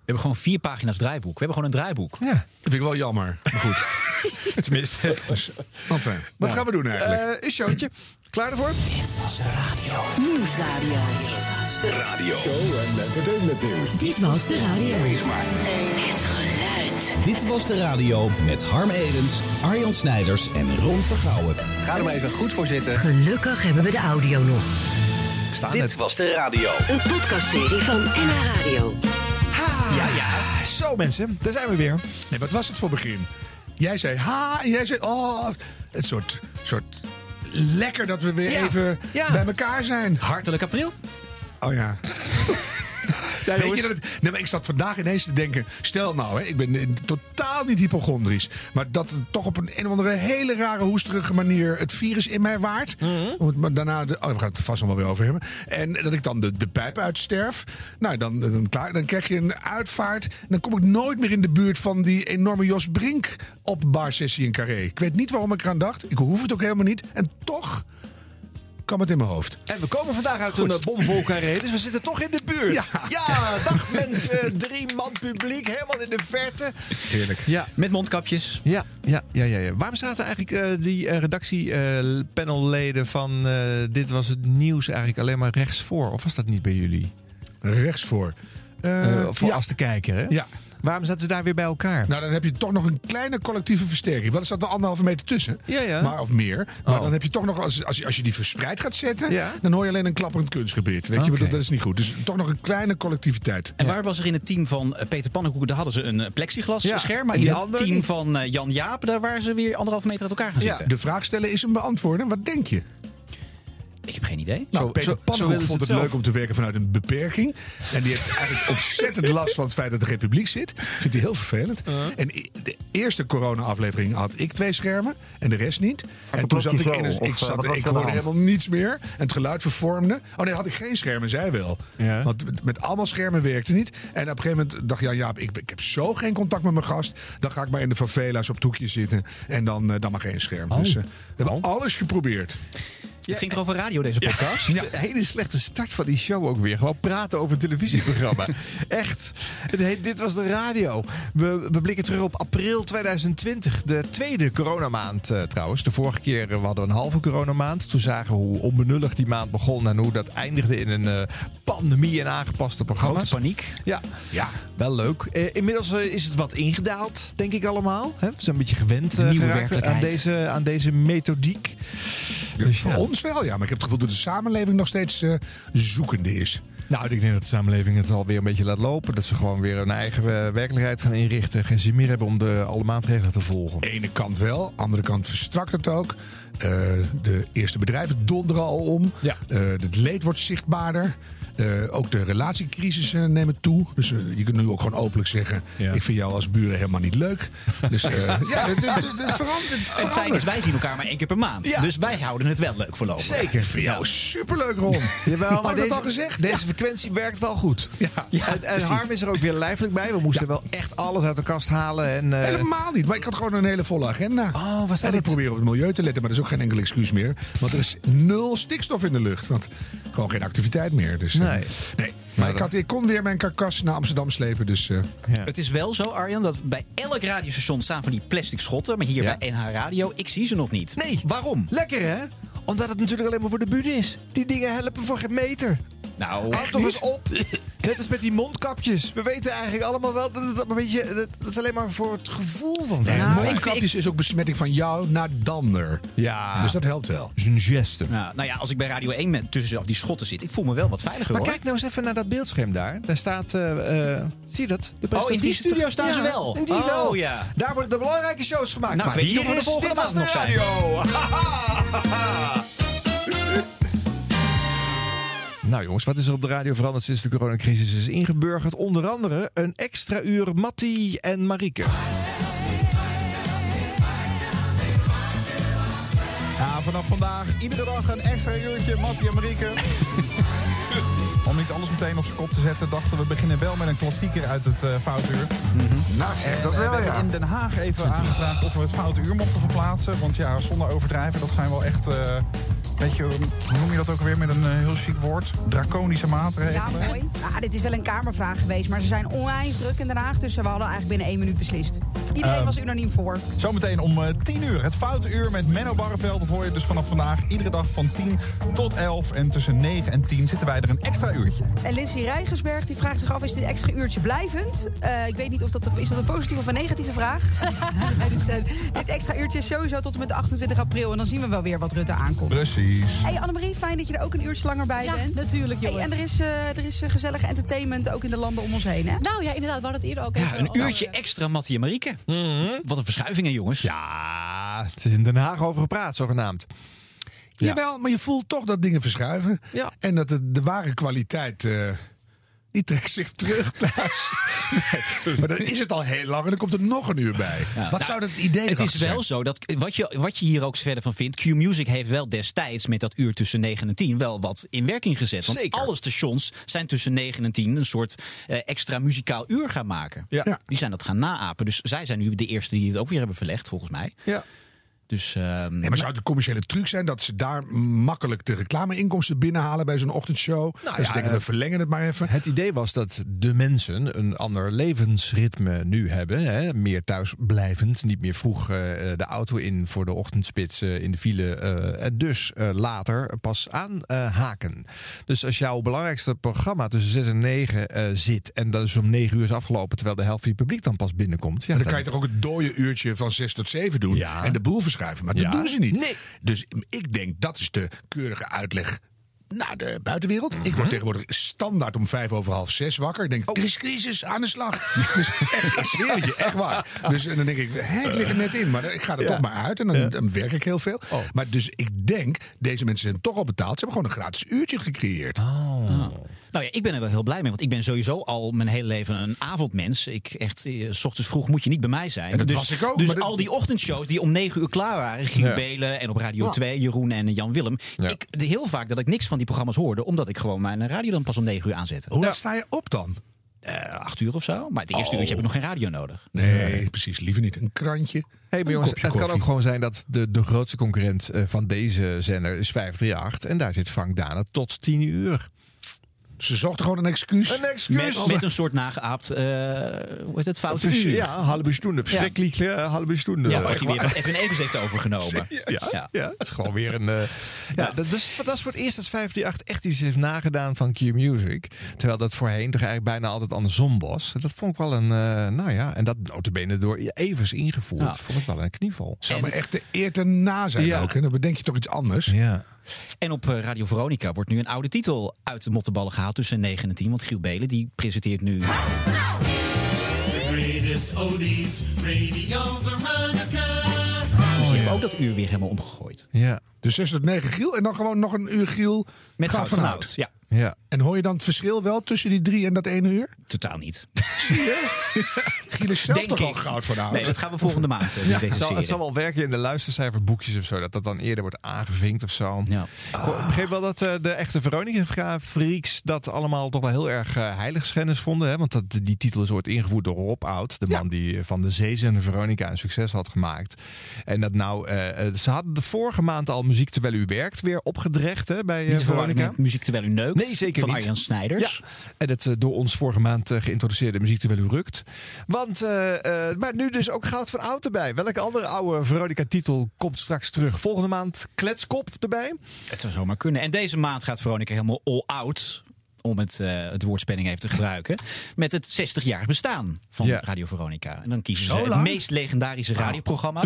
We hebben gewoon 4 pagina's draaiboek. We hebben gewoon een draaiboek. Ja, dat vind ik wel jammer. Maar goed. Tenminste. Enfin, wat gaan we doen eigenlijk? Een showtje. Klaar ervoor? Dit was de radio. Nieuwsradio. Dit was de radio. Show en entertainment nieuws. Dit was de radio. Het geluid. Dit was de radio met Harm Edens, Arjan Snijders en Ron Vergouwen. Ga er maar even goed voor zitten. Gelukkig hebben we de audio nog. Dit was de radio. Een podcastserie van NH Radio. Ja. Zo mensen, daar zijn we weer. Nee, wat was het voor begin? Jij zei ha en jij zei oh. Het soort lekker dat we weer even bij elkaar zijn. Hartelijk april. Oh ja. Ja, weet je dat maar ik zat vandaag ineens te denken. Stel nou, ik ben totaal niet hypochondrisch. Maar dat het toch op een of andere hele rare hoesterige manier het virus in mij waart. Maar daarna, we gaan het er vast nog wel weer over hebben. En dat ik dan de pijp uitsterf. Nou, dan krijg je een uitvaart. En dan kom ik nooit meer in de buurt van die enorme Jos Brink op barsessie in Carré. Ik weet niet waarom ik eraan dacht. Ik hoef het ook helemaal niet. En toch kwam het in mijn hoofd. En we komen vandaag uit een bomvol Carré, dus we zitten toch in de buurt. Ja, dag mensen. 3 man publiek, helemaal in de verte. Heerlijk. Ja. Met mondkapjes. Ja. Waarom zaten eigenlijk die redactiepanelleden van Dit Was Het Nieuws eigenlijk alleen maar rechts voor? Of was dat niet bij jullie? Rechts voor. Als de kijker, hè? Ja. Waarom zaten ze daar weer bij elkaar? Nou, dan heb je toch nog een kleine collectieve versterking. Wel, er zat er 1,5 meter tussen. Ja. Maar, of meer. Maar dan heb je toch nog, als je die verspreid gaat zetten, dan hoor je alleen een klapperend kunstgebied. Weet je, dat is niet goed. Dus toch nog een kleine collectiviteit. En waar was er in het team van Peter Pannenkoek? Daar hadden ze een plexiglas scherm. Maar en in die het andere team van Jan Jaap, daar waren ze weer 1,5 meter uit elkaar gaan zitten. De vraag stellen is hem beantwoorden. Wat denk je? Ik heb geen idee. Nou, Peter Pannenkoek vond het leuk om te werken vanuit een beperking. En die heeft eigenlijk ontzettend last van het feit dat er geen publiek zit. Vindt hij heel vervelend. En de eerste corona-aflevering had ik 2 schermen en de rest niet. En toen zat ik ik hoorde helemaal niets meer. En het geluid vervormde. Oh nee, had ik geen schermen, zij wel. Ja. Want met allemaal schermen werkte niet. En op een gegeven moment dacht Jan Jaap, ik heb zo geen contact met mijn gast. Dan ga ik maar in de favela's op het hoekje zitten. En dan maar geen scherm. Dus we hebben alles geprobeerd. Het ging toch over radio, deze podcast? Ja, een hele slechte start van die show ook weer. Gewoon praten over een televisieprogramma. Echt. Dit was de radio. We blikken terug op april 2020. De tweede coronamaand trouwens. De vorige keer we hadden we een halve coronamaand. Toen zagen we hoe onbenullig die maand begon. En hoe dat eindigde in een pandemie en aangepaste programma's. Grote paniek. Ja, wel leuk. Inmiddels is het wat ingedaald, denk ik allemaal. We zijn een beetje gewend aan deze methodiek. Dus voor ons wel, ja. Maar ik heb het gevoel dat de samenleving nog steeds zoekende is. Nou, ik denk dat de samenleving het alweer een beetje laat lopen. Dat ze gewoon weer een eigen werkelijkheid gaan inrichten. Geen zin meer hebben om alle maatregelen te volgen. Ene kant wel, andere kant verstrakt het ook. De eerste bedrijven donderen al om. Ja. Het leed wordt zichtbaarder. Ook de relatiecrisis nemen toe. Dus je kunt nu ook gewoon openlijk zeggen... ik vind jou als buren helemaal niet leuk. Dus het verandert. Het feit is, wij zien elkaar maar 1 keer per maand. Ja. Dus wij houden het wel leuk voorlopig. Zeker. Ik vind jou superleuk, Ron. Jawel, maar dat al gezegd? Deze frequentie werkt wel goed. En Harm is er ook weer lijfelijk bij. We moesten wel echt alles uit de kast halen. Helemaal niet. Maar ik had gewoon een hele volle agenda. Oh, was dat en ik probeer op het milieu te letten. Maar dat is ook geen enkel excuus meer. Want er is 0 stikstof in de lucht. Want gewoon geen activiteit meer. Dus... Nee. Maar ik kon weer mijn karkas naar Amsterdam slepen. Dus, Het is wel zo, Arjan, dat bij elk radiostation staan van die plastic schotten. Maar hier bij NH Radio, ik zie ze nog niet. Nee. Waarom? Lekker, hè? Omdat het natuurlijk alleen maar voor de bühne is. Die dingen helpen voor geen meter. Nou, houd toch eens op. Net als met die mondkapjes. We weten eigenlijk allemaal wel dat het een beetje... Dat is alleen maar voor het gevoel van... mondkapjes is ook besmetting van jou naar dander. Ja. Dus dat helpt wel. Dat is een geste. Nou ja, als ik bij Radio 1 tussen die schotten zit, ik voel me wel wat veiliger, maar hoor. Kijk nou eens even naar dat beeldscherm daar. Daar staat... zie je dat? In die studio staan ze wel. In die wel. Ja. Daar worden de belangrijke shows gemaakt. Nou, maar ik weet niet of we de volgende maand nog zijn. Nou jongens, wat is er op de radio veranderd sinds de coronacrisis is ingeburgerd? Onder andere een extra uur Mattie en Marieke. Ja, vanaf vandaag iedere dag een extra uurtje Mattie en Marieke. Om niet alles meteen op zijn kop te zetten, dachten we beginnen wel met een klassieker uit het Foutuur. Nou, zeg dat wel, we hebben in Den Haag even aangevraagd of we het Foute Uur mochten verplaatsen. Want ja, zonder overdrijven, dat zijn wel echt beetje, hoe noem je dat ook alweer met een heel chic woord? Draconische maatregelen. Ja, mooi. Dit is wel een kamervraag geweest, maar ze zijn onwijs druk in Den Haag. Dus we hadden eigenlijk binnen 1 minuut beslist. Iedereen was unaniem voor. Zometeen om 10 uur. Het Foute Uur met Menno Barreveld. Dat hoor je dus vanaf vandaag. Iedere dag van 10 tot 11. En tussen 9 en 10 zitten wij er een extra uurtje. En Lindsay Rijgersberg die vraagt zich af, is dit extra uurtje blijvend? Ik weet niet of is dat een positieve of een negatieve vraag. Dit extra uurtje is sowieso tot en met 28 april. En dan zien we wel weer wat Rutte aankomt. Precies. Hey Annemarie, fijn dat je er ook een uurtje langer bij bent. Natuurlijk, jongens. Hey, en er is gezellig entertainment ook in de landen om ons heen, hè? Nou ja, inderdaad, we hadden het eerder ook even... Een uurtje extra Mattie en Marieke. Wat een verschuiving, hè, jongens. Ja, het is in Den Haag over gepraat, zogenaamd. Ja. Jawel, maar je voelt toch dat dingen verschuiven. Ja. En dat de ware kwaliteit... die trekt zich terug thuis. Nee, maar dan is het al heel lang en dan komt er nog een uur bij. Ja. Wat zou dat idee Het is zijn? wel zo dat wat je hier ook verder van vindt... Q-Music heeft wel destijds met dat uur tussen 9 en 10 wel wat in werking gezet. Want Zeker. alle stations zijn tussen 9 en 10 een soort extra muzikaal uur gaan maken. Ja. Die zijn dat gaan naapen. Dus zij zijn nu de eerste die het ook weer hebben verlegd, volgens mij. Ja. Dus, nee, maar zou het een commerciële truc zijn dat ze daar makkelijk de reclameinkomsten binnenhalen bij zo'n ochtendshow? Nou, dus denken we verlengen het maar even. Het idee was dat de mensen een ander levensritme nu hebben. Hè? Meer thuisblijvend, niet meer vroeg de auto in voor de ochtendspits in de file. En dus later pas aanhaken. Dus als jouw belangrijkste programma tussen 6 en 9 zit en dat is om 9 uur is afgelopen terwijl de helft van je publiek dan pas binnenkomt. Ja, dan kan je toch ook het dode uurtje van 6 tot 7 doen en de boel verschuiven. Maar dat doen ze niet. Nee. Dus ik denk dat is de keurige uitleg naar de buitenwereld. Ik word tegenwoordig standaard om 6:05 wakker. Ik denk, er is crisis, aan de slag. Dus echt, ik zweer het je, echt waar. Dus en dan denk ik, ik lig er net in. Maar ik ga er toch maar uit en dan werk ik heel veel. Oh. Maar dus ik denk, deze mensen zijn toch al betaald. Ze hebben gewoon een gratis uurtje gecreëerd. Nou ja, ik ben er wel heel blij mee. Want ik ben sowieso al mijn hele leven een avondmens. S ochtends vroeg moet je niet bij mij zijn. En dat was ik ook. Dus al die ochtendshows die om 9 uur klaar waren. Giel Belen en op Radio 2, Jeroen en Jan Willem. Ja. Heel vaak dat ik niks van die programma's hoorde. Omdat ik gewoon mijn radio dan pas om 9 uur aanzette. Hoe laat sta je op dan? 8 uur of zo. Maar het eerste uurtje heb ik nog geen radio nodig. Nee, precies. Liever niet. Een krantje. Hey, maar jongens, het kan ook gewoon zijn dat de grootste concurrent van deze zender is 538. En daar zit Frank Dane tot 10 uur. Ze zochten gewoon een excuus. Met een soort nageaapt, hoe heet het, fout uur. Ja, halve stunde. Verschrikkelijk halve stunde. Ja, wordt hij weer van even even heeft overgenomen. Ja, dat is gewoon weer een... dat is voor het eerst dat 538 echt iets heeft nagedaan van Q-Music. Terwijl dat voorheen toch eigenlijk bijna altijd andersom was. Dat vond ik wel een... en dat notabene door Evers ingevoerd. Vond ik wel een knieval. Zou maar echt de eer te na zijn ook. En dan bedenk je toch iets anders. Ja. En op Radio Veronica wordt nu een oude titel uit de mottenballen gehaald tussen 9 en 10. Want Giel Belen die presenteert nu... The greatest oldies, Radio Veronica. Dus die hebben ook dat uur weer helemaal omgegooid. Ja. Dus 6 tot 9 Giel en dan gewoon nog een uur Giel met Goud van Oud. Ja. En hoor je dan het verschil wel tussen die 3 en dat 1 uur? Totaal niet. Zie je? Giel is zelf toch al Goud van Oud? Nee, dat gaan we volgende maand het zal wel werken in de luistercijferboekjes of zo. Dat dat dan eerder wordt aangevinkt of zo. Ja. Ik begreep wel dat de echte Veronica-freaks dat allemaal toch wel heel erg heiligschennis vonden. Hè? Want die titel is ooit ingevoerd door Rob Oud. De man die van de zeezender Veronica een succes had gemaakt. En dat ze hadden de vorige maand al Muziek Terwijl U Werkt weer opgedrecht bij Veronica. Muziek Terwijl U Neukt. Nee, zeker van niet. Arjan Snijders. Ja. En het door ons vorige maand geïntroduceerde Muziek Terwijl U Rukt. Want, maar nu dus ook Goud van Oud erbij. Welke andere oude Veronica-titel komt straks terug? Volgende maand Kletskop erbij? Het zou zomaar kunnen. En deze maand gaat Veronica helemaal all out, om het woordspanning even te gebruiken, met het 60-jarig bestaan van Radio Veronica. En dan kiezen ze het meest legendarische radioprogramma.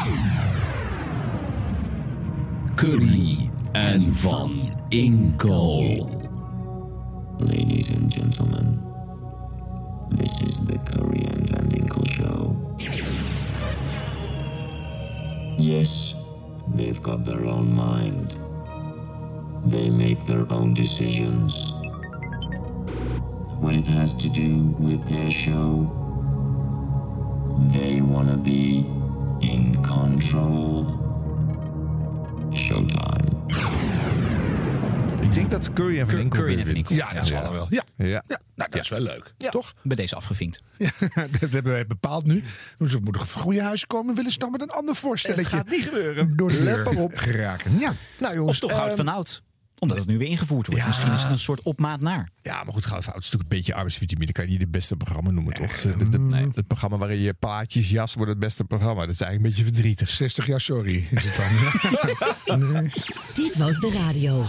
Curry en Van Inkel. Ladies and gentlemen, this is the Curry and Van Inkel Show. Yes, they've got their own mind. They make their own decisions. When it has to do with their show, they want to be in control. Showtime. Ik denk dat Curry en Van Inkel weer wint. Ja, dat zal wel. Ja, nou, dat is wel leuk. Toch? Bij deze afgevinkt. Ja, dat hebben wij bepaald nu. Ze moeten een goede huis komen. Willen ze nog met een ander voorstelletje? Het gaat niet gebeuren. Door de deur op geraken. Ja. Nou, jongens, of toch goud van oud. Omdat het nu weer ingevoerd wordt. Ja. Misschien is het een soort opmaat naar. Ja, maar goed, goud van oud is natuurlijk een beetje arbeidsvitamine. Dat kan je niet het beste programma noemen, toch? Het programma waarin je plaatjes jas wordt het beste programma. Dat is eigenlijk een beetje verdrietig. 60 jaar, sorry. Is het dan? Nee. Dit was de radio.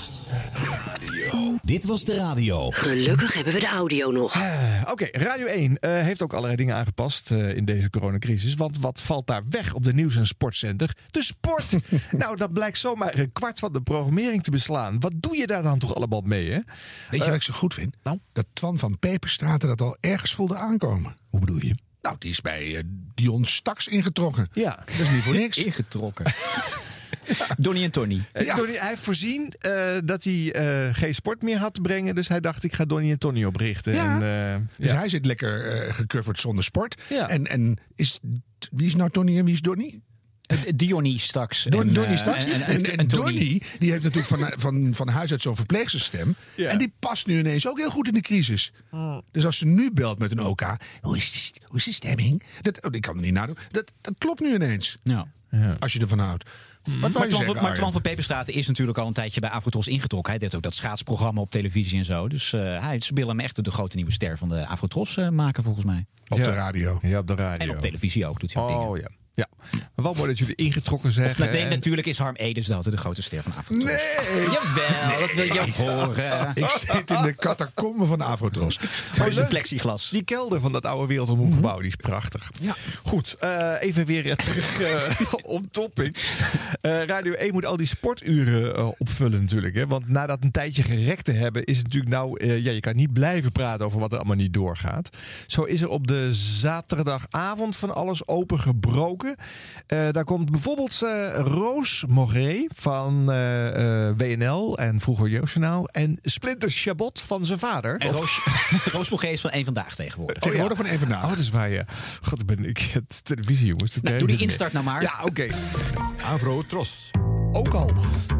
Dit was de radio. Gelukkig hebben we de audio nog. Oké, Radio 1 heeft ook allerlei dingen aangepast in deze coronacrisis. Want wat valt daar weg op de nieuws- en sportzender? De sport! Nou, dat blijkt zomaar een kwart van de programmering te beslaan. Wat doe je daar dan toch allemaal mee, hè? Weet je wat ik zo goed vind? Nou? Dat Twan van Peperstraten dat al ergens voelde aankomen. Hoe bedoel je? Nou, die is bij Dion Staks ingetrokken. Ja. Dat is niet voor niks. Ingetrokken. Donnie en Tony. Donnie, hij heeft voorzien dat hij geen sport meer had te brengen. Dus hij dacht, ik ga Donnie en Tony oprichten. Ja. En, dus hij zit lekker gecoverd zonder sport. Ja. En wie is nou Tony en wie is Donnie? Donnie Staks. Donnie Staks. En Donnie, die heeft natuurlijk van huis uit zo'n verpleegsterstem. Ja. En die past nu ineens ook heel goed in de crisis. Dus als ze nu belt met een OK, hoe is de stemming? Ik kan er niet nadoen. Dat klopt nu ineens. Ja. Als je ervan houdt. Maar Twan van Peperstraten is natuurlijk al een tijdje bij Afrotros ingetrokken. Hij deed ook dat schaatsprogramma op televisie en zo. Dus ze willen hem echt de grote nieuwe ster van de Afrotros maken, volgens mij. Op de radio. Ja, op de radio. En op televisie ook doet hij ook dingen. Ja. Maar wel mooi dat jullie ingetrokken zeggen. Nee, natuurlijk is Harm Edens dat de grote ster van Afrotros. Nee! Jawel, dat wil je horen. Ik zit in de catacomben van Afrotros. Thuis een plexiglas. Die kelder van dat oude Wereldomroepgebouw, die is prachtig. Ja. Goed, even weer terug op topic. Radio 1 moet al die sporturen opvullen natuurlijk. Hè? Want na dat een tijdje gerekt te hebben, is het natuurlijk nou... je kan niet blijven praten over wat er allemaal niet doorgaat. Zo is er op de zaterdagavond van alles opengebroken. Daar komt bijvoorbeeld Roos Moré van WNL en Vroeger Jeugdjournaal. En Splinter Chabot van zijn vader. En Roos Moré is van Eén Vandaag tegenwoordig. Tegenwoordig van Eén Vandaag. Oh, dat is waar, ja. God, ik het televisie, jongens. Nou, doe die instart nou maar. Ja, oké. Afrotros. Ook al.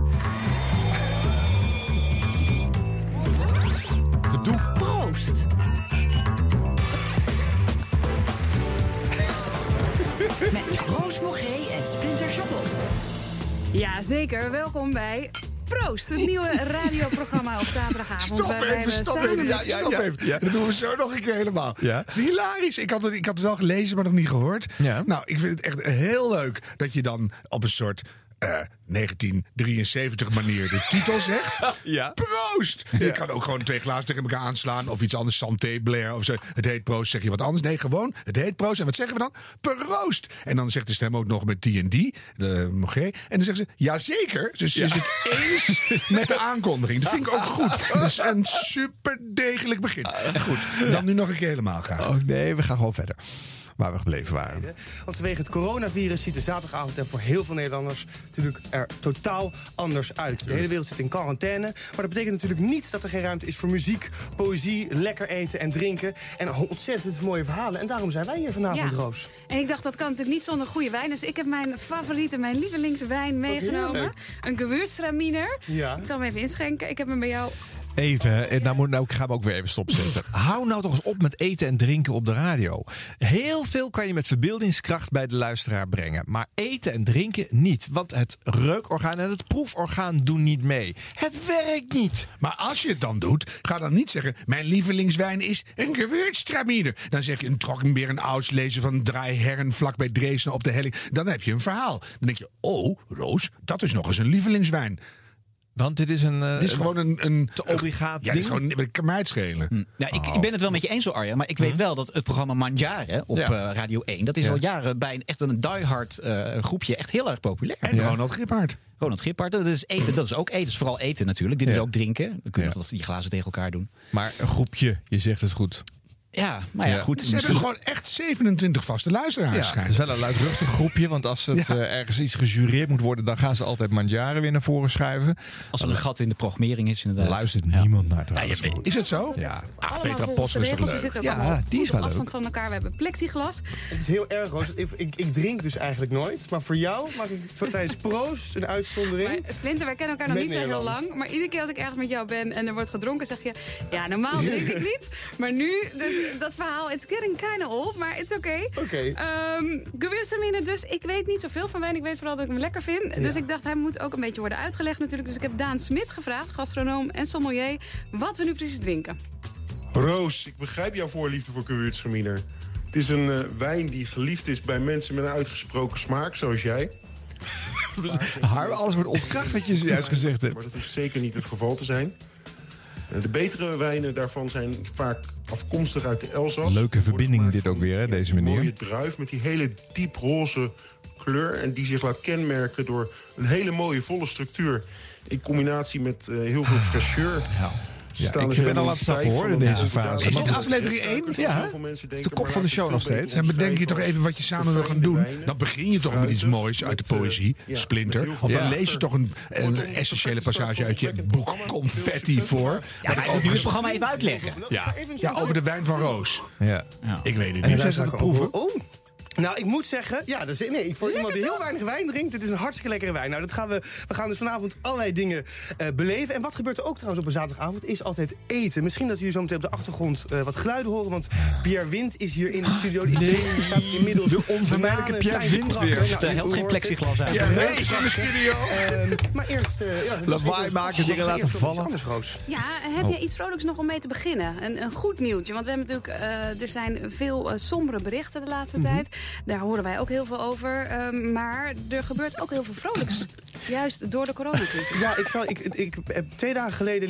Proost! Met Roos Moré en Splinter Chabot. Ja, zeker. Welkom bij Proost, het nieuwe radioprogramma op zaterdagavond. Stop even. Ja. Dat doen we zo nog een keer helemaal. Ja? Hilarisch. Ik had het wel gelezen, maar nog niet gehoord. Ja. Nou, ik vind het echt heel leuk dat je dan op een soort 1973 manier de titel zegt. Ja. Proost! Ja. Je kan ook gewoon 2 glazen tegen elkaar aanslaan. Of iets anders, Santé, Blair of zo. Het heet Proost, zeg je wat anders. Nee, gewoon, het heet Proost. En wat zeggen we dan? Proost! En dan zegt de stem ook nog met D&D, de Mogé. En dan zeggen ze, jazeker. Dus ze is het eens met de aankondiging. Dat vind ik ook goed. Dat is een super degelijk begin. Goed, dan nu nog een keer helemaal graag. Oh nee, we gaan gewoon verder. Waar we gebleven waren. Want vanwege het coronavirus ziet de zaterdagavond er voor heel veel Nederlanders natuurlijk er totaal anders uit. De hele wereld zit in quarantaine. Maar dat betekent natuurlijk niet dat er geen ruimte is voor muziek, poëzie, lekker eten en drinken. En ontzettend mooie verhalen. En daarom zijn wij hier vanavond, Roos. En ik dacht, dat kan natuurlijk niet zonder goede wijn. Dus ik heb mijn favoriete, mijn lievelingswijn meegenomen. Een Gewürztraminer. Ja. Ik zal hem even inschenken. Ik heb hem bij jou... Even, ik ga hem ook weer even stopzetten. Hou nou toch eens op met eten en drinken op de radio. Heel veel kan je met verbeeldingskracht bij de luisteraar brengen. Maar eten en drinken niet. Want het reukorgaan en het proeforgaan doen niet mee. Het werkt niet. Maar als je het dan doet, ga dan niet zeggen... mijn lievelingswijn is een Gewürztraminer. Dan zeg je een Trockenbeer, een Auslese van Draaiherren... vlak bij Dresden op de helling. Dan heb je een verhaal. Dan denk je, oh, Roos, dat is nog eens een lievelingswijn. Want dit is dit is gewoon een te obligaat ding. Dit is gewoon, dat kan mij het schelen. Ik ben het wel met je eens, Arjen. Maar ik weet wel dat het programma Mangiare op Radio 1... dat is al jaren bij echt een diehard groepje echt heel erg populair. En Ronald Gippard. Dat is eten. Dat is ook eten. Dat is vooral eten natuurlijk. Dit is ook drinken. Dan kun je nog die glazen tegen elkaar doen. Maar een groepje, je zegt het goed. Ja, maar ja, goed. Ze hebben gewoon echt 27 vaste luisteraars. Ja, het is wel een luidruchtig groepje, want als het ergens iets gejureerd moet worden, dan gaan ze altijd Mandjaren weer naar voren schuiven. Als er een gat in de programmering is, inderdaad. Luistert niemand naar trouwens. Is het zo? Ja. Petra Post is toch We leuk? zitten ook Ja, allemaal die is goed op wel afstand van elkaar. We hebben plexiglas. Het is heel erg, Roos. Ik drink dus eigenlijk nooit. Maar voor jou maak ik tijdens Proost een uitzondering. Maar Splinter, wij kennen elkaar nog niet zo heel lang. Maar iedere keer als ik ergens met jou ben en er wordt gedronken, zeg je... Ja, normaal drink ik niet. Maar nu, dus dat verhaal, it's getting kind of old. Maar it's okay. Gewürztraminer dus. Ik weet niet zoveel van wijn. Ik weet vooral dat ik hem lekker vind. Dus ik dacht, hij moet ook een beetje worden uitgelegd natuurlijk. Dus ik heb Daan Smit gevraagd, gastronoom en sommelier, wat we nu precies drinken. Roos, ik begrijp jouw voorliefde voor Gewürztraminer. Het is een wijn die geliefd is bij mensen met een uitgesproken smaak, zoals jij. Alles wordt ontkracht wat je zojuist gezegd hebt. Maar dat is zeker niet het geval te zijn. De betere wijnen daarvan zijn vaak afkomstig uit de Elzas. Leuke verbinding dit ook weer, hè, deze meneer. Een mooie druif met die hele dieproze kleur. En die zich laat kenmerken door een hele mooie volle structuur. In combinatie met heel veel fraîcheur. Ja, ik ben al aan het stappen hoor in deze fase. Is dit aflevering 1? Ja, de kop van de show nog steeds. En bedenk je toch even wat je samen wil gaan doen. Dan begin je toch met iets moois uit de poëzie, Splinter. Of dan lees je toch een essentiële passage uit je boek Confetti voor. Ja, maar ik nu het programma even uitleggen. Ja, over de wijn van Roos. Ja. Ik weet het En nu niet. zijn ze aan het proeven. Nou, ik moet zeggen, voor iemand die heel weinig wijn drinkt, dit is een hartstikke lekkere wijn. Nou, we gaan dus vanavond allerlei dingen beleven. En wat gebeurt er ook trouwens op een zaterdagavond, is altijd eten. Misschien dat jullie zo meteen op de achtergrond wat geluiden horen, want Pierre Wind is hier in de studio. Die staat inmiddels de onvermijdelijke Pierre Wind weer. Er helpt geen plexiglas uit. Ja, nee, is in de studio. Maar eerst... lawaai maken, dingen laten vallen. Ja, heb je iets vrolijks nog om mee te beginnen? Een goed nieuwtje, want we hebben natuurlijk... er zijn veel sombere berichten de laatste tijd. Daar horen wij ook heel veel over. Maar er gebeurt ook heel veel vrolijks. Juist door de coronacrisis. Ja, ik heb 2 dagen geleden...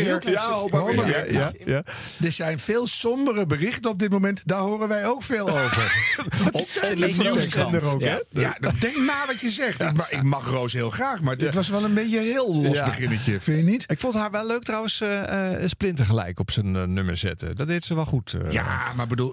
Ja. Er zijn veel sombere berichten op dit moment. Daar horen wij ook veel over. Wat zijn het nieuwskrant ook, hè? Ja, denk na wat je zegt. Ik mag Roos heel graag, maar dit was wel een beetje een heel los beginnetje. Vind je niet? Ik vond haar wel leuk trouwens, Splinter gelijk op zijn nummer zetten. Dat deed ze wel goed. Ja, maar bedoel,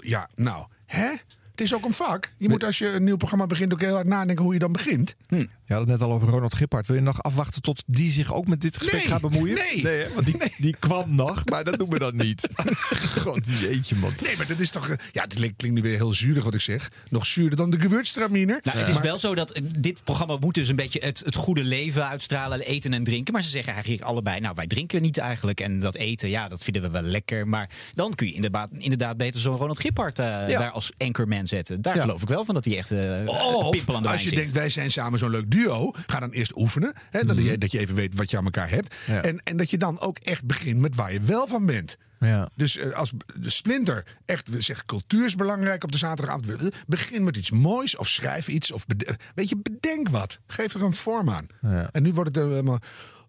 hè? Het is ook een vak. Je moet als je een nieuw programma begint ook heel hard nadenken hoe je dan begint. Je had het net al over Ronald Gippard. Wil je nog afwachten tot die zich ook met dit gesprek gaat bemoeien? Nee, want die kwam nog, maar dat doen we dan niet. God, jeetje man. Nee, maar dat is toch... het klinkt nu weer heel zuurig wat ik zeg. Nog zuurder dan de Gewürztraminer. Nou, het is wel zo dat dit programma moet dus een beetje het goede leven uitstralen. Eten en drinken. Maar ze zeggen eigenlijk allebei, nou wij drinken niet eigenlijk. En dat eten, dat vinden we wel lekker. Maar dan kun je inderdaad beter zo'n Ronald Gippard daar als anchorman zetten. Daar geloof ik wel van dat hij echt pimpel aan de wijn als je zit. denkt, wij zijn samen zo'n leuk duo, ga dan eerst oefenen. Hè, dat je even weet wat je aan elkaar hebt. Ja. En dat je dan ook echt begint met waar je wel van bent. Ja. Dus als de Splinter echt zegt, cultuur is belangrijk op de zaterdagavond. Begin met iets moois of schrijf iets. Of bedenk wat. Geef er een vorm aan. Ja. En nu wordt het helemaal...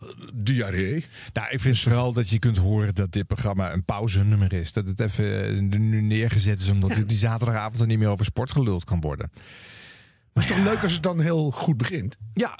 diarree. Nou, ik vind vooral dat je kunt horen dat dit programma een pauzenummer is. Dat het even nu neergezet is, omdat die zaterdagavond er niet meer over sport geluld kan worden. Maar het is toch leuk als het dan heel goed begint? Ja.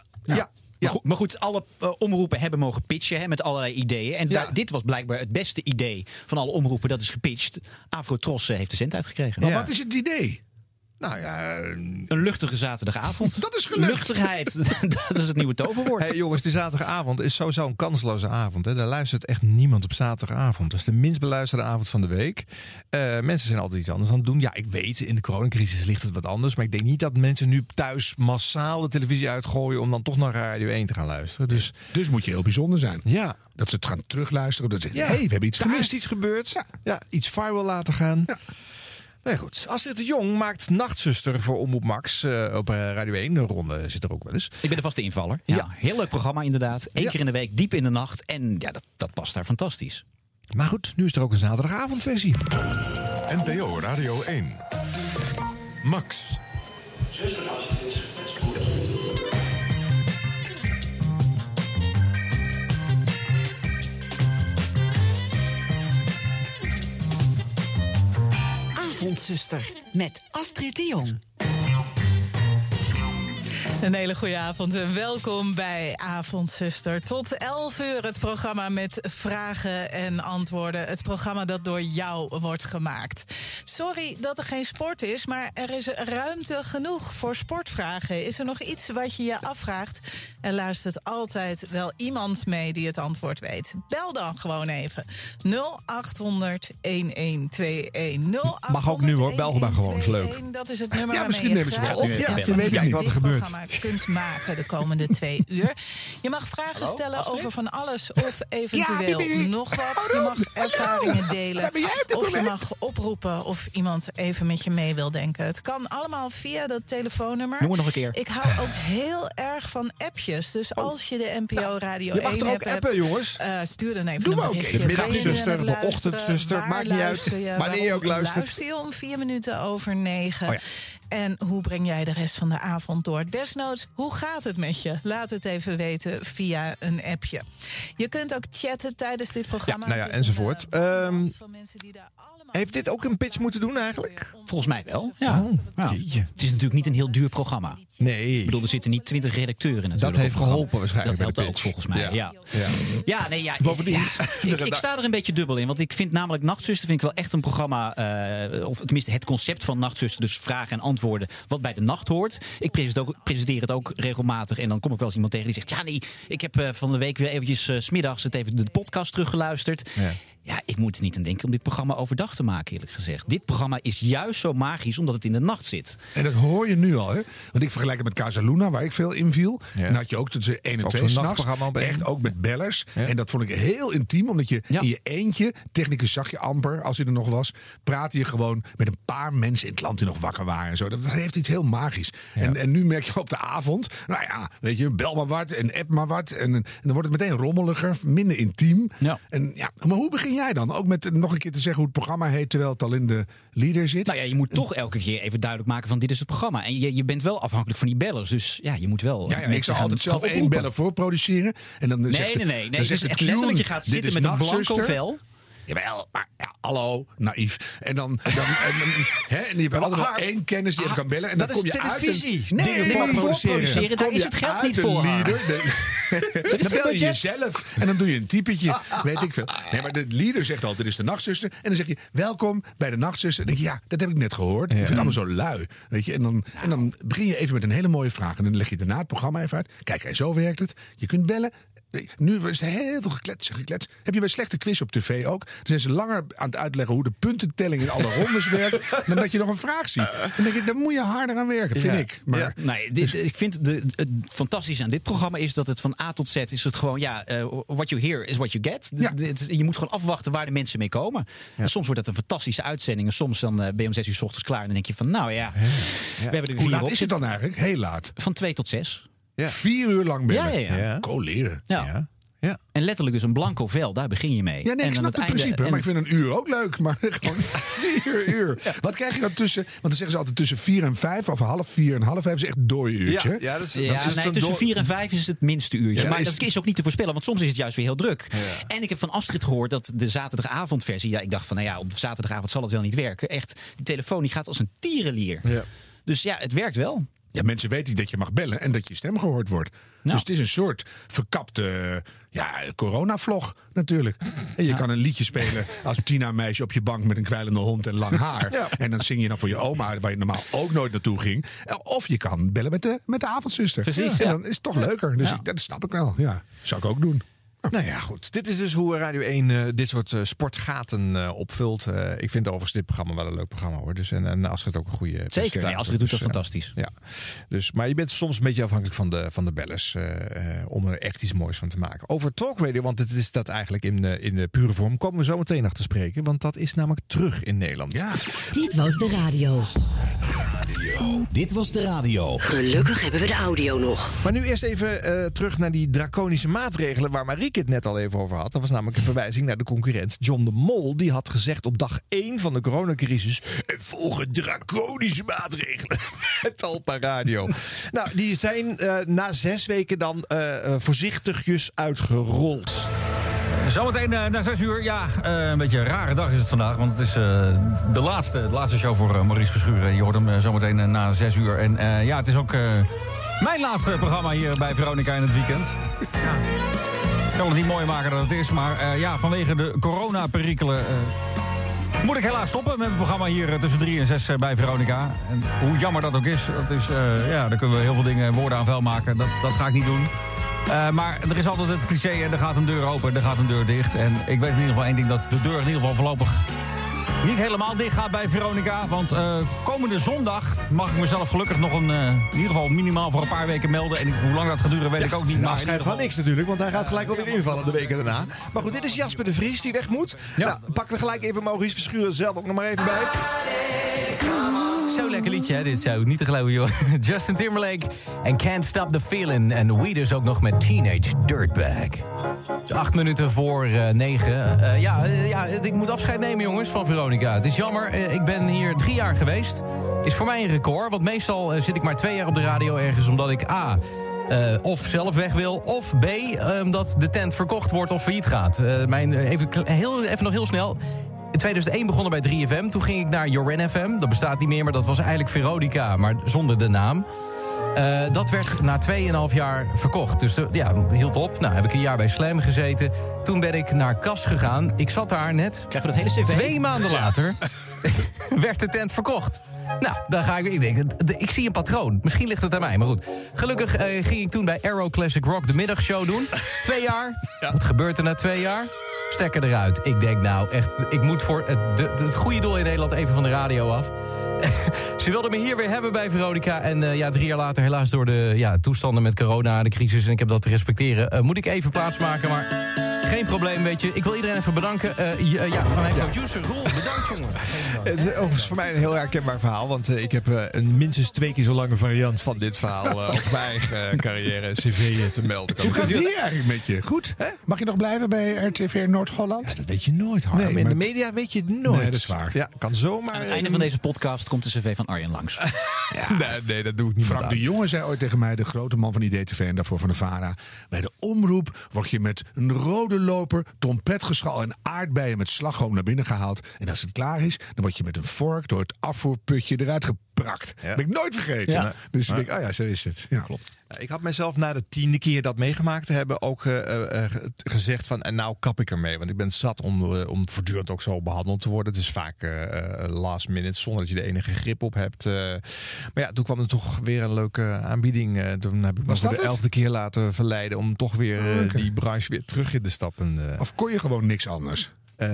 Maar goed, alle omroepen hebben mogen pitchen met allerlei ideeën. En dit was blijkbaar het beste idee van alle omroepen dat is gepitcht. Afro-Tros heeft de zendtijd gekregen. Maar wat is het idee? Nou ja, een luchtige zaterdagavond. Dat is gelukt. Luchtigheid, dat is het nieuwe toverwoord. Hey, jongens, die zaterdagavond is sowieso een kansloze avond. Hè. Daar luistert echt niemand op zaterdagavond. Dat is de minst beluisterde avond van de week. Mensen zijn altijd iets anders aan het doen. Ja, ik weet, in de coronacrisis ligt het wat anders. Maar ik denk niet dat mensen nu thuis massaal de televisie uitgooien om dan toch naar Radio 1 te gaan luisteren. Dus moet je heel bijzonder zijn. Ja. Dat ze het gaan terugluisteren. Dat ze zeggen, we hebben iets gemist. Daar is iets gebeurd. Ja, iets viral laten gaan. Ja. Nee, goed. Astrid de Jong maakt Nachtzuster voor Omroep Max op Radio 1. De ronde zit er ook wel eens. Ik ben de vaste invaller. Ja. Heel leuk programma inderdaad. Eén keer in de week, diep in de nacht. En dat past daar fantastisch. Maar goed, nu is er ook een zaterdagavondversie. NPO Radio 1. Max. Avondzuster met Astrid de Jong. Een hele goede avond en welkom bij Avondzuster. Tot 11 uur het programma met vragen en antwoorden. Het programma dat door jou wordt gemaakt. Sorry dat er geen sport is, maar er is ruimte genoeg voor sportvragen. Is er nog iets wat je je afvraagt? Er luistert altijd wel iemand mee die het antwoord weet. Bel dan gewoon even. 0800 1121. Mag ook nu hoor, bel maar gewoon, is leuk. Dat is het nummer Ja, waarmee misschien nemen ze wel. Of je weet niet wat er gebeurt. Kunt maken de komende 2 uur. Je mag vragen stellen over van alles of eventueel nog wat. Je mag ervaringen delen. Of je mag oproepen of iemand even met je mee wil denken. Het kan allemaal via dat telefoonnummer. Noem het nog een keer. Ik hou ook heel erg van appjes. Dus als je de NPO Radio 1 je mag app er ook appen, jongens. Stuur dan even Doe een maar ook berichtje. even. Middagzuster, de ochtendzuster, maakt niet uit. Wanneer je ook luistert. Luister je om 9:04. Oh ja. En hoe breng jij de rest van de avond door? Desnoods, hoe gaat het met je? Laat het even weten via een appje. Je kunt ook chatten tijdens dit programma. Ja, enzovoort. Heeft dit ook een pitch moeten doen eigenlijk? Volgens mij wel. Ja. Het is natuurlijk niet een heel duur programma. Nee. Ik bedoel, er zitten niet 20 redacteuren natuurlijk. Dat heeft geholpen waarschijnlijk. Dat helpt ook volgens mij, ja. Bovendien. Ik sta er een beetje dubbel in. Want ik vind namelijk Nachtzuster vind ik wel echt een programma. Of tenminste het concept van Nachtzuster. Dus vragen en antwoorden wat bij de nacht hoort. Ik presenteer het ook regelmatig. En dan kom ik wel eens iemand tegen die zegt... Ja, nee, ik heb van de week weer eventjes 's middags even de podcast teruggeluisterd. Ja, ik moet er niet aan denken om dit programma overdag te maken, eerlijk gezegd. Dit programma is juist zo magisch omdat het in de nacht zit. En dat hoor je nu al, hè? Want ik vergelijk het met Casaluna, waar ik veel inviel. En dan had je ook tussen 1 en 2 s'nachts. Echt ook met bellers. Ja. En dat vond ik heel intiem, omdat je in je eentje... Technicus zag je amper, als hij er nog was... praatte je gewoon met een paar mensen in het land die nog wakker waren. En zo. Dat heeft iets heel magisch. Ja. En nu merk je op de avond... Nou ja, weet je, bel maar wat en app maar wat. En dan wordt het meteen rommeliger, minder intiem. Ja. En ja, maar hoe begin jij dan? Ook met nog een keer te zeggen hoe het programma heet... terwijl het al in de leader zit? Nou ja, je moet toch elke keer even duidelijk maken van dit is het programma. En je bent wel afhankelijk van die bellers. Dus ja, je moet wel... Ja, ik zou altijd zelf 1 beller voorproduceren. En dan nee. Het is echt letterlijk, je gaat zitten met een blanco vel... Jawel, maar ja, hallo, naïef. En dan en je hebt altijd nog 1 kennis die even kan bellen. En dat dan kom is je televisie. Uit dingen voorproduceren. Daar is het geld niet voor. Dan bel je jezelf en dan doe je een typetje. Weet ik veel. Nee, maar de leader zegt altijd, dit is de Nachtzuster. En dan zeg je, welkom bij de Nachtzuster. En dan denk je, ja, dat heb ik net gehoord. Ik vind het allemaal zo lui. Weet je? En dan begin je even met een hele mooie vraag. En dan leg je daarna het programma even uit. Kijk, zo werkt het. Je kunt bellen. Nu is er heel veel geklets. Heb je bij Slechte Quiz op tv ook? Dan zijn ze langer aan het uitleggen hoe de puntentelling in alle rondes werkt... dan dat je nog een vraag ziet. Dan denk ik, daar moet je harder aan werken, vind ik. Maar, ja. Nee, ik vind het fantastische aan dit programma is dat het van A tot Z is het gewoon... what you hear is what you get. Je moet gewoon afwachten waar de mensen mee komen. Ja. En soms wordt dat een fantastische uitzending. En soms dan ben je om 6 uur 's ochtends klaar. En dan denk je van, nou ja, we hebben er 4 op. Hoe laat is het dan eigenlijk? Heel laat. Van 2 tot 6. Ja. 4 uur lang bellen. Ja. Coleren. Ja. En letterlijk dus een blanco vel, daar begin je mee. Ja, nee, ik snap het principe, maar ik vind een uur ook leuk. Maar gewoon 4 uur. Ja. Wat krijg je dan tussen? Want dan zeggen ze altijd tussen 4 en 5 of 4 en half 5 is echt een dooiuurtje. Tussen 4 en 5 is het minste uurtje. Ja, maar dat is ook niet te voorspellen, want soms is het juist weer heel druk. Ja. En ik heb van Astrid gehoord dat de zaterdagavondversie... ik dacht van, nou ja, op zaterdagavond zal het wel niet werken. Echt, die telefoon die gaat als een tierenlier. Ja. Dus ja, het werkt wel. Ja, mensen weten dat je mag bellen en dat je stem gehoord wordt. Nou. Dus het is een soort verkapte coronavlog natuurlijk. En je kan een liedje spelen als Tina-meisje op je bank met een kwijlende hond en lang haar. Ja. En dan zing je dan voor je oma, waar je normaal ook nooit naartoe ging. Of je kan bellen met de avondzuster. Precies. En dan is het toch leuker. Dus dat snap ik wel. Ja, zou ik ook doen. Nou ja, goed. Dit is dus hoe Radio 1 dit soort sportgaten opvult. Ik vind overigens dit programma wel een leuk programma, hoor. Dus, en Astrid ook een goede. Zeker, Astrid doet dat fantastisch. Ja. Dus, maar je bent soms een beetje afhankelijk van de bellers om er echt iets moois van te maken. Over talkradio, want het is dat eigenlijk in de pure vorm, komen we zo meteen nog te spreken. Want dat is namelijk terug in Nederland. Ja. Dit was de radio. Dit was de radio. Gelukkig hebben we de audio nog. Maar nu eerst even terug naar die draconische maatregelen waar Marieke het net al even over had. Dat was namelijk een verwijzing naar de concurrent John de Mol. Die had gezegd op dag 1 van de coronacrisis: er volgen draconische maatregelen. Talpa Radio. Nou, die zijn na 6 weken dan voorzichtigjes uitgerold. Zometeen na 6 uur. Ja, een beetje een rare dag is het vandaag. Want het is de laatste show voor Maurice Verschuren. Je hoort hem zometeen na 6 uur. En het is ook Mijn laatste programma hier bij Veronica in het weekend. Ja. Ik kan het niet mooier maken dan het is, maar vanwege de coronaperikelen moet ik helaas stoppen met het programma hier tussen 3 en 6 bij Veronica. En hoe jammer dat ook is, daar kunnen we heel veel dingen woorden aan vuil maken. Dat ga ik niet doen. Maar er is altijd het cliché, er gaat een deur open, er gaat een deur dicht. En ik weet in ieder geval één ding, dat de deur in ieder geval voorlopig niet helemaal dicht gaat bij Veronica. Want komende zondag mag ik mezelf gelukkig nog in ieder geval minimaal voor een paar weken melden. En hoe lang dat gaat duren weet ik ook niet. Maar afscheid van niks natuurlijk, want hij gaat gelijk alweer invallen de weken daarna. Maar goed, dit is Jasper de Vries die weg moet. Ja. Nou, pak er gelijk even Maurice Verschuren zelf ook nog maar even bij. Zo lekker liedje, hè? Dit zou niet te geloven, joh. Justin Timberlake en Can't Stop the Feeling. En we dus ook nog met Teenage Dirtbag. Dus 8 minuten voor 9. Ik moet afscheid nemen, jongens, van Veronica. Het is jammer, ik ben hier 3 jaar geweest. Is voor mij een record, want meestal zit ik maar 2 jaar op de radio ergens... omdat ik of zelf weg wil, of B, omdat de tent verkocht wordt of failliet gaat. Even nog heel snel... In 2001 begonnen bij 3FM. Toen ging ik naar Joren FM. Dat bestaat niet meer, maar dat was eigenlijk Veronica, maar zonder de naam. Dat werd na 2,5 jaar verkocht. Dus hield op. Nou, heb ik een jaar bij Slam gezeten. Toen ben ik naar Kas gegaan. Ik zat daar net. Krijgen we dat hele cv? 2 maanden later werd de tent verkocht. Nou, dan ga ik denk, ik zie een patroon. Misschien ligt het aan mij, maar goed. Gelukkig ging ik toen bij Arrow Classic Rock de middagshow doen. 2 jaar. Ja. Wat gebeurt er na 2 jaar? Stekker eruit. Ik denk nou echt, ik moet voor het goede doel in Nederland even van de radio af. Ze wilden me hier weer hebben bij Veronica. En 3 jaar later, helaas door de toestanden met corona en de crisis... en ik heb dat te respecteren, moet ik even plaatsmaken. Maar geen probleem, weet je. Ik wil iedereen even bedanken. Mijn producer Roel, bedankt, jongen. Het is overigens voor mij een heel herkenbaar verhaal. Want ik heb een minstens 2 keer zo lange variant van dit verhaal... op mijn eigen carrière, cv te melden. Hoe gaat het hier eigenlijk met je? Goed? Hè? Mag je nog blijven bij RTV Noord-Holland? Ja, dat weet je nooit, Harm. Nee, in de media weet je het nooit. Nee, dat is waar. Ja, kan zomaar... Aan het einde van deze podcast komt de cv van Arjen langs. Nee, dat doe ik niet. Frank de Jonge zei ooit tegen mij, de grote man van IDTV en daarvoor van de VARA... bij de omroep word je met een rode loper, trompetgeschal en aardbeien met slagroom naar binnen gehaald. En als het klaar is, dan word je met een vork door het afvoerputje eruit geprakt. Ja. Dat ben ik nooit vergeten. Ja. Dus ik denk, zo is het. Ja. Klopt. Ik had mezelf na de 10e keer dat meegemaakt te hebben ook gezegd van... en nou kap ik ermee, want ik ben zat om voortdurend ook zo behandeld te worden. Het is vaak last minute, zonder dat je de enige grip op hebt. Maar ja, toen kwam er toch weer een leuke aanbieding. Toen heb ik me voor de 11e keer laten verleiden... om toch weer die branche weer terug in te stappen. Of kon je gewoon niks anders?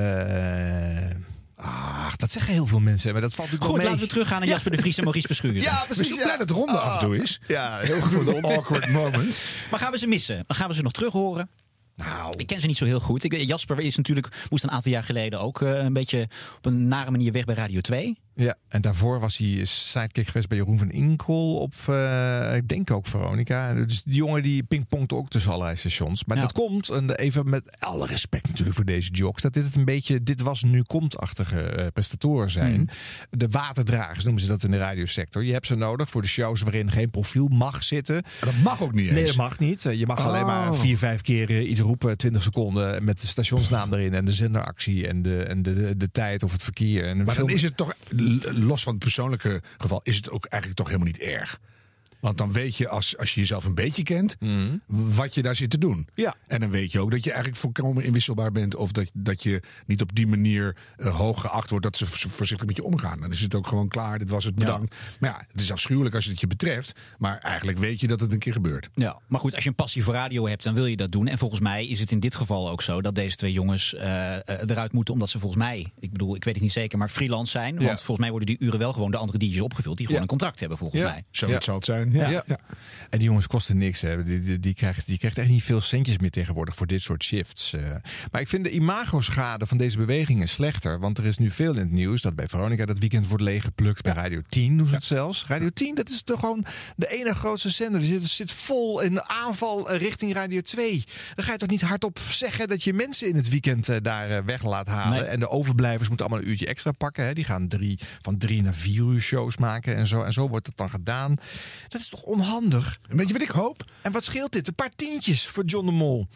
Dat zeggen heel veel mensen, maar dat valt natuurlijk goed, wel mee. Laten we teruggaan naar Jasper de Vries en Maurice Verschuren. Ja, precies. We zijn blij dat de ronde af en toe is. Ja, heel goed. Awkward moment. Maar gaan we ze missen? Gaan we ze nog terug horen? Nou, ik ken ze niet zo heel goed. Jasper moest een aantal jaar geleden ook een beetje op een nare manier weg bij Radio 2. Ja, en daarvoor was hij sidekick geweest bij Jeroen van Inkel op, ik denk ook Veronica. Dus die jongen die pingpongte ook tussen allerlei stations. Maar dat komt, en even met alle respect natuurlijk voor deze jocks, dat dit een beetje dit was nu komt-achtige prestatoren zijn. De waterdragers noemen ze dat in de radiosector. Je hebt ze nodig voor de shows waarin geen profiel mag zitten. Dat mag ook niet eens. Nee, dat mag niet. Je mag alleen maar 4-5 keer iets roepen, 20 seconden met de stationsnaam erin en de zenderactie en de tijd of het verkeer. En maar dan is het toch, los van het persoonlijke geval, is het ook eigenlijk toch helemaal niet erg. Want dan weet je, als je jezelf een beetje kent, wat je daar zit te doen. Ja. En dan weet je ook dat je eigenlijk volkomen inwisselbaar bent. Of dat je niet op die manier hoog geacht wordt dat ze voorzichtig met je omgaan. Dan is het ook gewoon klaar, dit was het, bedankt. Ja. Maar ja, het is afschuwelijk als het je betreft. Maar eigenlijk weet je dat het een keer gebeurt. Ja, maar goed, als je een passie voor radio hebt, dan wil je dat doen. En volgens mij is het in dit geval ook zo dat deze 2 jongens eruit moeten. Omdat ze volgens mij, ik weet het niet zeker, maar freelance zijn. Want volgens mij worden die uren wel gewoon de andere DJ's opgevuld. Die gewoon een contract hebben volgens mij. Zoiets zal het zijn. Ja. En die jongens kosten niks. Hè. Die krijgt echt niet veel centjes meer tegenwoordig voor dit soort shifts. Maar ik vind de imagoschade van deze bewegingen slechter. Want er is nu veel in het nieuws dat bij Veronica dat weekend wordt leeggeplukt. Bij Radio 10 doen ze het zelfs. Radio 10, dat is toch gewoon de ene grootste zender. Die zit vol in de aanval richting Radio 2. Dan ga je toch niet hardop zeggen dat je mensen in het weekend daar weg laat halen. Nee. En de overblijvers moeten allemaal een uurtje extra pakken. Hè. Die gaan van 3 naar 4 uur shows maken en zo. En zo wordt het dan gedaan. Dat is toch onhandig? Weet je wat ik hoop? En wat scheelt dit? Een paar tientjes voor John de Mol.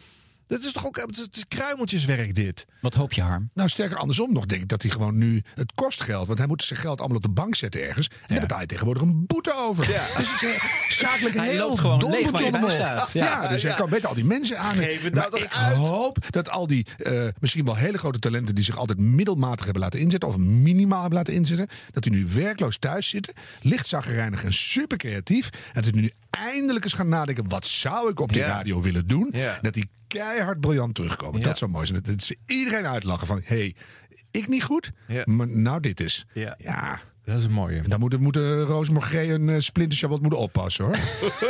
Dat is toch ook het is kruimeltjeswerk, dit. Wat hoop je, Harm? Nou, sterker andersom nog, denk ik dat hij gewoon nu... Het kost geld, want hij moet zijn geld allemaal op de bank zetten ergens. En daar betaalt hij tegenwoordig een boete over. Ja. Dus het is zakelijk hij heel loopt gewoon dom leeg voor waar je John bij de Mol. staat. Ja, dus hij kan beter al die mensen aan. Maar ik hoop dat al die misschien wel hele grote talenten... die zich altijd middelmatig hebben laten inzetten... of minimaal hebben laten inzetten... dat die nu werkloos thuis zitten... licht zaggerijnig en super creatief... en dat die nu eindelijk eens gaan nadenken... wat zou ik op die radio willen doen? Ja. Dat die keihard briljant terugkomen. Dat zou mooi zijn. Dat ze iedereen uitlachen van... hey, ik niet goed, maar nou dit is. Ja. Dat is een mooie. En dan moeten Roos Morgé en Splinter Chabot moeten oppassen, hoor.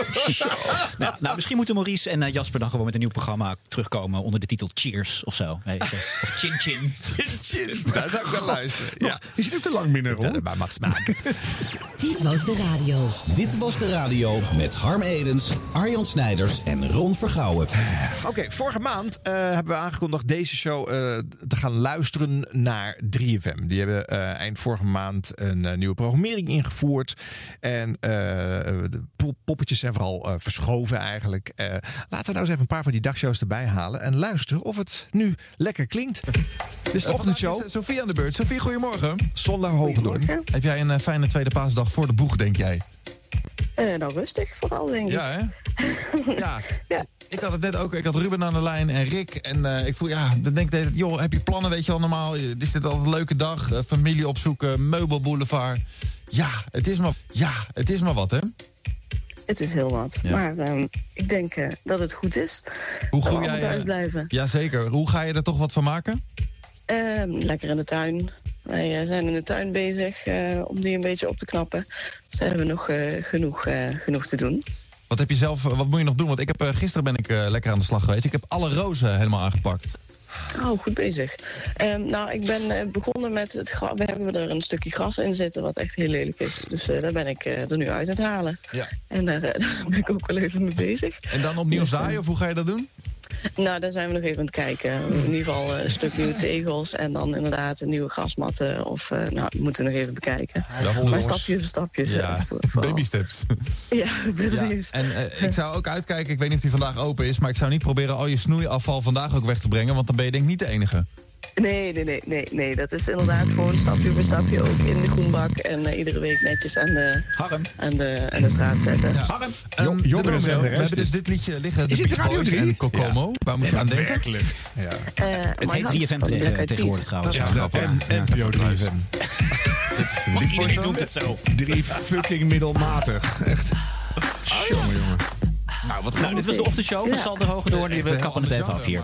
Nou, misschien moeten Maurice en Jasper dan gewoon met een nieuw programma terugkomen onder de titel Cheers of zo. Of Chin Chin. Chin. Daar zou ik naar luisteren. Ja. Je zit ook te lang binnen, Ron. Dat mag smaken. Dit was de radio. Dit was de radio met Harm Edens, Arjan Snijders en Ron Vergouwen. Oké, vorige maand hebben we aangekondigd deze show te gaan luisteren naar 3FM. Die hebben eind vorige maand een nieuwe programmering ingevoerd. En de poppetjes zijn vooral verschoven eigenlijk. Laten we nou eens even een paar van die dagshows erbij halen en luisteren of het nu lekker klinkt. Dit is de ochtendshow. Sofie aan de beurt. Sofie, goedemorgen. Zondag Hogendoorn. Heb jij een fijne tweede paasdag voor de boeg, denk jij? Nou, rustig vooral, denk ik. Ja, hè? Ja. Ik had het net ook. Ik had Ruben aan de lijn en Rick. En ik voel, dan denk ik, joh, heb je plannen, weet je wel, normaal? Is dit altijd een leuke dag? Familie opzoeken, meubelboulevard. Ja, het is maar wat, hè? Het is heel wat. Ja. Maar ik denk dat het goed is. Hoe dat we allemaal thuis blijven. Jazeker. Hoe ga je er toch wat van maken? Lekker in de tuin. Wij zijn in de tuin bezig om die een beetje op te knappen. Dus daar hebben we nog genoeg te doen. Wat moet je nog doen? Want gisteren ben ik lekker aan de slag geweest. Ik heb alle rozen helemaal aangepakt. Oh, goed bezig. Nou, ik ben begonnen met het gras. We hebben er een stukje gras in zitten wat echt heel lelijk is. Dus daar ben ik er nu uit het halen. Ja. En daar ben ik ook wel even mee bezig. En dan opnieuw zaaien of hoe ga je dat doen? Nou, daar zijn we nog even aan het kijken. In ieder geval een stuk nieuwe tegels en dan inderdaad een nieuwe grasmatten. Of, moeten we nog even bekijken. Maar stapjes voor stapjes. Ja, baby steps. Ja, precies. Ja, en ik zou ook uitkijken, ik weet niet of die vandaag open is, maar ik zou niet proberen al je snoeiafval vandaag ook weg te brengen, want dan ben je denk ik niet de enige. Nee. Dat is inderdaad gewoon stapje voor stapje ook in de groenbak. En iedere week netjes aan de straat zetten. Ja. Harm, we hebben dus dit liedje liggen. De Beach Boys en Kokomo. Waar moet je aan denken? Werkelijk. Ja. Het heet 3FM tegenwoordig trouwens. En NPO 3FM. Want iedereen noemt het zo. 3 fucking middelmatig. Echt. Jongen. Nou, dit was de ochtendshow van Sander Hogendoorn. We kappen het even af hier.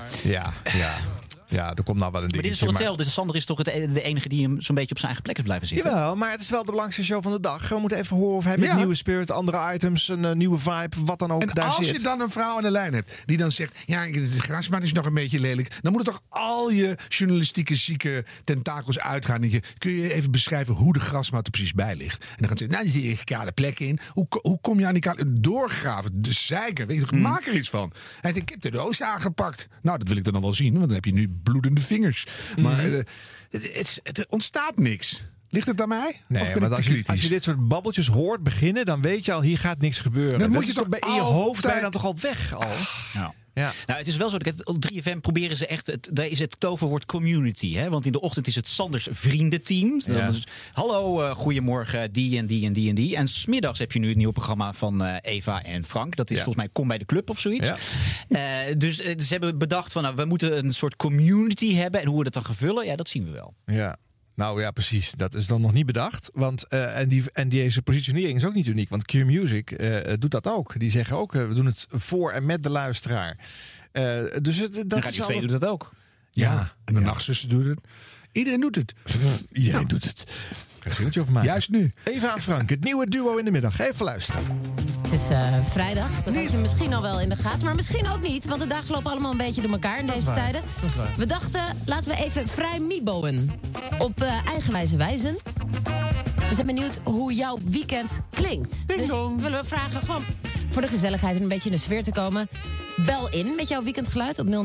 Ja, er komt nou wel een dingetje. Maar dit is toch hetzelfde? Sander is toch de enige die hem zo'n beetje op zijn eigen plek is blijven zitten? Jawel, maar het is wel de belangrijkste show van de dag. We moeten even horen of hij met nieuwe spirit, andere items, een nieuwe vibe, wat dan ook en daar zit. En als je dan een vrouw aan de lijn hebt die dan zegt... ja, de grasmat is nog een beetje lelijk... dan moet er toch al je journalistieke zieke tentakels uitgaan. Kun je even beschrijven hoe de grasmat er precies bij ligt? En dan gaan ze zeggen, nou, er zit een kale plek in. Hoe kom je aan die kale... Doorgraven, de zeiker, weet je, maak er iets van. Hij zegt, ik heb de roos aangepakt. Nou, dat wil ik dan nog wel zien, want dan heb je nu bloedende vingers. Maar er ontstaat niks. Ligt het aan mij? Nee, maar als je dit soort babbeltjes hoort beginnen... dan weet je al, hier gaat niks gebeuren. Dan moet je toch in je hoofd ben je dan toch al weg al? Ja. Nou, het is wel zo dat op 3FM proberen ze echt... Daar is het toverwoord community. Hè? Want in de ochtend is het Sanders vriendenteam. Ja. Dus, hallo, goedemorgen, die en die en die en die. En 's middags heb je nu het nieuwe programma van Eva en Frank. Dat is volgens mij Kom bij de Club of zoiets. Ja. Dus ze hebben bedacht van... we moeten een soort community hebben. En hoe we dat dan gaan vullen, dat zien we wel. Ja. Nou ja, precies. Dat is dan nog niet bedacht. Want, en deze positionering is ook niet uniek. Want Q-Music doet dat ook. Die zeggen ook, we doen het voor en met de luisteraar. Dus Radio 2 doet dat ook. Ja. En de Nachtzuster doet het. Iedereen doet het. Iedereen doet het. Ga over maken. Juist nu. Eva en Frank, het nieuwe duo in de middag. Even luisteren. Het is vrijdag. Dat had je misschien al wel in de gaten. Maar misschien ook niet. Want de dagen lopen allemaal een beetje door elkaar in deze tijden. We dachten, laten we even vrij miboen. Op eigenwijze wijze. We zijn benieuwd hoe jouw weekend klinkt. Dus willen we vragen gewoon voor de gezelligheid en een beetje in de sfeer te komen. Bel in met jouw weekendgeluid op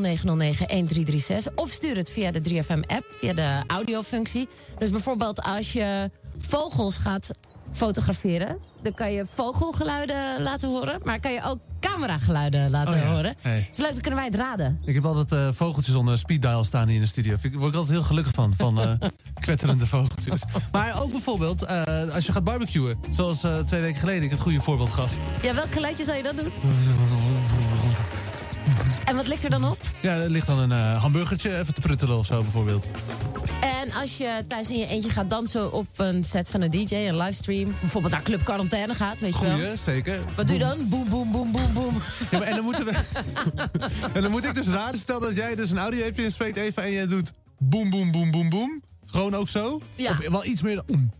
0909-1336. Of stuur het via de 3FM-app, via de audiofunctie. Dus bijvoorbeeld als je vogels gaat fotograferen. Dan kan je vogelgeluiden laten horen. Maar kan je ook camerageluiden laten horen. Hey. Het is leuk, dan kunnen wij het raden. Ik heb altijd vogeltjes onder speed dial staan hier in de studio. Daar word ik altijd heel gelukkig van kwetterende vogeltjes. Maar ook bijvoorbeeld, als je gaat barbecuen. Zoals 2 weken geleden ik het goede voorbeeld gaf. Ja, welk geluidje zou je dan doen? En wat ligt er dan op? Ja, er ligt dan een hamburgertje even te pruttelen of zo bijvoorbeeld. En als je thuis in je eentje gaat dansen op een set van een DJ, een livestream, bijvoorbeeld naar Club Quarantaine gaat, weet je wel. Goeie, zeker. Wat doe je dan? Boem, boem, boem, boem, boem. Ja, maar en dan moeten we... en dan moet ik dus raden, stel dat jij dus een audio-appje inspreekt even en je doet boem, boem, boem, boem, boem. Gewoon ook zo? Ja. Of wel iets meer dan...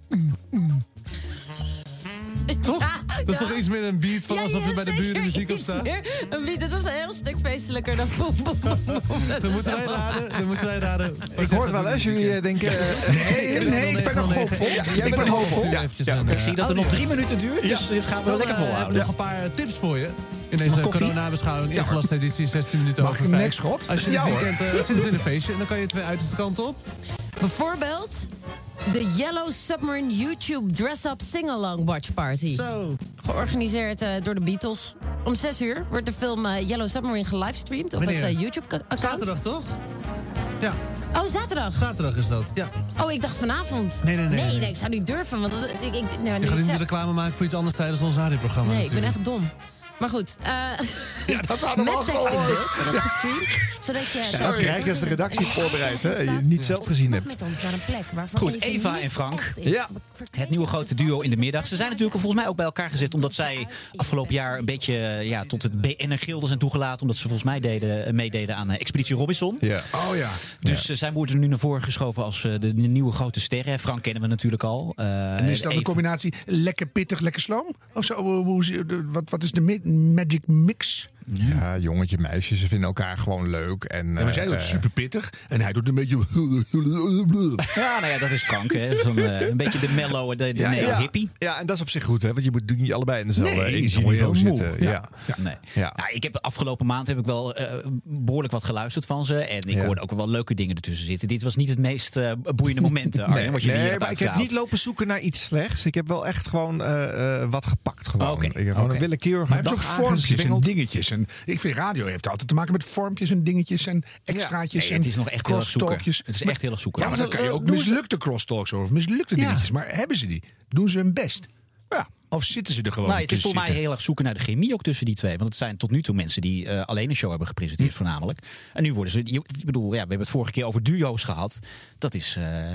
Toch? Dat is toch iets meer een beat van alsof je bij de buren muziek op staat? Een beat, dat was een heel stuk feestelijker dan boem, boem, boem. Dan moeten wij raden. Ik hoor het wel als jullie denken... Nee, ik ben nog hoopvol. Jij bent hoopvol. Ik zie dat het nog 3 minuten duurt, dus dit gaan we lekker volhouden. Ik heb nog een paar tips voor je. In deze corona-beschouwing, ingelaste editie, 16 minuten Mag over ik 5. niks, God? Als je dit weekend zit in een feestje, dan kan je 2 uiterste kanten op. Bijvoorbeeld de Yellow Submarine YouTube Dress-Up Sing-Along Watch Party. Zo. Georganiseerd door de Beatles. Om 6 uur wordt de film Yellow Submarine gelivestreamd op het YouTube-account. Zaterdag, toch? Ja. Oh, zaterdag? Zaterdag is dat, ja. Oh, ik dacht vanavond. Nee, ik zou niet durven, want je gaat niet reclame maken voor iets anders tijdens ons radioprogramma. Nee, natuurlijk. ik ben echt dom. Maar goed. Ja, dat hadden we al gehoord. Zodat je... Dat krijg je als de redactie het voorbereidt, hè? Je niet zelf gezien hebt. Met ons naar een plek waarvan Goed, Eva en Frank. Ja. Het nieuwe grote duo in de middag. Ze zijn natuurlijk volgens mij ook bij elkaar gezet omdat zij afgelopen jaar een beetje tot het BN'er-gilde zijn toegelaten. Omdat ze volgens mij meededen aan Expeditie Robinson. Ja. Oh ja. Dus zij worden nu naar voren geschoven als de nieuwe grote sterren. Frank kennen we natuurlijk al. En is dat een combinatie lekker pittig, lekker sloom? Of zo? Wat is de magic mix? Ja, jongetje, meisje, ze vinden elkaar gewoon leuk. En maar zij doet super pittig en hij doet een beetje... Ja, nou ja, dat is Frank. Hè. Een beetje de mellow, de hippie. Ja, en dat is op zich goed, hè? Want je moet niet allebei in dezelfde energieniveau zitten. Nee. Nou, ik heb afgelopen maand heb ik wel behoorlijk wat geluisterd van ze. En ik hoorde ook wel leuke dingen ertussen zitten. Dit was niet het meest boeiende moment, Arjen, wat je hier hebt maar ik heb niet lopen zoeken naar iets slechts. Ik heb wel echt gewoon wat gepakt. Gewoon. Ik heb gewoon een willekeurige dag ook vormpjes en dingetjes. En ik vind radio heeft altijd te maken met vormpjes en dingetjes en extraatjes. Nee, het is nog echt heel erg zoeken. Het is echt heel erg zoeken. Ja, maar dan kan je ook mislukte crosstalks of mislukte dingetjes. Maar hebben ze die? Doen ze hun best? Ja. Of zitten ze er gewoon Het is voor mij heel erg zoeken naar de chemie ook tussen die twee. Want het zijn tot nu toe mensen die alleen een show hebben gepresenteerd voornamelijk. En nu worden ze... Ik bedoel, we hebben het vorige keer over duo's gehad. Dat is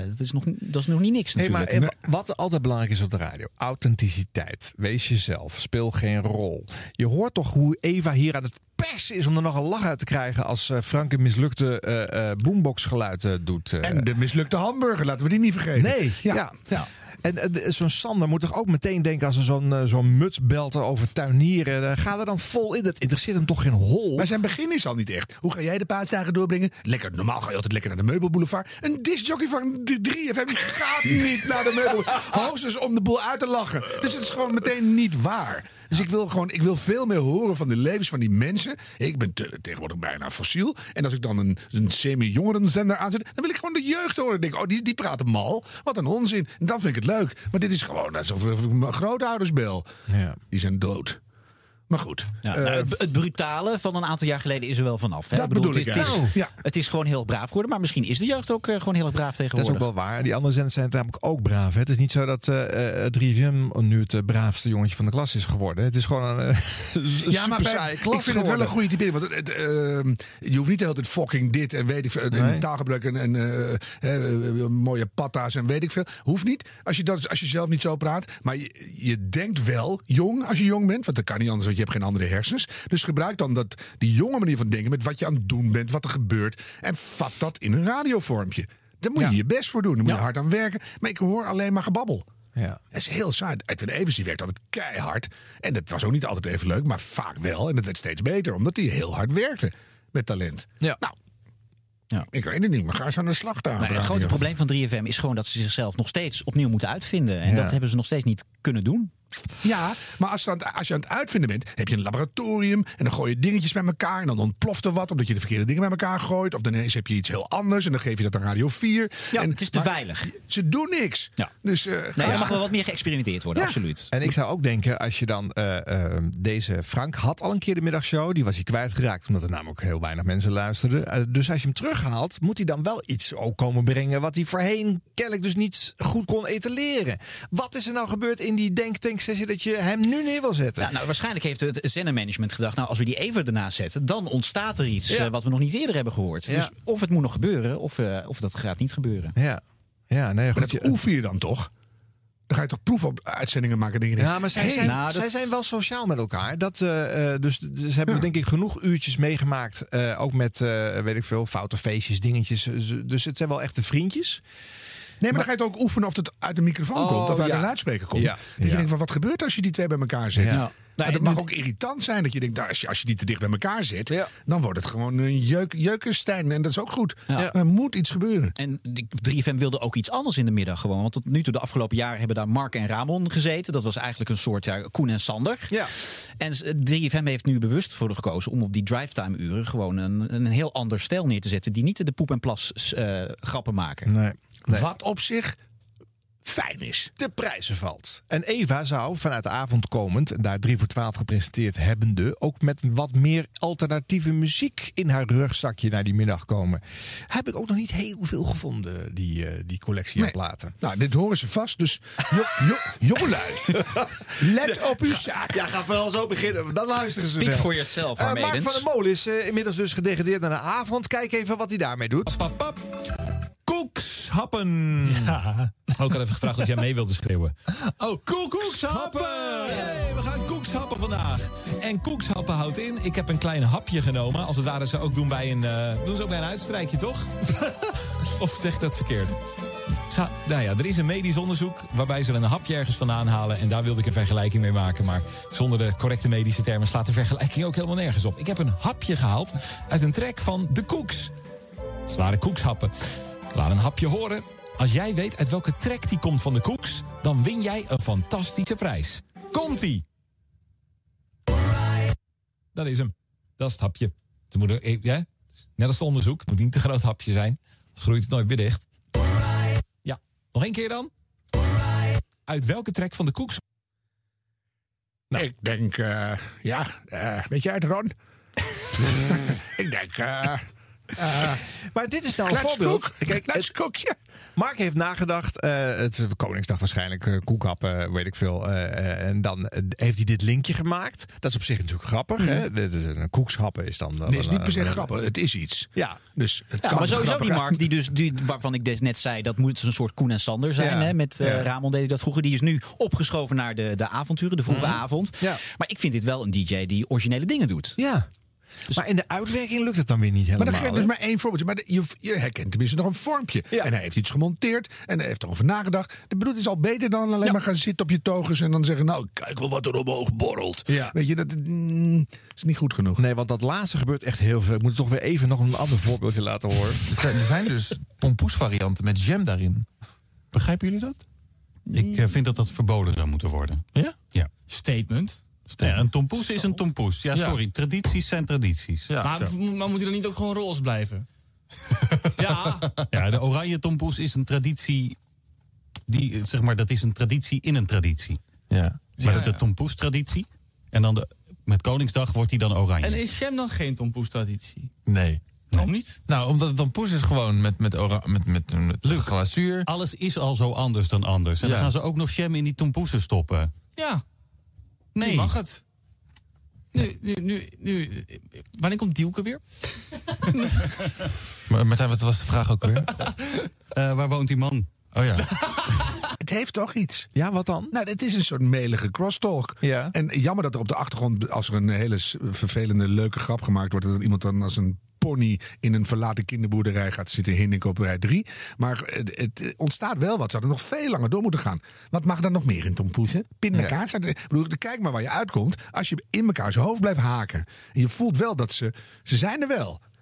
nog niet niks natuurlijk. Maar wat altijd belangrijk is op de radio. Authenticiteit. Wees jezelf. Speel geen rol. Je hoort toch hoe Eva hier aan het persen is om er nog een lach uit te krijgen als Frank een mislukte boomboxgeluid doet. En de mislukte hamburger, laten we die niet vergeten. Nee, ja. En zo'n Sander moet toch ook meteen denken als er zo'n muts belt over tuinieren. Ga er dan vol in. Dat interesseert hem toch geen hol. Maar zijn begin is al niet echt. Hoe ga jij de paasdagen doorbrengen? Lekker, normaal ga je altijd lekker naar de Meubelboulevard. Een discjockey van 3FM gaat niet naar de Meubelboulevard. Hoogstens om de boel uit te lachen. Dus het is gewoon meteen niet waar. Dus ik wil veel meer horen van de levens van die mensen. Ik ben tegenwoordig bijna fossiel. En als ik dan een semi-jongerenzender aanzet, dan wil ik gewoon de jeugd horen. Ik denk, die praten mal. Wat een onzin. En dan vind ik het leuk. Maar dit is gewoon alsof ik mijn grootouders bel. Ja. Die zijn dood. Maar goed. Ja, het brutale van een aantal jaar geleden is er wel vanaf. Hè? Dat bedoel ik. Het is gewoon heel braaf geworden. Maar misschien is de jeugd ook gewoon heel erg braaf tegenwoordig. Dat is ook wel waar. Die andere zenders zijn namelijk ook braaf. Hè? Het is niet zo dat 3FM nu het braafste jongetje van de klas is geworden. Het is gewoon een super saaie klas. Ik vind het wel een goede typering. Want je hoeft niet de hele tijd fucking dit en weet ik veel. En taalgebruik en mooie patta's en weet ik veel. Hoeft niet. Als je zelf niet zo praat. Maar je denkt wel jong als je jong bent. Want dat kan niet anders. Want je hebt geen andere hersens. Dus gebruik dan die jonge manier van denken met wat je aan het doen bent, wat er gebeurt. En vat dat in een radiovormpje. Daar moet je je best voor doen. Daar moet je hard aan werken. Maar ik hoor alleen maar gebabbel. Ja. Dat is heel saai. Edwin Evers die werkt altijd keihard. En dat was ook niet altijd even leuk, maar vaak wel. En het werd steeds beter, omdat hij heel hard werkte met talent. Ja. Nou, ik weet het niet, maar ga eens aan de slag daar. Het grote probleem van 3FM is gewoon dat ze zichzelf nog steeds opnieuw moeten uitvinden. En dat hebben ze nog steeds niet kunnen doen. Ja, Maar als je aan het uitvinden bent, heb je een laboratorium en dan gooi je dingetjes bij elkaar en dan ontploft er wat omdat je de verkeerde dingen bij elkaar gooit. Of dan ineens heb je iets heel anders en dan geef je dat aan Radio 4. Ja, het is te veilig. Ze doen niks. Ja. Dus er mag wel wat meer geëxperimenteerd worden, absoluut. En ik zou ook denken, als je dan deze Frank had al een keer de middagshow, die was hij kwijtgeraakt omdat er namelijk heel weinig mensen luisterden. Dus als je hem terughaalt, moet hij dan wel iets ook komen brengen wat hij voorheen kennelijk dus niet goed kon etaleren. Wat is er nou gebeurd in die denktanksessie dat je hem nu neer wil zetten? Ja, nou, waarschijnlijk heeft het zendermanagement gedacht, nou, als we die even ernaast zetten, dan ontstaat er iets wat we nog niet eerder hebben gehoord. Ja. Dus of het moet nog gebeuren, of dat gaat niet gebeuren. Ja, nee, goed. Dat oefen je dan toch? Dan ga je toch proefuitzendingen maken? Dingen ja, maar zij zijn wel sociaal met elkaar. Dus ze hebben denk ik genoeg uurtjes meegemaakt. Ook met, weet ik veel, foute feestjes, dingetjes. Dus het zijn wel echte vriendjes. Nee, maar dan ga je het ook oefenen of het uit de microfoon komt of uit een luidspreker komt. Dat je denkt van wat gebeurt als je die twee bij elkaar zet? Ja. Nou, dat mag ook irritant zijn dat je denkt, nou, als je die te dicht bij elkaar zet, dan wordt het gewoon een jeukenstein. En dat is ook goed. Ja. Er moet iets gebeuren. En 3FM wilde ook iets anders in de middag gewoon. Want tot nu toe, de afgelopen jaren, hebben daar Mark en Ramon gezeten. Dat was eigenlijk een soort Koen en Sander. Ja. En 3FM heeft nu bewust voor gekozen om op die drivetime uren gewoon een heel ander stijl neer te zetten. Die niet de poep en plas grappen maken. Nee. Wat op zich fijn is. De prijzen valt. En Eva zou vanuit de avond komend, en daar 3 voor 12 gepresenteerd hebbende, ook met wat meer alternatieve muziek in haar rugzakje naar die middag komen. Heb ik ook nog niet heel veel gevonden, die collectie aan platen. Nou, dit horen ze vast, dus jongelui, let op uw zaak. Ja, ga vooral zo beginnen, dan luisteren ze Speak wel. for yourself, Mark van der Molen is inmiddels dus gedegradeerd naar de avond. Kijk even wat hij daarmee doet. Koekshappen. Ja. Ook al even gevraagd of jij mee wilde schreeuwen. Oh, koekshappen! Hey, we gaan koekshappen vandaag. En koekshappen houdt in, ik heb een klein hapje genomen. Als het ware ze ook doen bij een uitstrijkje, toch? Of zeg ik dat verkeerd? Nou ja, er is een medisch onderzoek waarbij ze een hapje ergens vandaan halen. En daar wilde ik een vergelijking mee maken. Maar zonder de correcte medische termen slaat de vergelijking ook helemaal nergens op. Ik heb een hapje gehaald uit een track van de Koeks. Het waren koekshappen. Laat een hapje horen. Als jij weet uit welke track die komt van de Koeks, dan win jij een fantastische prijs. Komt-ie! Dat is hem. Dat is het hapje. Net als het onderzoek. Het moet niet te groot hapje zijn. Dan groeit het nooit meer dicht. Ja, nog één keer dan. Uit welke track van de Koeks? Nou. Ik denk, weet jij het, Ron? Ik denk, maar dit is nou een voorbeeld. Kijk, Mark heeft nagedacht. Het is Koningsdag waarschijnlijk. Koekhappen, weet ik veel. En dan heeft hij dit linkje gemaakt. Dat is op zich natuurlijk grappig. Hè? Een koekshappen is dan... Nee, is niet per se grappig. Het is iets. Ja. Dus het kan maar sowieso die Mark, waarvan ik net zei, dat moet een soort Koen en Sander zijn. Hè? Met Ramon deed hij dat vroeger. Die is nu opgeschoven naar de avonturen, de vroege avond. Ja. Maar ik vind dit wel een DJ die originele dingen doet. Ja. Dus maar in de uitwerking lukt het dan weer niet helemaal. Maar dan geef dus maar één voorbeeldje. Maar je herkent tenminste nog een vormpje. Ja. En hij heeft iets gemonteerd. En hij heeft erover nagedacht. Ik bedoel, het is al beter dan alleen maar gaan zitten op je togus. En dan zeggen, nou, kijk wel wat er omhoog borrelt. Ja. Weet je, dat is niet goed genoeg. Nee, want dat laatste gebeurt echt heel veel. Ik moet toch weer even nog een ander voorbeeldje laten horen. Er zijn dus tompoes varianten met jam daarin. Begrijpen jullie dat? Ik vind dat verboden zou moeten worden. Ja? Ja. Statement. Ja, een tompoes is een tompoes. Ja, sorry. Tradities zijn tradities. Ja, maar moet hij dan niet ook gewoon roze blijven? Ja, de oranje tompoes is een traditie. Dat is een traditie in een traditie. Ja. Maar de tompoes-traditie. En dan met Koningsdag wordt die dan oranje. En is jam dan geen tompoes-traditie? Nee. Waarom niet? Nou, omdat het tompoes is gewoon met glazuur. Alles is al zo anders dan anders. En dan gaan ze ook nog jam in die tompoesen stoppen. Ja. Nee. Nu mag het. Nu. Wanneer komt Dielke weer? Martijn, wat was de vraag ook weer? Waar woont die man? Oh ja. Het heeft toch iets. Ja, wat dan? Nou, het is een soort melige crosstalk. Ja. En jammer dat er op de achtergrond, als er een hele vervelende, leuke grap gemaakt wordt, dat iemand dan als een pony in een verlaten kinderboerderij gaat zitten hinniken op rij 3. Maar het ontstaat wel wat. Ze hadden nog veel langer door moeten gaan. Wat mag dan nog meer in tompoes? Pindakaas? Ja. Kijk maar waar je uitkomt. Als je in elkaar zijn hoofd blijft haken. En je voelt wel dat ze zijn er wel.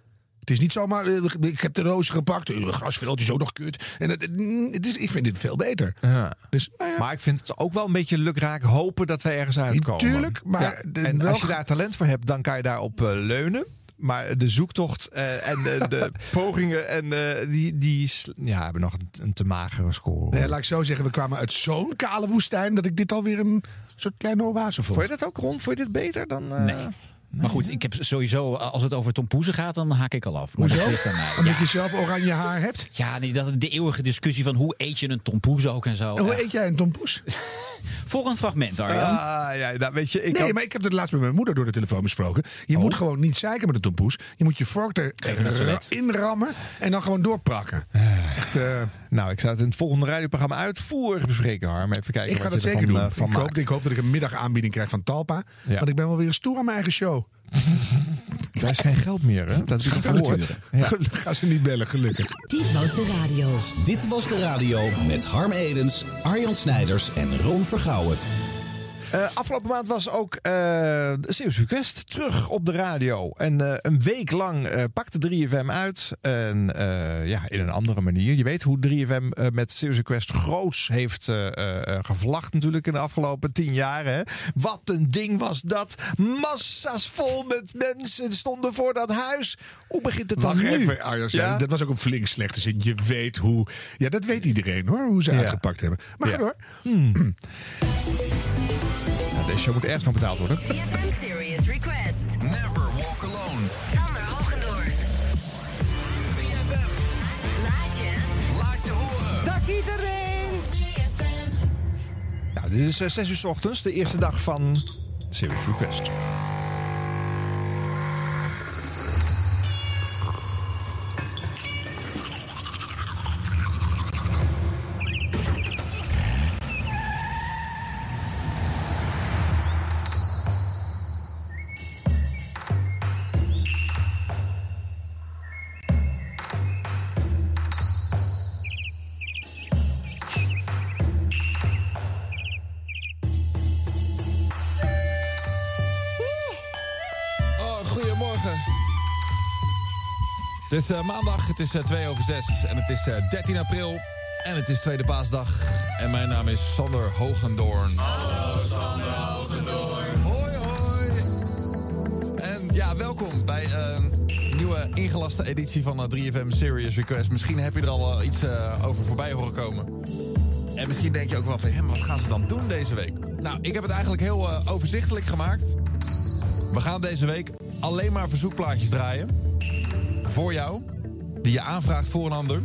Het is niet zomaar, ik heb de roos gepakt, grasveldje is ook nog kut. En ik vind dit veel beter. Ja. Dus, Maar ik vind het ook wel een beetje lukraak hopen dat wij ergens uitkomen. Tuurlijk, maar... En als je daar talent voor hebt, dan kan je daarop leunen. Maar de zoektocht en de pogingen die hebben nog een te magere score. Nee, laat ik zo zeggen, we kwamen uit zo'n kale woestijn dat ik dit alweer een soort kleine oase vond. Vond je dat ook, Ron? Vond je dit beter dan... Nee. Maar goed, ik heb sowieso, als het over tompoezen gaat, dan haak ik al af. Maar hoezo? Dat mij. Omdat je zelf oranje haar hebt? Ja, nee, dat de eeuwige discussie van hoe eet je een tompoes ook en zo. En hoe eet jij een tompoes? Volgend fragment, Arjan. Nou, weet je, maar ik heb het laatst met mijn moeder door de telefoon besproken. Je moet gewoon niet zeiken met een tompoes. Je moet je vork erin rammen en dan gewoon doorprakken. Echt, Nou, ik zou het in het volgende radioprogramma uitvoerig bespreken, Harm. Even kijken. Ik ga dat zeker doen. Ik hoop dat ik een middag-aanbieding krijg van Talpa. Ja. Want ik ben wel weer stoer aan mijn eigen show. Daar is geen geld meer, hè? Dat is gehoord. Ja. Ga ze niet bellen, gelukkig. Dit was de radio. Dit was de radio met Harm Edens, Arjan Snijders en Ron Vergouwen. Afgelopen maand was ook Serious Request terug op de radio. En een week lang pakte 3FM uit. En in een andere manier. Je weet hoe 3FM met Serious Request groots heeft gevlacht natuurlijk in de afgelopen 10 jaar. Hè? Wat een ding was dat. Massa's vol met mensen stonden voor dat huis. Hoe begint het dan nu? Wacht even, Arjan. Ja? Dat was ook een flink slechte zin. Je weet hoe... Ja, dat weet iedereen hoor, hoe ze uitgepakt hebben. Maar ga door. Deze show moet ergens van betaald worden. 3FM Serious Request. Never walk alone. Sander Hogendoorn. 3FM. Laat je horen. Dag iedereen. Nou, dit is 6 uur 's ochtends, de eerste dag van Serious Request. Het is maandag, het is 2:06 en het is 13 april en het is Tweede Paasdag. En mijn naam is Sander Hogendoorn. Hallo Sander Hogendoorn. Hoi hoi. En ja, welkom bij een nieuwe ingelaste editie van 3FM Serious Request. Misschien heb je er al wel iets over voorbij horen komen. En misschien denk je ook wel van, wat gaan ze dan doen deze week? Nou, ik heb het eigenlijk heel overzichtelijk gemaakt. We gaan deze week alleen maar verzoekplaatjes draaien. Voor jou, die je aanvraagt voor een ander.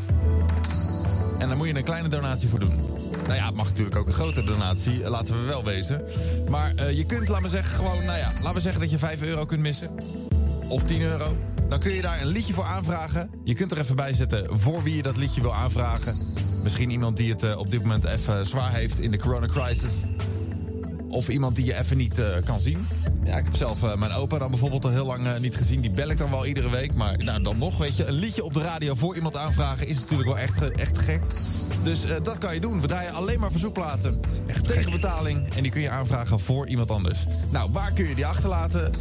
En daar moet je een kleine donatie voor doen. Nou ja, het mag natuurlijk ook een grote donatie, laten we wel wezen. Maar je kunt, laten we zeggen, gewoon, laten we zeggen dat je €5 kunt missen. Of €10. Dan kun je daar een liedje voor aanvragen. Je kunt er even bij zetten voor wie je dat liedje wil aanvragen. Misschien iemand die het op dit moment even zwaar heeft in de coronacrisis. Of iemand die je even niet kan zien. Ja, ik heb zelf mijn opa dan bijvoorbeeld al heel lang niet gezien. Die bel ik dan wel iedere week. Maar dan nog, weet je, een liedje op de radio voor iemand aanvragen is natuurlijk wel echt gek. Dus dat kan je doen. We draaien alleen maar verzoekplaten. Echt tegen betaling. En die kun je aanvragen voor iemand anders. Nou, waar kun je die achterlaten?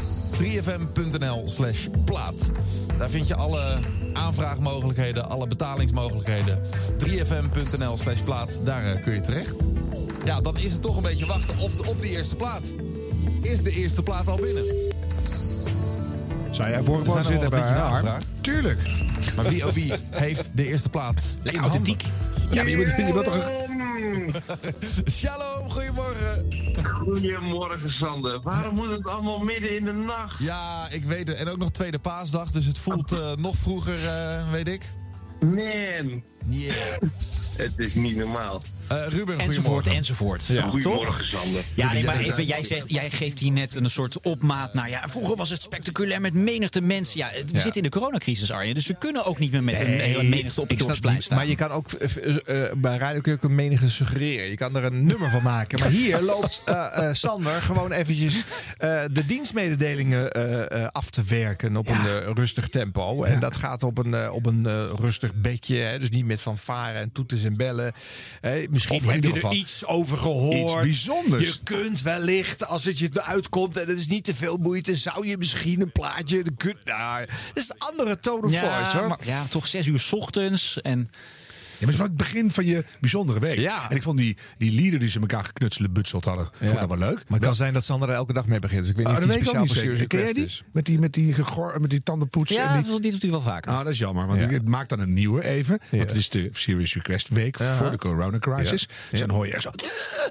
3fm.nl/plaat. Daar vind je alle aanvraagmogelijkheden, alle betalingsmogelijkheden. 3fm.nl/plaat. Daar kun je terecht. Ja, dan is het toch een beetje wachten op die eerste plaat. Is de eerste plaat al binnen? Zou jij vorige plaat zitten bij haar? Tuurlijk. Maar wie heeft de eerste plaat? Lekker authentiek. Ja, maar je wilt toch Shalom, goedemorgen. Goedemorgen, Sander. Waarom moet het allemaal midden in de nacht? Ja, ik weet het. En ook nog Tweede Paasdag, dus het voelt nog vroeger, weet ik. Man. Yeah. Het is niet normaal. Ruben, enzovoort. Ja, goedemorgen, toch? Sander. Ja, nee, maar even, jij geeft hier net een soort opmaat naar... Ja, vroeger was het spectaculair met menigte mensen. Ja, we zitten in de coronacrisis, Arjen. Dus we kunnen ook niet meer met een hele menigte op het dorpsplein staan. Maar je kan ook bij radio kun je ook een menigte suggereren. Je kan er een nummer van maken. Maar hier loopt Sander gewoon eventjes de dienstmededelingen af te werken op een rustig tempo. En dat gaat op een rustig bedje. Hè, dus niet met fanfare en toeters en bellen. misschien heb je er iets over gehoord. Iets bijzonders. Je kunt wellicht, als het je uitkomt en het is niet te veel moeite, zou je misschien een plaatje... dat is een andere tone of voice, hoor. Maar, toch 6 uur 's ochtends en... Ja, maar het was het begin van je bijzondere week. Ja. En ik vond die lieder die ze elkaar geknutseld butseld hadden, vond dat wel leuk. Maar het kan zijn dat Sander er elke dag mee begint. Dus ik weet niet of die speciaal voor Serious Request is. Met die tandenpoetsen. Ja, en die doet hij wel vaker. Dat is jammer, want het maakt dan een nieuwe even. Want het is de Serious Request week voor de corona crisis. Dus dan hoor je echt zo...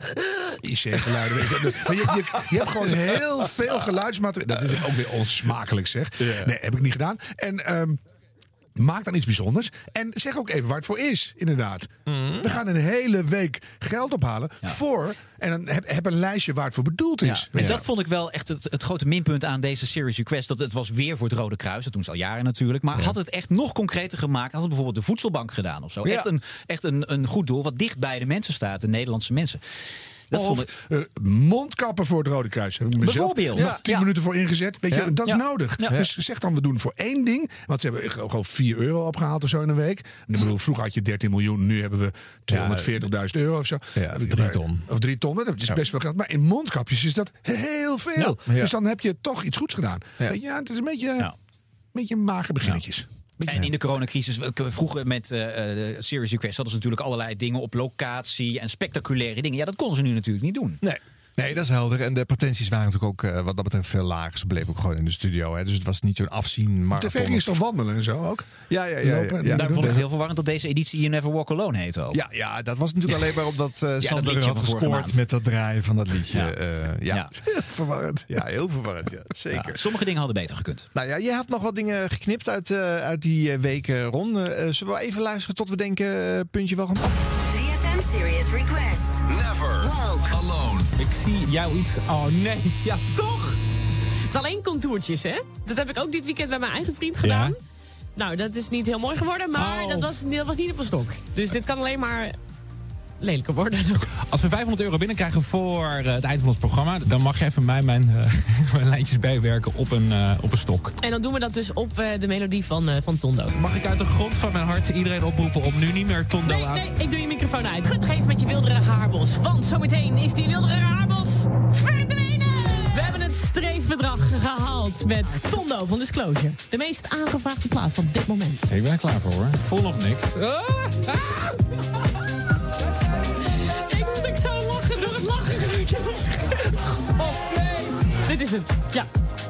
IC-geluiden. Maar je hebt gewoon heel veel geluidsmateriaal. Dat is ook weer onsmakelijk, zeg. Nee, heb ik niet gedaan. En... maak dan iets bijzonders. En zeg ook even waar het voor is, inderdaad. We gaan een hele week geld ophalen voor... En dan heb een lijstje waar het voor bedoeld is. En dat vond ik wel echt het grote minpunt aan deze Serious Request. Dat het was weer voor het Rode Kruis. Dat doen ze al jaren natuurlijk. Maar had het echt nog concreter gemaakt... had het bijvoorbeeld de voedselbank gedaan of zo. Ja. Echt een goed doel wat dicht bij de mensen staat. De Nederlandse mensen. Dat of mondkappen voor het Rode Kruis. Heb ik mezelf bijvoorbeeld 10 minuten voor ingezet. Weet je, dat is nodig. Ja. Dus zeg dan, we doen voor één ding. Want ze hebben gewoon €4 opgehaald of zo in een week. En ik bedoel, vroeger had je 13 miljoen. Nu hebben we €240.000 of zo. Ja, 3 ton. Of 3 ton, dat is best veel geld. Maar in mondkapjes is dat heel veel. Ja. Dus dan heb je toch iets goeds gedaan. Ja, het is een beetje mager beginnetjes. En in de coronacrisis, vroeger met Serious Request... hadden ze natuurlijk allerlei dingen op locatie... en spectaculaire dingen. Ja, dat konden ze nu natuurlijk niet doen. Nee, dat is helder. En de potenties waren natuurlijk ook wat dat betreft veel lager. Ze bleven ook gewoon in de studio. Hè. Dus het was niet zo'n afzien. Maar TV ging toch wandelen en zo ook? Ja. Daarom vond ik het heel verwarrend dat deze editie You Never Walk Alone heette ook. Ja, dat was natuurlijk alleen maar omdat Sander had gescoord met dat draaien van dat liedje. Heel verwarrend. Ja, heel verwarrend. Ja, zeker. Ja, sommige dingen hadden beter gekund. Nou ja, je hebt nog wat dingen geknipt uit die weken, Ron. Zullen we even luisteren tot we denken, puntje wel gaan... 3FM Serious Request. Never Walk Alone. Ik zie jou iets... Oh nee, ja toch? Het is alleen contourtjes, hè? Dat heb ik ook dit weekend bij mijn eigen vriend gedaan. Ja? Nou, dat is niet heel mooi geworden, maar dat was niet op een stok. Dus dit kan alleen maar lelijker worden. Als we €500 binnenkrijgen voor het eind van ons programma... dan mag je even mijn lijntjes bijwerken op een stok. En dan doen we dat dus op de melodie van Tondo. Mag ik uit de grond van mijn hart iedereen oproepen om nu niet meer Tondo aan... Nee, ik doe je microfoon uit. Goed, geef met je wilderige haarbos. Want zometeen is die wilderige haarbos verdwenen! We hebben het streefbedrag gehaald met Tondo van Disclosure. De meest aangevraagde plaat van dit moment. Ik ben er klaar voor, hoor. Ik voel nog niks. Ik zou lachen door het lachen. Oh nee. Dit is het, ja.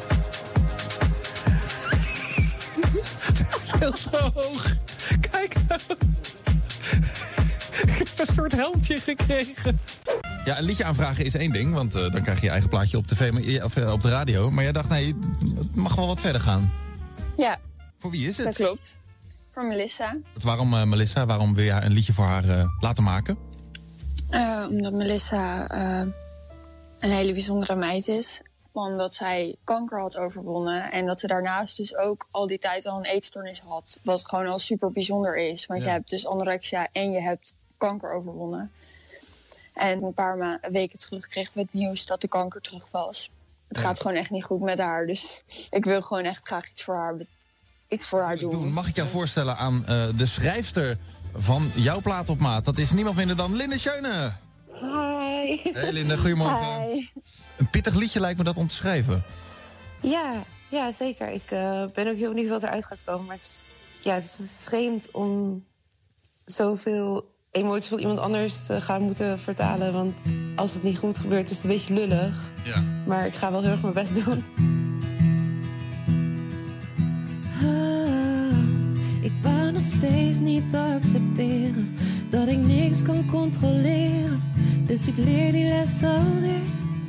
Het is veel te hoog. Kijk nou. Ik heb een soort helmpje gekregen. Ja, een liedje aanvragen is één ding, want dan krijg je je eigen plaatje op tv of op de radio. Maar jij dacht, nee, het mag wel wat verder gaan. Ja. Voor wie is het? Dat klopt. Voor Melissa. Waarom Melissa? Waarom wil je een liedje voor haar laten maken? Omdat Melissa een hele bijzondere meid is. Omdat zij kanker had overwonnen. En dat ze daarnaast dus ook al die tijd al een eetstoornis had. Wat gewoon al super bijzonder is. Want je hebt dus anorexia en je hebt kanker overwonnen. En een paar weken terug kregen we het nieuws dat de kanker terug was. Het gaat gewoon echt niet goed met haar. Dus ik wil gewoon echt graag iets voor haar doen. Mag ik jou voorstellen aan de schrijfster van jouw plaat op maat? Dat is niemand minder dan Linde Schöne. Hi. Hey Linde, goedemorgen. Hi. Een pittig liedje lijkt me dat om te schrijven. Ja, zeker. Ik ben ook heel benieuwd wat eruit gaat komen. Maar het is vreemd om zoveel emoties van iemand anders te gaan moeten vertalen. Want als het niet goed gebeurt, is het een beetje lullig. Ja. Maar ik ga wel heel erg mijn best doen. Ik wou nog steeds niet accepteren dat ik niks kan controleren. Dus ik leer die les alweer.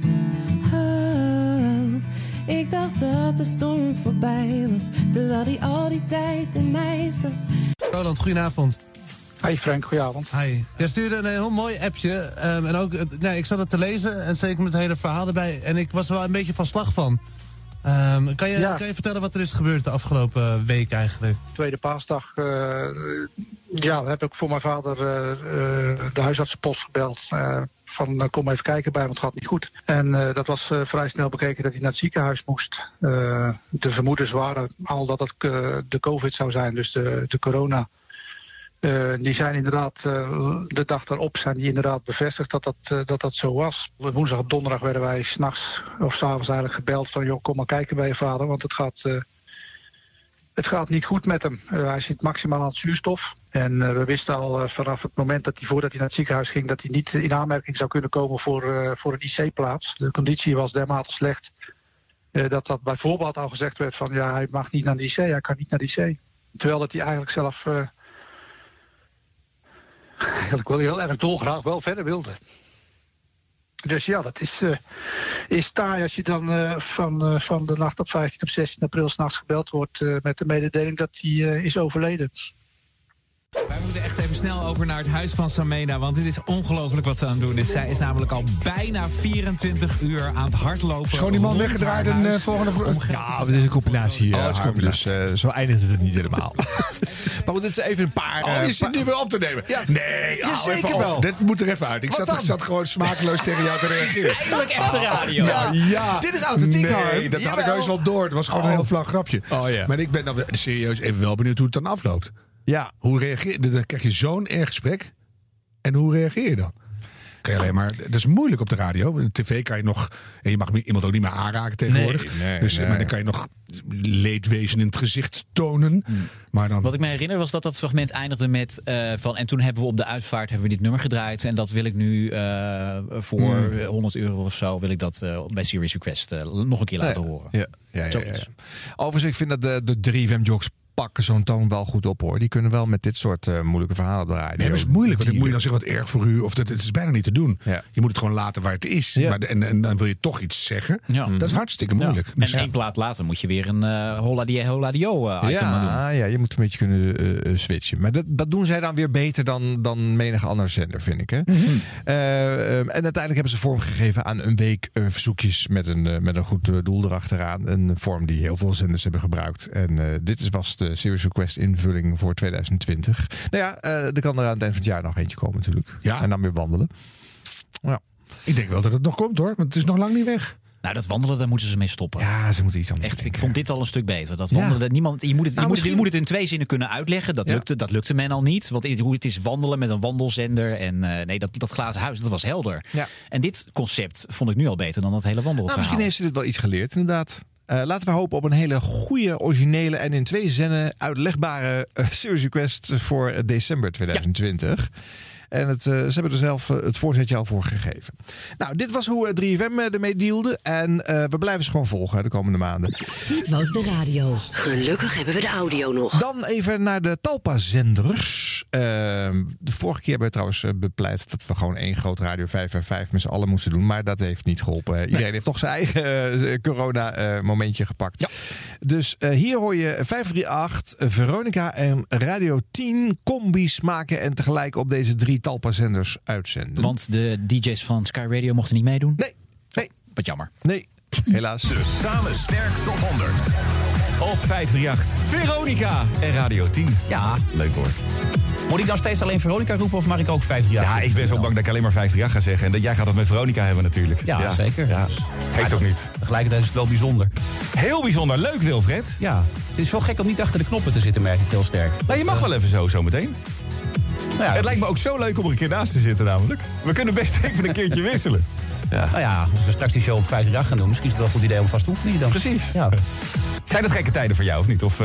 Ik dacht dat de storm voorbij was, terwijl die al die tijd in mij zat. Roland, goedenavond. Hi Frank, goedenavond. Hi. Jij stuurde een heel mooi appje. En ook, ik zat het te lezen en zeker met het hele verhaal erbij. En ik was er wel een beetje van slag van. Kan je vertellen wat er is gebeurd de afgelopen week eigenlijk? Tweede paasdag heb ik voor mijn vader de huisartsenpost gebeld. Van kom even kijken bij hem, het gaat niet goed. En dat was vrij snel bekeken dat hij naar het ziekenhuis moest. De vermoedens waren al dat het de COVID zou zijn, dus de corona. Die zijn inderdaad, de dag daarop zijn die inderdaad bevestigd dat zo was. Woensdag op donderdag werden wij 's nachts of 's avonds eigenlijk gebeld van... joh, kom maar kijken bij je vader, want het gaat niet goed met hem. Hij zit maximaal aan het zuurstof. En we wisten al vanaf het moment voordat hij naar het ziekenhuis ging... dat hij niet in aanmerking zou kunnen komen voor een IC-plaats. De conditie was dermate slecht dat bijvoorbeeld al gezegd werd van... ja, hij mag niet naar de IC, hij kan niet naar de IC. Terwijl dat hij eigenlijk zelf... eigenlijk wel heel erg dolgraag wel verder wilde. Dus ja, dat is taai als je dan van de nacht op 15 op 16 april 's nachts gebeld wordt... met de mededeling dat hij is overleden. Wij moeten echt even snel over naar het huis van Samena, want dit is ongelooflijk wat ze aan het doen is. Zij is namelijk al bijna 24 uur aan het hardlopen. Schoon die man weggedraaid en volgende... Ja, dit is een compilatie. Dus zo eindigt het niet helemaal. Maar goed, dit is even een paar... je zit nu weer op te nemen. Ja. Nee, zeker wel. Dit moet er even uit. Ik zat gewoon smakeloos tegen jou te reageren. Eindelijk echte radio. Ja. Dit is authentiek, Nee, dat had ik heus wel door. Het was gewoon een heel flauw grapje. Maar ik ben dan serieus even wel benieuwd hoe het dan afloopt. Ja. Hoe reageer je? Dan krijg je zo'n erg gesprek. En hoe reageer je dan? Kan je alleen maar, dat is moeilijk op de radio. De tv kan je nog... En je mag iemand ook niet meer aanraken tegenwoordig. Nee. Maar dan kan je nog leedwezen in het gezicht tonen. Maar dan... Wat ik me herinner was dat fragment eindigde met... en toen hebben we op de uitvaart hebben we dit nummer gedraaid. En dat wil ik nu voor €100 of zo... wil ik dat bij Serious Request nog een keer laten horen. Ja. Overigens, ik vind dat de 3FM-jocks pakken zo'n toon wel goed op, hoor. Die kunnen wel met dit soort moeilijke verhalen draaien. Nee, dat is moeilijk. Want dan moet je dan zeggen wat erg voor u. Of het is bijna niet te doen. Ja. Je moet het gewoon laten waar het is. Ja. Maar en dan wil je toch iets zeggen. Ja. Dat is hartstikke moeilijk. Ja. Dus en 1 plaat later moet je weer een Hola-die-Ho item doen. Ja, je moet een beetje kunnen switchen. Maar dat doen zij dan weer beter dan menige andere zender, vind ik. Hè? Mm-hmm. En uiteindelijk hebben ze vormgegeven aan een week verzoekjes met een goed doel erachteraan. Een vorm die heel veel zenders hebben gebruikt. En dit was de Serious Request invulling voor 2020. Nou ja, er kan er aan het eind van het jaar nog eentje komen natuurlijk. Ja. En dan weer wandelen. Ja. Ik denk wel dat het nog komt, hoor. Want het is nog lang niet weg. Nou, dat wandelen, daar moeten ze mee stoppen. Ja, ze moeten iets anders Echt, ik vond dit al een stuk beter. Dat wandelen, je moet het in 2 zinnen kunnen uitleggen. Dat lukte men al niet. Want hoe het is wandelen met een wandelzender. En dat glazen huis, dat was helder. Ja. En dit concept vond ik nu al beter dan dat hele wandelverhaal. Misschien heeft ze dit wel iets geleerd, inderdaad. Laten we hopen op een hele goede, originele en in 2 zinnen uitlegbare Serious Request voor december 2020. Ja. En ze hebben er zelf het voorzetje al voor gegeven. Nou, dit was hoe 3FM ermee dealde. En we blijven ze gewoon volgen de komende maanden. Dit was de radio. Gelukkig hebben we de audio nog. Dan even naar de Talpa-zenders. De vorige keer hebben we trouwens bepleit dat we gewoon 1 groot Radio 555 met z'n allen moesten doen. Maar dat heeft niet geholpen. Iedereen heeft toch zijn eigen corona-momentje gepakt. Ja. Dus hier hoor je 538, Veronica en Radio 10 combi's maken en tegelijk op deze 3 Talpa-zenders uitzenden. Want de DJ's van Sky Radio mochten niet meedoen? Nee. Wat jammer. Nee, helaas. De Samen Sterk Top 100. Op 538, Veronica en Radio 10. Ja, leuk hoor. Moet ik dan steeds alleen Veronica roepen of mag ik ook 538? Ja, ik ben zo bang dat ik alleen maar 538 ga zeggen. En dat jij gaat het met Veronica hebben natuurlijk. Ja, zeker. Ja. Geeft ook niet. Tegelijkertijd is het wel bijzonder. Heel bijzonder. Leuk, Wilfred. Ja, het is wel gek om niet achter de knoppen te zitten, merk ik heel sterk. Nou, je mag wel even zo meteen. Nou ja, het lijkt me ook zo leuk om er een keer naast te zitten namelijk. We kunnen best even een keertje wisselen. Ja. Nou ja, als we straks die show op 538 gaan doen, misschien is het wel een goed idee om vast te oefenen dan. Precies. Ja. Zijn dat gekke tijden voor jou of niet? Of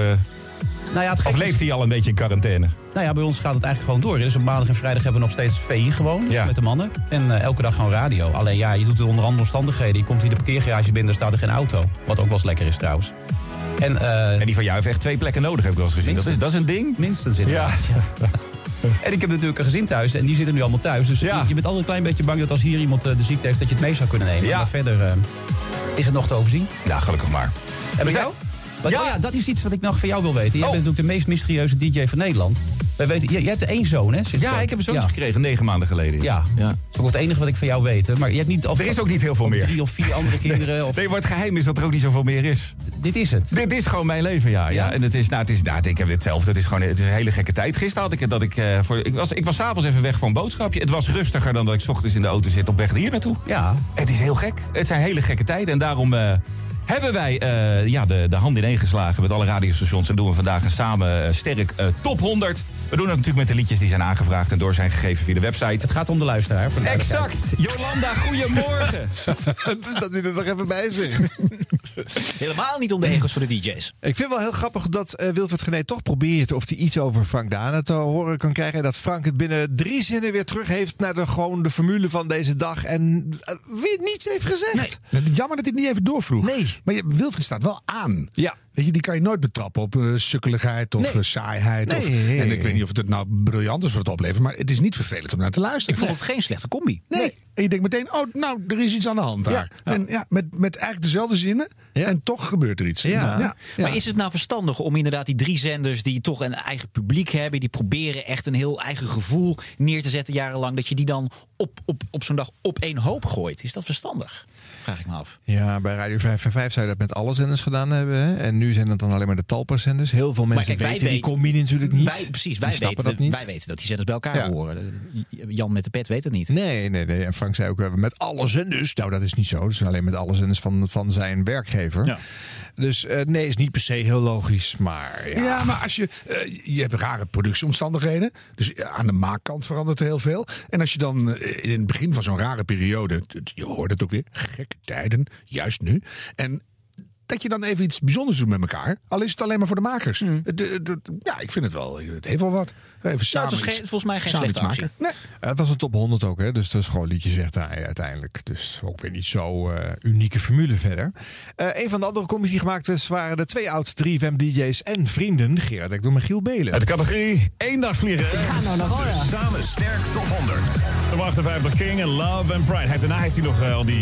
leeft hij al een beetje in quarantaine? Nou ja, bij ons gaat het eigenlijk gewoon door. Dus op maandag en vrijdag hebben we nog steeds VI gewoon met de mannen. En elke dag gewoon radio. Alleen ja, je doet het onder andere omstandigheden. Je komt hier de parkeergarage binnen, er staat er geen auto. Wat ook wel eens lekker is trouwens. En die van jou heeft echt 2 plekken nodig, heb ik wel eens gezien. Dat is een ding? Minstens inderdaad, ja. En ik heb natuurlijk een gezin thuis en die zitten nu allemaal thuis. Dus je bent altijd een klein beetje bang dat als hier iemand de ziekte heeft, dat je het mee zou kunnen nemen. Ja. Maar verder is het nog te overzien. Ja, gelukkig maar. En bij jou? Ja, dat is iets wat ik nog van jou wil weten. Jij bent natuurlijk de meest mysterieuze DJ van Nederland. Wij weten, jij hebt 1 zoon, hè? Ja, ik heb een zoontje gekregen 9 maanden geleden. Ja. Dat is ook het enige wat ik van jou weet. Maar je hebt niet er is ook niet heel veel meer. 3 of 4 andere kinderen. Nee, maar het geheim is dat er ook niet zoveel meer is. Dit is het. Dit is gewoon mijn leven, ja. En ik heb hetzelfde. Het is een hele gekke tijd. Gisteren had ik het dat ik was 's avonds even weg voor een boodschapje. Het was rustiger dan dat ik 's ochtends in de auto zit op weg hier naartoe. Ja. Het is heel gek. Het zijn hele gekke tijden. En daarom hebben wij de hand ineen geslagen met alle radiostations. En doen we vandaag een samen sterk top 100 We doen het natuurlijk met de liedjes die zijn aangevraagd en door zijn gegeven via de website. Het gaat om de luisteraar. Exact. Jolanda, goedemorgen. Het is dat u er nog even bij zegt. Helemaal niet om de ego's voor de DJ's. Ik vind wel heel grappig dat Wilfred Genee toch probeert of hij iets over Frank Dane te horen kan krijgen. En dat Frank het binnen 3 zinnen weer terug heeft naar de formule van deze dag. En weer niets heeft gezegd. Nee. Jammer dat hij het niet even doorvroeg. Nee. Maar Wilfred staat wel aan. Ja. Weet je, die kan je nooit betrappen op sukkeligheid of saaiheid. Nee. En ik weet niet of het nou briljant is voor het opleveren. Maar het is niet vervelend om naar te luisteren. Ik vond het geen slechte combi. Nee. En je denkt meteen, er is iets aan de hand daar. Ja. En met eigenlijk dezelfde zinnen. Ja. En toch gebeurt er iets. Ja. Maar is het nou verstandig om inderdaad die 3 zenders die toch een eigen publiek hebben, die proberen echt een heel eigen gevoel neer te zetten jarenlang, dat je die dan op zo'n dag op één hoop gooit? Is dat verstandig? Vraag ik me af. Ja, bij Radio 555 zou je dat met alle zenders gedaan hebben. Hè? En nu zijn het dan alleen maar de Talpa-zenders. Heel veel mensen weten die combi natuurlijk niet. Wij weten dat die zenders bij elkaar horen. Jan met de pet weet het niet. Nee. En Frank zei ook met alle zenders. Nou, dat is niet zo. Dus alleen met alle zenders van zijn werkgever. Ja. Dus nee, is niet per se heel logisch. Maar ja, maar als je hebt rare productieomstandigheden. Dus aan de maakkant verandert er heel veel. En als je dan in het begin van zo'n rare periode, je hoort het ook weer, gekke tijden, juist nu. En dat je dan even iets bijzonders doet met elkaar. Al is het alleen maar voor de makers. Ja, ik vind het wel. Het heeft wel wat. Even samen het was volgens mij geen slechte actie. Nee. Het was een top 100 ook, hè? Dus dat is gewoon liedjes echt uiteindelijk. Dus ook weer niet zo unieke formule verder. Een van de andere combi's die gemaakt is, waren de 2 oud 3FM-DJ's en vrienden. Gerard Ekdom en Giel Belen. Uit de categorie eendagsvliegen. Ja, nou nog hoor. Samen sterk top 100. De 58 King en Love and Pride. Daarna heeft hij nog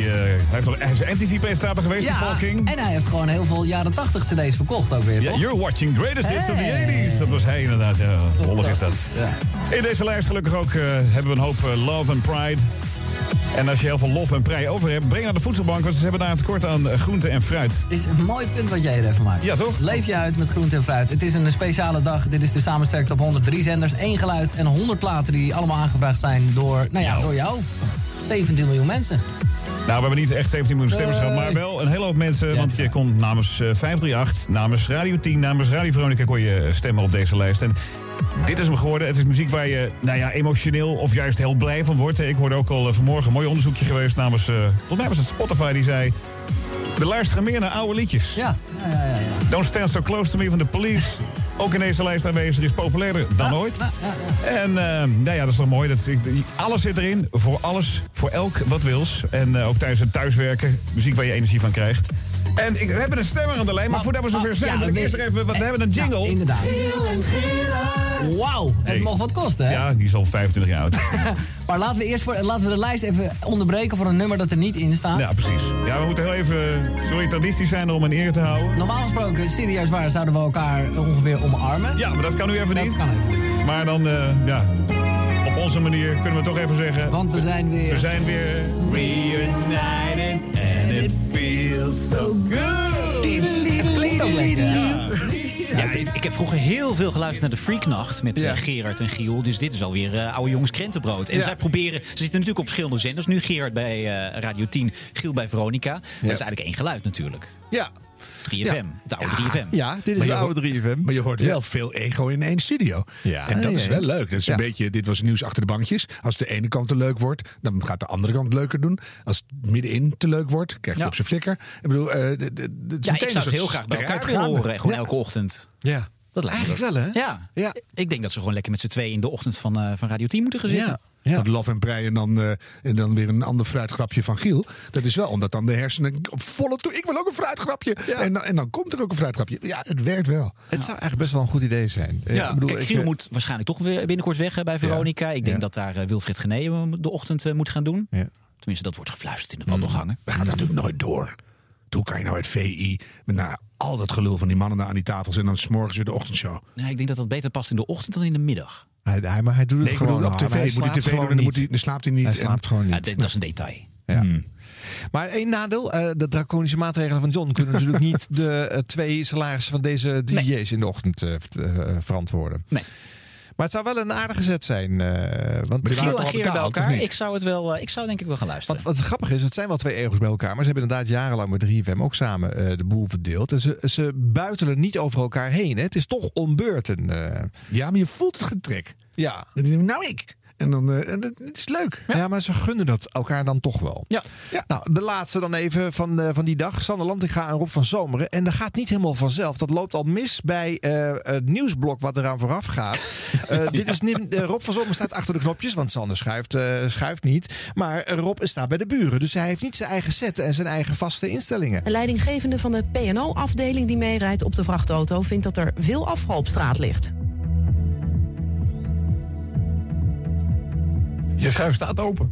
hij is MTV-presentator geweest, Paul King. En hij heeft gewoon heel veel jaren 80 cd's verkocht ook weer, Ja, You're Watching Greatest Hits of the 80s. Dat was hij inderdaad. Ja, lollig is dat. Ja. In deze lijst gelukkig ook hebben we een hoop Love and Pride. En als je heel veel lof en prei over hebt, breng naar de voedselbank, want ze hebben daar een tekort aan groente en fruit. Het is een mooi punt wat jij er even maakt. Ja, toch? Leef je uit met groente en fruit. Het is een speciale dag. Dit is de samensterkte op 103 zenders, 1 geluid en 100 platen die allemaal aangevraagd zijn door jou. 17 miljoen mensen. Nou, we hebben niet echt 17 miljoen stemmers gehad, maar wel een hele hoop mensen. Ja, want je kon namens 538, namens Radio 10, namens Radio Veronica kon je stemmen op deze lijst. En dit is hem geworden. Het is muziek waar je emotioneel of juist heel blij van wordt. Ik hoorde ook al vanmorgen een mooi onderzoekje geweest namens, volgens mij was het Spotify, die zei, we luisteren meer naar oude liedjes. Ja. Don't Stand So Close To Me van The Police. Ook in deze lijst aanwezig, is populairder dan ooit. En dat is toch mooi. Alles zit erin, voor alles, voor elk wat wils. En ook tijdens het thuiswerken, muziek waar je energie van krijgt. En we hebben een stemmer aan de lijn, maar voordat we zover zijn, wil ik eerst nog even, we hebben een jingle. Ja, inderdaad. Wauw, het mag wat kosten, hè? Ja, die is al 25 jaar oud. Maar laten we de lijst even onderbreken voor een nummer dat er niet in staat. Ja, precies. Ja, we moeten heel even, traditie zijn om een eer te houden. Normaal gesproken, serieus waar, zouden we elkaar ongeveer omarmen. Ja, maar dat kan nu even niet. Dat kan even niet. Maar dan, op onze manier kunnen we toch even zeggen. Want we zijn weer reunited and it feels so good. Het klinkt ook lekker. Ja, ik heb vroeger heel veel geluisterd naar de Freaknacht met Gerard en Giel. Dus dit is alweer oude jongens krentenbrood. En zij proberen, ze zitten natuurlijk op verschillende zenders. Nu Gerard bij Radio 10, Giel bij Veronica. Dat is eigenlijk 1 geluid natuurlijk. Ja. 3FM, het oude 3FM. Ja, dit is de oude 3FM. Maar je hoort wel veel ego in 1 studio. Ja. En dat is wel leuk. Dat is een beetje, dit was nieuws achter de bankjes. Als de ene kant te leuk wordt, dan gaat de andere kant leuker doen. Als het middenin te leuk wordt, krijg je op zijn flikker. Ik bedoel, ik zou het heel graag bij elkaar willen horen. Gewoon elke ochtend. Ja. Dat lijkt eigenlijk wel, hè? Ja. Ik denk dat ze gewoon lekker met z'n tweeën in de ochtend van Radio 10 moeten gaan zitten. Ja. Love en Prei en dan weer een ander fruitgrapje van Giel. Dat is wel omdat dan de hersenen op volle toe. Ik wil ook een fruitgrapje. Ja. En dan komt er ook een fruitgrapje. Ja, het werkt wel. Het zou eigenlijk best wel een goed idee zijn. Ja. Ik bedoel, Giel moet waarschijnlijk toch weer binnenkort weg bij Veronica. Ik denk dat daar Wilfred Genee de ochtend moet gaan doen. Ja. Tenminste, dat wordt gefluisterd in de wandelgangen. We gaan natuurlijk nooit door. Hoe kan je nou het VI met al dat gelul van die mannen daar aan die tafels en dan 's morgens weer de ochtendshow? Ja, ik denk dat dat beter past in de ochtend dan in de middag. Maar hij doet het gewoon op tv. Moet hij tv doen en dan slaapt hij niet. Hij slaapt gewoon niet. Dat is een detail. Ja. Maar één nadeel, de draconische maatregelen van John kunnen natuurlijk niet de 2 salarissen van deze DJ's in de ochtend verantwoorden. Nee. Maar het zou wel een aardige zet zijn. Want Giel en Gerard bij elkaar. Ik zou denk ik wel gaan luisteren. Wat grappig is, het zijn wel 2 ego's bij elkaar. Maar ze hebben inderdaad jarenlang met 3FM ook samen de boel verdeeld. En ze buitelen niet over elkaar heen. Hè. Het is toch om beurten. Ja, maar je voelt het getrek. Ja. Nou ik. En dan het is leuk. Ja, maar ze gunnen dat elkaar dan toch wel. Ja. Nou, de laatste dan even van die dag. Sander Lantinga en Rob van Zomeren. En dat gaat niet helemaal vanzelf. Dat loopt al mis bij het nieuwsblok wat eraan vooraf gaat. Dit is Rob van Zomeren staat achter de knopjes. Want Sander schuift niet. Maar Rob staat bij de buren. Dus hij heeft niet zijn eigen set en zijn eigen vaste instellingen. Een leidinggevende van de P&O-afdeling die meerijdt op de vrachtauto vindt dat er veel afval op straat ligt. Je schuif staat open.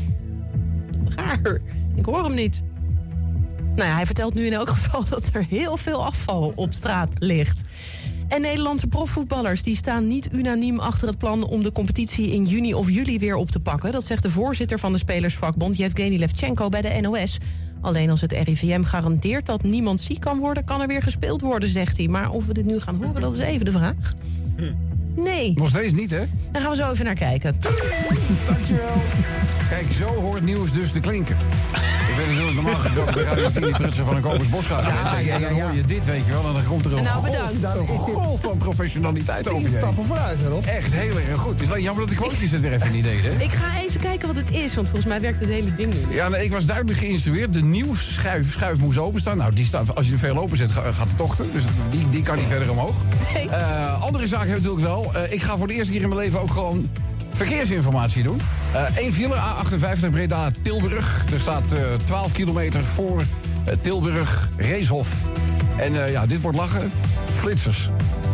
Raar. Ik hoor hem niet. Nou ja, hij vertelt nu in elk geval dat er heel veel afval op straat ligt. En Nederlandse profvoetballers die staan niet unaniem achter het plan om de competitie in juni of juli weer op te pakken. Dat zegt de voorzitter van de spelersvakbond, Yevgeny Levchenko, bij de NOS. Alleen als het RIVM garandeert dat niemand ziek kan worden, kan er weer gespeeld worden, zegt hij. Maar of we dit nu gaan horen, dat is even de vraag. Nee. Nog steeds niet, hè? Daar gaan we zo even naar kijken. Dankjewel. Kijk, zo hoort nieuws dus te klinken. Ik weet natuurlijk normaal gesproken bij Radio 10 die prutsen van een Kobus Bosgaard. Ja. Dan hoor je dit, weet je wel. En dan komt er een golf van professionaliteit over je heen. 10 stappen vooruit, Rob. Echt heel erg goed. Het is alleen jammer dat de quotejes het weer even niet deden. Ik ga even kijken wat het is, want volgens mij werkt het hele ding nu. Ja, nee, ik was duidelijk geïnstrueerd. De nieuwsschuif moest openstaan. Nou, die staat, als je er veel openzet, gaat de tochten. Dus die kan niet verder omhoog. Nee. Andere zaken heb ik natuurlijk wel. Ik ga voor de eerste keer in mijn leven ook gewoon verkeersinformatie doen. 1 file, A58 Breda-Tilburg. Er staat 12 kilometer voor Tilburg, Reeshof. En dit wordt lachen. Flitsers.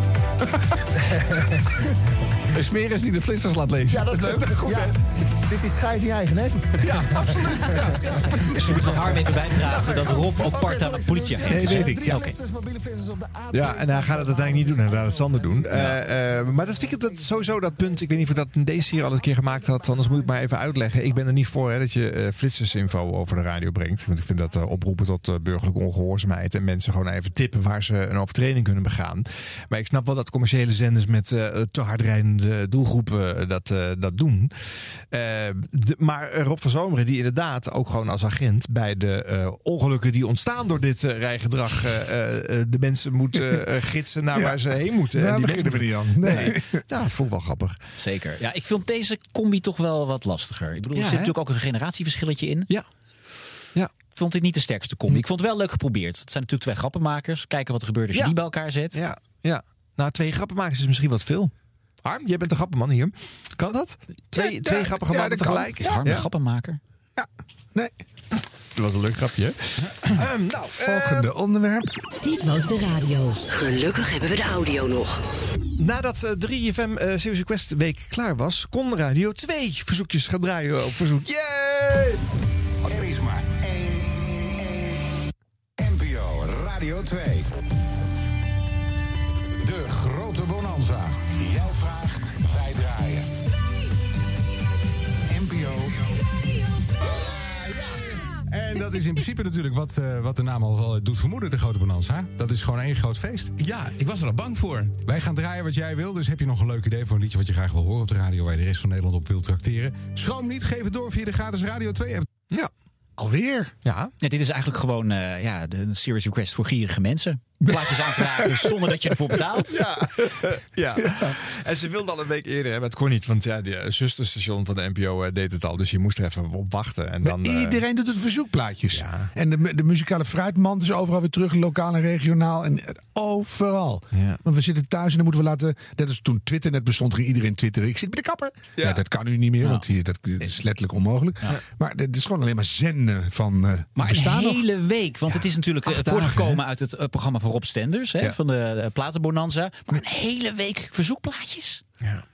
Een smeris die de flitsers laat lezen. Ja, dat is leuk. Goed, ja. Dit is schijt in je eigen nest. Ja, absoluut. Ja. Misschien moeten we Harm even bijpraten dat Rob ook part-time politieagent is. Nee, weet ik. Ja, en hij gaat het uiteindelijk niet doen. Hij gaat het Sander doen. Maar dat vind ik sowieso dat punt. Ik weet niet of dat in deze serie al een keer gemaakt had. Anders moet ik maar even uitleggen. Ik ben er niet voor dat je flitsersinfo over de radio brengt. Want ik vind dat oproepen tot burgerlijke ongehoorzaamheid. En mensen gewoon even tippen waar ze een overtreding kunnen begaan. Maar ik snap wel dat commerciële zenders met te hard rijdende doelgroepen dat doen. Maar Rob van Zomeren, die inderdaad ook gewoon als agent bij de ongelukken die ontstaan door dit rijgedrag de mensen moet gidsen naar waar ze heen moeten. Daar en die beginnen we niet aan. Nee. Ja, vond ik wel grappig. Zeker. Ja, ik vind deze combi toch wel wat lastiger. Ik bedoel, er zit natuurlijk ook een generatieverschilletje in. Ja. Ik vond dit niet de sterkste combi. Ik vond het wel leuk geprobeerd. Het zijn natuurlijk 2 grappenmakers. Kijken wat er gebeurt als je die bij elkaar zet. Ja. Nou, 2 grappenmakers is misschien wat veel. Harm, jij bent de grappenman hier. Kan dat? Twee grappige mannen tegelijk? Is Harm een grappenmaker? Ja. Nee. Dat was een leuk grapje. Volgende onderwerp. Dit was de radio. Gelukkig hebben we de audio nog. Nadat 3FM Serious Request week klaar was, kon Radio 2 verzoekjes gaan draaien op verzoek. Yay! Er is maar één. NPO Radio 2. De grote bonanza. Jij vraagt, wij draaien. NPO. En dat is in principe natuurlijk wat de naam al doet vermoeden, de grote bonanza. Dat is gewoon 1 groot feest. Ja, ik was er al bang voor. Wij gaan draaien wat jij wil, dus heb je nog een leuk idee voor een liedje wat je graag wil horen op de radio, waar je de rest van Nederland op wilt trakteren? Schroom niet, geef het door via de gratis Radio 2 app. Ja. Alweer? Ja. Dit is eigenlijk gewoon de Serious Request voor gierige mensen. Plaatjes aanvragen zonder dat je ervoor betaalt. Ja. En ze wilde al een week eerder, maar het kon niet. Want de zusterstation van de NPO deed het al. Dus je moest er even op wachten. En dan, iedereen doet het verzoekplaatjes. Ja. En de muzikale fruitmand is overal weer terug. Lokaal en regionaal. En overal. Ja. Want we zitten thuis en dan moeten we laten... Net als toen Twitter net bestond, ging iedereen twitteren. Ik zit bij de kapper. Ja. Dat kan nu niet meer, want dat is letterlijk onmogelijk. Ja. Maar het is gewoon alleen maar zenden van maar een hele week. Want het is natuurlijk voortgekomen uit het programma van Rob Stenders. Van de Platenbonanza. Maar een hele week verzoekplaatjes. Ja.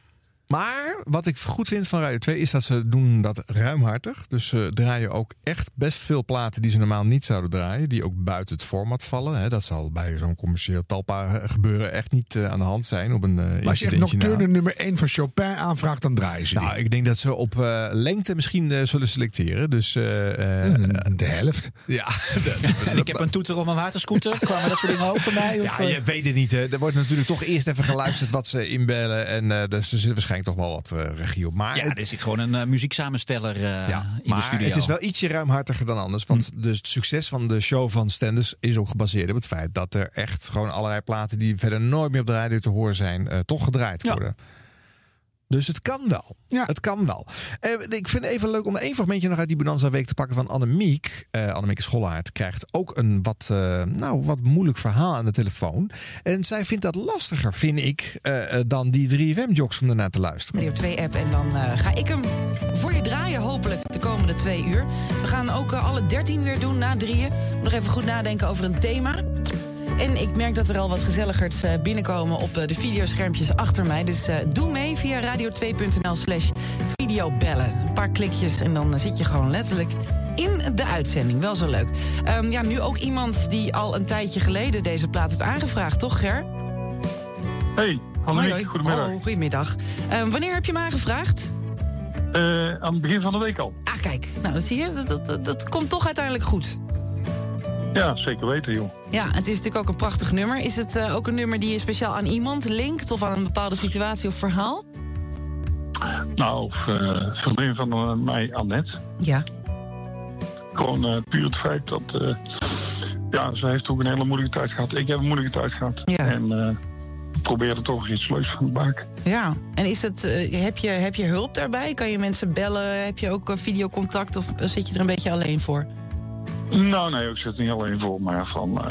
Maar wat ik goed vind van Radio 2 is dat ze doen dat ruimhartig. Dus ze draaien ook echt best veel platen die ze normaal niet zouden draaien. Die ook buiten het format vallen. Hè. Dat zal bij zo'n commercieel Talpa gebeuren echt niet aan de hand zijn. Op een maar als je Nocturne nummer 1 van Chopin aanvraagt, dan draaien ze die. Nou, ik denk dat ze op lengte misschien zullen selecteren. Dus de helft. Ja. En ik heb een toeter op mijn waterscooter. Kwamen dat soort dingen ook voor mij? Ja, je weet het niet. Hè. Er wordt natuurlijk toch eerst even geluisterd wat ze inbellen. En dus er zit waarschijnlijk toch wel wat regie op. Maar er zit gewoon een muzieksamensteller in de studio. Het is wel ietsje ruimhartiger dan anders. Want het succes van de show van Stenders is ook gebaseerd op het feit dat er echt gewoon allerlei platen die verder nooit meer op de radio te horen zijn, toch gedraaid worden. Dus het kan wel. Ja. Het kan wel. Ik vind het even leuk om één fragmentje nog uit die Bonanza Week te pakken van Annemiek. Annemieke Schollaert krijgt ook een wat moeilijk verhaal aan de telefoon. En zij vindt dat lastiger, vind ik, dan die 3FM-jocks om daarnaar te luisteren. Radio 2-app en dan ga ik hem voor je draaien hopelijk de komende 2 uur. We gaan ook alle 13 weer doen na 3. Nog even goed nadenken over een thema. En ik merk dat er al wat gezelligers binnenkomen op de videoschermpjes achter mij. Dus doe mee via radio2.nl/videobellen. Een paar klikjes en dan zit je gewoon letterlijk in de uitzending. Wel zo leuk. Nu ook iemand die al een tijdje geleden deze plaat heeft aangevraagd, toch Ger? Hey, hoi. Goedemiddag. Oh, goedemiddag. Wanneer heb je hem aangevraagd? Aan het begin van de week al. Ah, kijk. Nou, dat zie je. Dat komt toch uiteindelijk goed. Ja, zeker weten, joh. Ja, het is natuurlijk ook een prachtig nummer. Is het ook een nummer die je speciaal aan iemand linkt of aan een bepaalde situatie of verhaal? Nou, vriendin van mij, Annette. Ja. Gewoon puur het feit dat... ze heeft ook een hele moeilijke tijd gehad. Ik heb een moeilijke tijd gehad. Ja. En probeer er toch iets leuks van te maken. Ja, en is het, heb je hulp daarbij? Kan je mensen bellen? Heb je ook videocontact of zit je er een beetje alleen voor? Nou, nee, ik zit er niet alleen voor, maar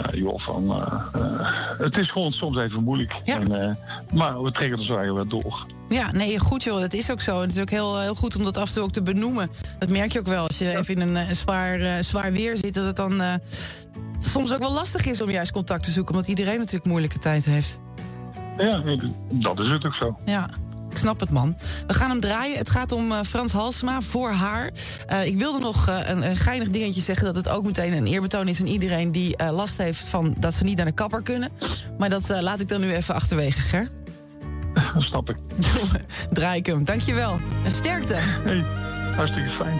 het is gewoon soms even moeilijk. Ja. Maar we trekken er zo eigenlijk wel door. Ja, nee, goed joh, dat is ook zo. Het is ook heel goed om dat af en toe ook te benoemen. Dat merk je ook wel als je even in een zwaar weer zit, dat het dan soms ook wel lastig is om juist contact te zoeken, omdat iedereen natuurlijk moeilijke tijd heeft. Ja, dat is het ook zo. Ja. Ik snap het, man. We gaan hem draaien. Het gaat om Frans Halsema, Voor haar. Ik wilde nog een geinig dingetje zeggen, dat het ook meteen een eerbetoon is aan iedereen die last heeft van dat ze niet naar de kapper kunnen. Maar dat laat ik dan nu even achterwege, Ger. Dat snap ik. Draai ik hem. Dankjewel. En sterkte. Hey, hartstikke fijn.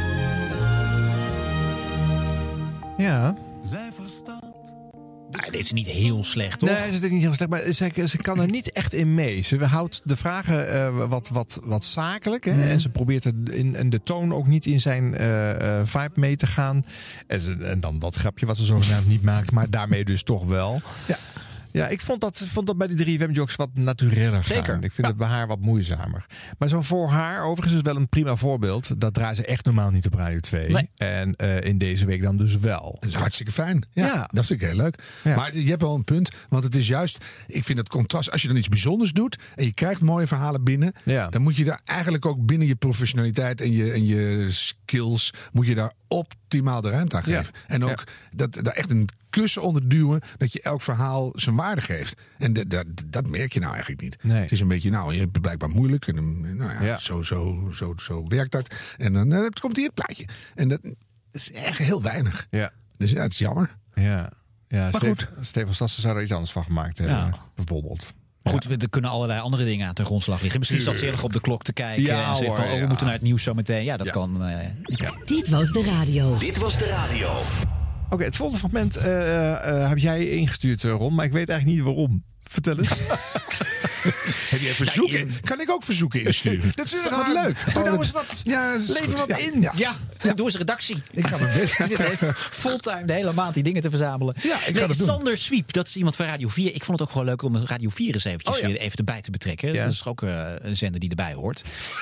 Ja. Zij verstaat. Dit is niet heel slecht, toch? Nee, ze is niet heel slecht, maar ze kan er niet echt in mee. Ze houdt de vragen wat zakelijk. Hè? En ze probeert in de toon ook niet in zijn vibe mee te gaan. En dan dat grapje wat ze zogenaamd niet maakt, maar daarmee dus toch wel. Ja, ik vond dat bij die 3FM-jocks wat natureller gaan. Zeker. Ik vind het bij haar wat moeizamer. Maar zo Voor haar, overigens is wel een prima voorbeeld. Dat draaien ze echt normaal niet op Radio 2. Nee. En in deze week dan dus wel. Dat is hartstikke fijn. Ja. Dat vind ik heel leuk. Ja. Maar je hebt wel een punt. Want het is juist, ik vind het contrast. Als je dan iets bijzonders doet en je krijgt mooie verhalen binnen. Ja. Dan moet je daar eigenlijk ook binnen je professionaliteit en je skills, moet je daar optimaal de ruimte aan geven. Ja. En ook daar echt een kussen onder duwen, dat je elk verhaal zijn waarde geeft. En dat merk je nou eigenlijk niet. Nee. Het is een beetje, je hebt het blijkbaar moeilijk. En zo werkt dat. En dan komt hier het plaatje. En dat is echt heel weinig. Ja. Dus het is jammer. Ja, Stefan Stassen zou er iets anders van gemaakt hebben. Bijvoorbeeld. Maar goed, er kunnen allerlei andere dingen aan ten grondslag liggen. Misschien zat ze erg op de klok te kijken en zeggen van, we moeten naar het nieuws zo meteen. Ja, dat kan. Dit was de radio. Oké, het volgende fragment heb jij ingestuurd, Ron. Maar ik weet eigenlijk niet waarom. Vertel eens. Heb jij verzoeken? Kan ik ook verzoeken insturen? Dat is toch wat leuk. Doe nou eens wat. Lever wat in. Ja, doe eens redactie. Ik ga mijn best. Dit heeft fulltime de hele maand die dingen te verzamelen. Ja, ik ga dat doen. Sander Swiep, dat is iemand van Radio 4. Ik vond het ook gewoon leuk om Radio 4 eens eventjes weer even erbij te betrekken. Ja. Dat is ook een zender die erbij hoort.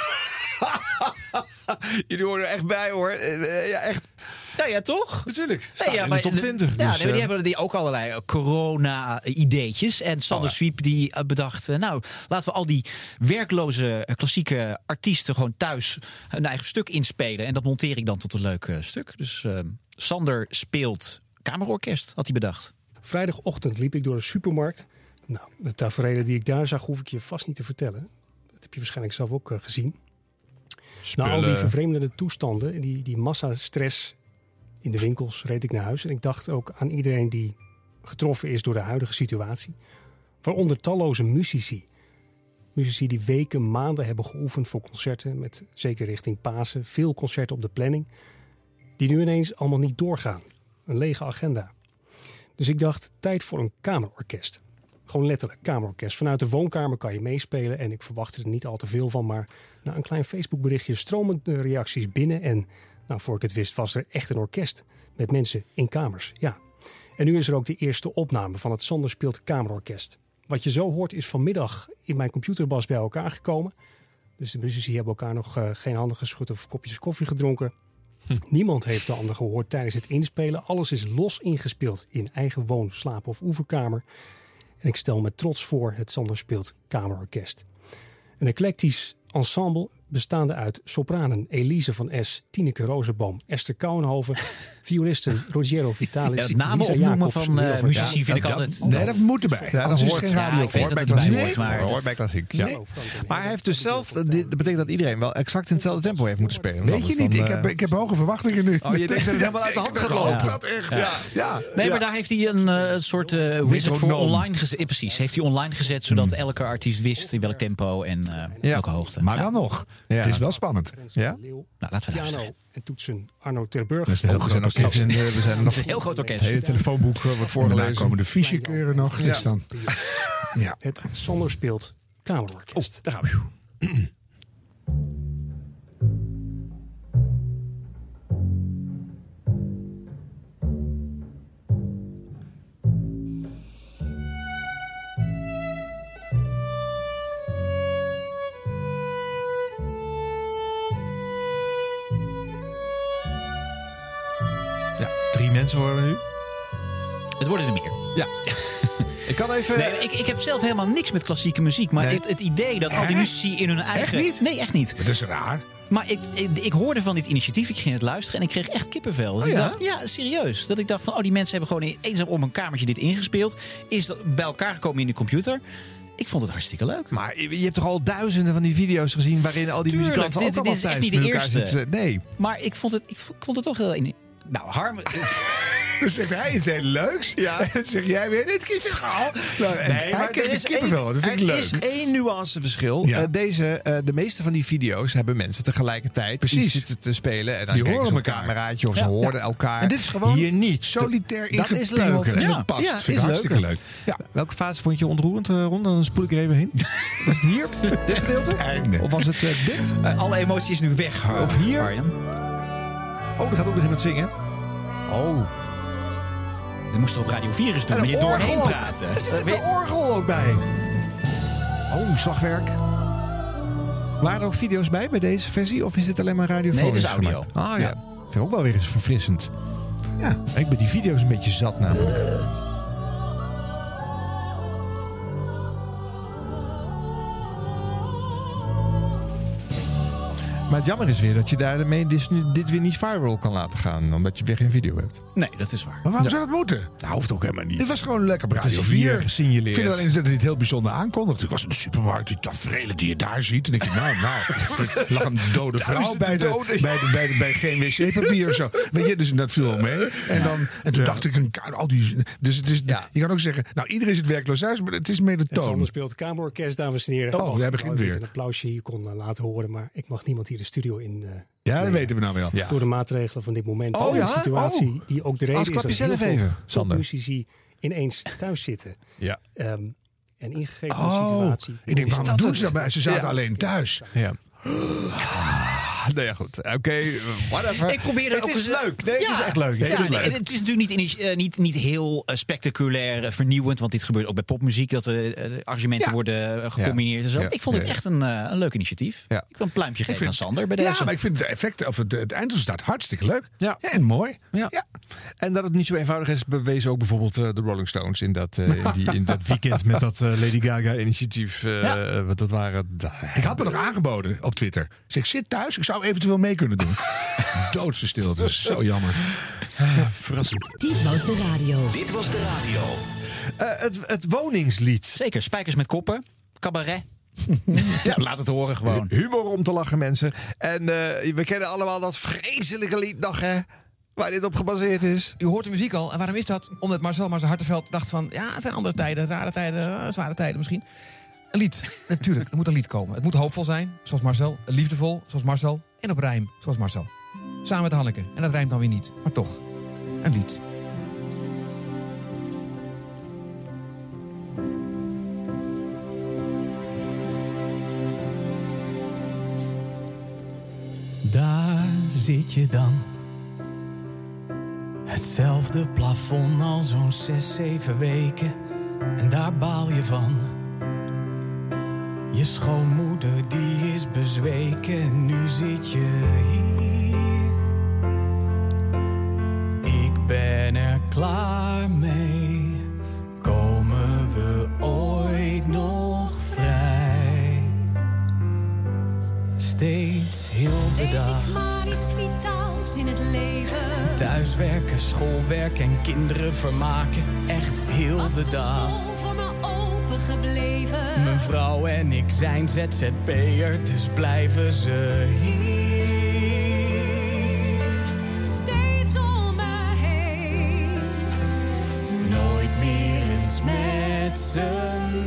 Jullie horen er echt bij, hoor. Ja, echt. Nou ja, toch? Natuurlijk. In de top 20. Dus, die hebben die ook allerlei corona-ideetjes. En Sander Swiep die bedacht, laten we al die werkloze klassieke artiesten gewoon thuis hun eigen stuk inspelen. En dat monteer ik dan tot een leuk stuk. Dus Sander speelt kamerorkest, had hij bedacht. Vrijdagochtend liep ik door een supermarkt. Nou, de taferelen die ik daar zag, hoef ik je vast niet te vertellen. heb je waarschijnlijk zelf ook gezien. Na al die vervreemdende toestanden, die massastress in de winkels, reed ik naar huis. En ik dacht ook aan iedereen die getroffen is door de huidige situatie. Waaronder talloze muzici. Muzici die weken, maanden hebben geoefend voor concerten, met zeker richting Pasen, veel concerten op de planning, die nu ineens allemaal niet doorgaan. Een lege agenda. Dus ik dacht, tijd voor een kamerorkest. Gewoon letterlijk, kamerorkest. Vanuit de woonkamer kan je meespelen en ik verwachtte er niet al te veel van, maar na een klein Facebookberichtje stromen de reacties binnen en voor ik het wist was er echt een orkest met mensen in kamers. Ja. En nu is er ook de eerste opname van het Sander Speelt Kamerorkest. Wat je zo hoort is vanmiddag in mijn computerbas bij elkaar gekomen. Dus de muzici hebben elkaar nog geen handen geschud of kopjes koffie gedronken. Niemand heeft de ander gehoord tijdens het inspelen. Alles is los ingespeeld in eigen woon-, slaap- of oefenkamer. En ik stel me trots voor het Sander Speelt Kamerorkest. Een eclectisch ensemble bestaande uit sopranen Elise van S, Tineke Rozenboom, Esther Kouwenhoven, violisten Rogero Vitalis. Ja, het namen opnoemen van muzici vind ik altijd... Nee, dat moet erbij. Ja, dat hoort geen radio voor. Dat het erbij hoort, maar hoort bij klassiek. Ja. Nee. Maar hij heeft dus zelf... Dat betekent dat iedereen wel exact in hetzelfde tempo heeft moeten spelen. Weet je niet, ik heb hoge verwachtingen nu. Oh, je denkt dat het helemaal uit de hand gaat lopen. Dat echt, ja. Nee, maar daar heeft hij een soort wizard voor online gezet. Precies, heeft hij online gezet, zodat elke artiest wist in welk tempo en welke hoogte. Maar dan nog. Het is wel spannend. Ja? Nou, laten we luisteren. En toetsen Arno Terburg. Dat is een heel groot orkest. We zijn nog een heel groot orkest. Het hele telefoonboek wordt voorgelezen. En komen de fysiekeuren nog. Ja. Dan. Ja. Het Sander Speelt Kamerorkest. Daar gaan we. Mensen horen we nu. Het worden er meer. Ja. Ik kan even... Nee, ik heb zelf helemaal niks met klassieke muziek. Maar het idee dat al die muzici in hun eigen... Echt niet? Nee, echt niet. Maar dat is raar. Maar ik hoorde van dit initiatief, ik ging het luisteren en ik kreeg echt kippenvel. Oh, ik dacht, serieus. Dat ik dacht van, die mensen hebben gewoon eenzaam op een kamertje dit ingespeeld. Is dat bij elkaar gekomen in de computer. Ik vond het hartstikke leuk. Maar je hebt toch al duizenden van die video's gezien waarin al die muzikanten ook allemaal dit is echt thuis niet de met elkaar eerste. zitten. Nee. Maar ik vond het toch heel... Nou, Harm... Dan zegt hij iets heel leuks. Ja. En dan zeg jij weer, dit kies ik al. Nou, nee, maar er is één nuanceverschil. Ja. De meeste van die video's hebben mensen tegelijkertijd iets zitten te spelen. En dan die horen horen elkaar. Een cameraatje of ze horen elkaar. En dit is gewoon hier niet. Solitair dat is leuk. En ja. dat past. Ja, vind ik hartstikke leuk. Ja. Welke fase vond je ontroerend, Ron? Dan spoel ik er even heen. Was het hier? Dit gedeelte? Einde. Of was het dit? Alle emotie is nu weg. Of hier? Arjan. Oh, er gaat ook nog iemand zingen. Oh. Dat moest er op Radio 4 eens doen, maar je doorheen praten. Er zit een orgel ook bij. Oh, slagwerk. Waren er ook video's bij deze versie? Of is dit alleen maar radiofonisch? Nee, het is audio. Ah ja. Vind ik ook wel weer eens verfrissend. Ja. Ik ben die video's een beetje zat namelijk. Maar het jammer is weer dat je daarmee dit weer niet viral kan laten gaan. Omdat je weer geen video hebt. Nee, dat is waar. Maar waarom zou dat moeten? Dat hoeft ook helemaal niet. Dit was gewoon lekker op Radio 4 gesignaleerd. Ik vind alleen dat het niet heel bijzonder aankondigt. Ik was in de supermarkt, die tafereelen die je daar ziet. En ik dacht, er lag een dode vrouw bij geen wc-papier of zo. Weet je, dus dat viel wel mee. En toen dacht ik, dus het is, je kan ook zeggen, iedereen zit werkloos thuis, maar het is meer de toon. Sander Speelt Kamerorkest, dames en heren. Oh, jij begint weer. Ik een applausje hier kon laten horen, maar ik mag niemand hier de studio in. Dat weten we nou wel. Door de maatregelen van dit moment. De situatie die ook de reden is dat heel veel muzici ineens thuis zitten. Ja. En ingegeven situatie. Ik denk, waarom doen ze daarbij? Ze zaten alleen thuis. Ja. Nou ja, goed. Oké, whatever. Ik probeerde het is leuk. Nee, het is echt leuk. Het is natuurlijk niet heel spectaculair vernieuwend. Want dit gebeurt ook bij popmuziek. Dat de argumenten worden gecombineerd en zo. Ik vond het echt een leuk initiatief. Ja. Ik wil een pluimpje geven aan Sander bij deze. Ja, maar ik vind het effect of het eindresultaat hartstikke leuk. Ja. En mooi. Ja. En dat het niet zo eenvoudig is, bewezen ook bijvoorbeeld de Rolling Stones in dat weekend met dat Lady Gaga initiatief. Wat dat waren. Ik had me nog aangeboden op Twitter. Dus ik zit thuis, ik zou eventueel mee kunnen doen. Doodse stilte, zo jammer. Verrassend. Dit was de radio. Dit was de radio. Het woningslied. Zeker, Spijkers met Koppen, Cabaret. Ja, laat het horen gewoon. Humor om te lachen, mensen. En we kennen allemaal dat vreselijke lied nog, hè? Waar dit op gebaseerd is. U hoort de muziek al. En waarom is dat? Omdat Marcel Hartenveld dacht van... ja, het zijn andere tijden, rare tijden, zware tijden misschien. Een lied. Natuurlijk, er moet een lied komen. Het moet hoopvol zijn, zoals Marcel. Liefdevol, zoals Marcel. En op rijm, zoals Marcel. Samen met Hanneke. En dat rijmt dan weer niet. Maar toch, een lied. Daar zit je dan. Hetzelfde plafond al zo'n 6, 7 weken. En daar baal je van. Je schoonmoeder die is bezweken. En nu zit je hier. Ik ben er klaar mee. Komen we ooit nog vrij? Steeds heel de dag. Deed ik maar iets vitaals in het leven. Thuiswerken, schoolwerk en kinderen vermaken. Echt heel Was de dag. school voor me open gebleven. Mijn vrouw en ik zijn ZZP'er, dus blijven ze hier. Steeds om me heen. Nooit meer eens met z'n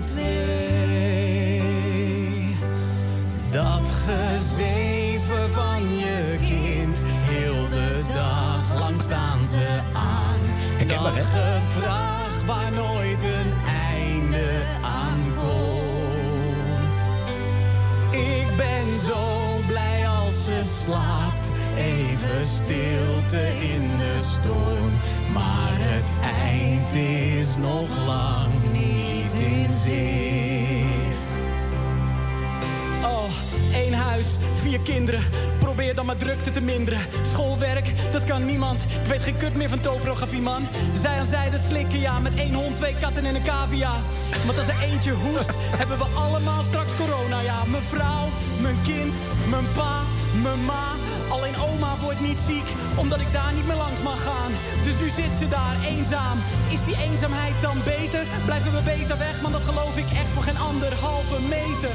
twee. Dat gezeven van je kind, heel de dag lang staan ze aan. Dat gevraag waar nooit een einde aan komt. Ik ben zo blij als ze slaapt, even stilte in de storm. Maar het eind is nog lang niet in zicht. Oh, 1 huis, 4 kinderen. Probeer dan maar drukte te minderen. Schoolwerk, dat kan niemand. Ik weet geen kut meer van topografie, man. Zij aan zij dat slikken, ja. Met 1 hond, 2 katten en een cavia. Want als er eentje hoest, hebben we allemaal straks corona, ja. Mijn vrouw, mijn kind, mijn pa, mijn ma. Alleen oma wordt niet ziek, omdat ik daar niet meer langs mag gaan. Dus nu zit ze daar, eenzaam. Is die eenzaamheid dan beter? Blijven we beter weg, man, dat geloof ik echt voor geen 1,5 meter.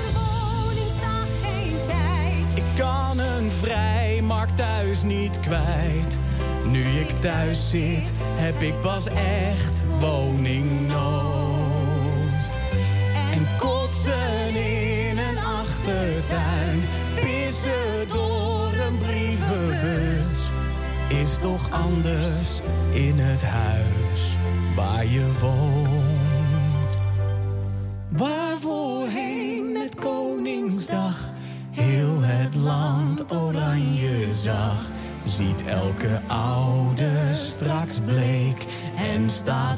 Ik kan een vrijmarkt thuis niet kwijt. Nu ik thuis zit, heb ik pas echt woningnood. En kotsen in een achtertuin, pissen door een brievenbus, is toch anders in het huis waar je woont. Waarvoor heen met Koningsdag? Heel het land oranje zag, ziet elke oude straks bleek en staat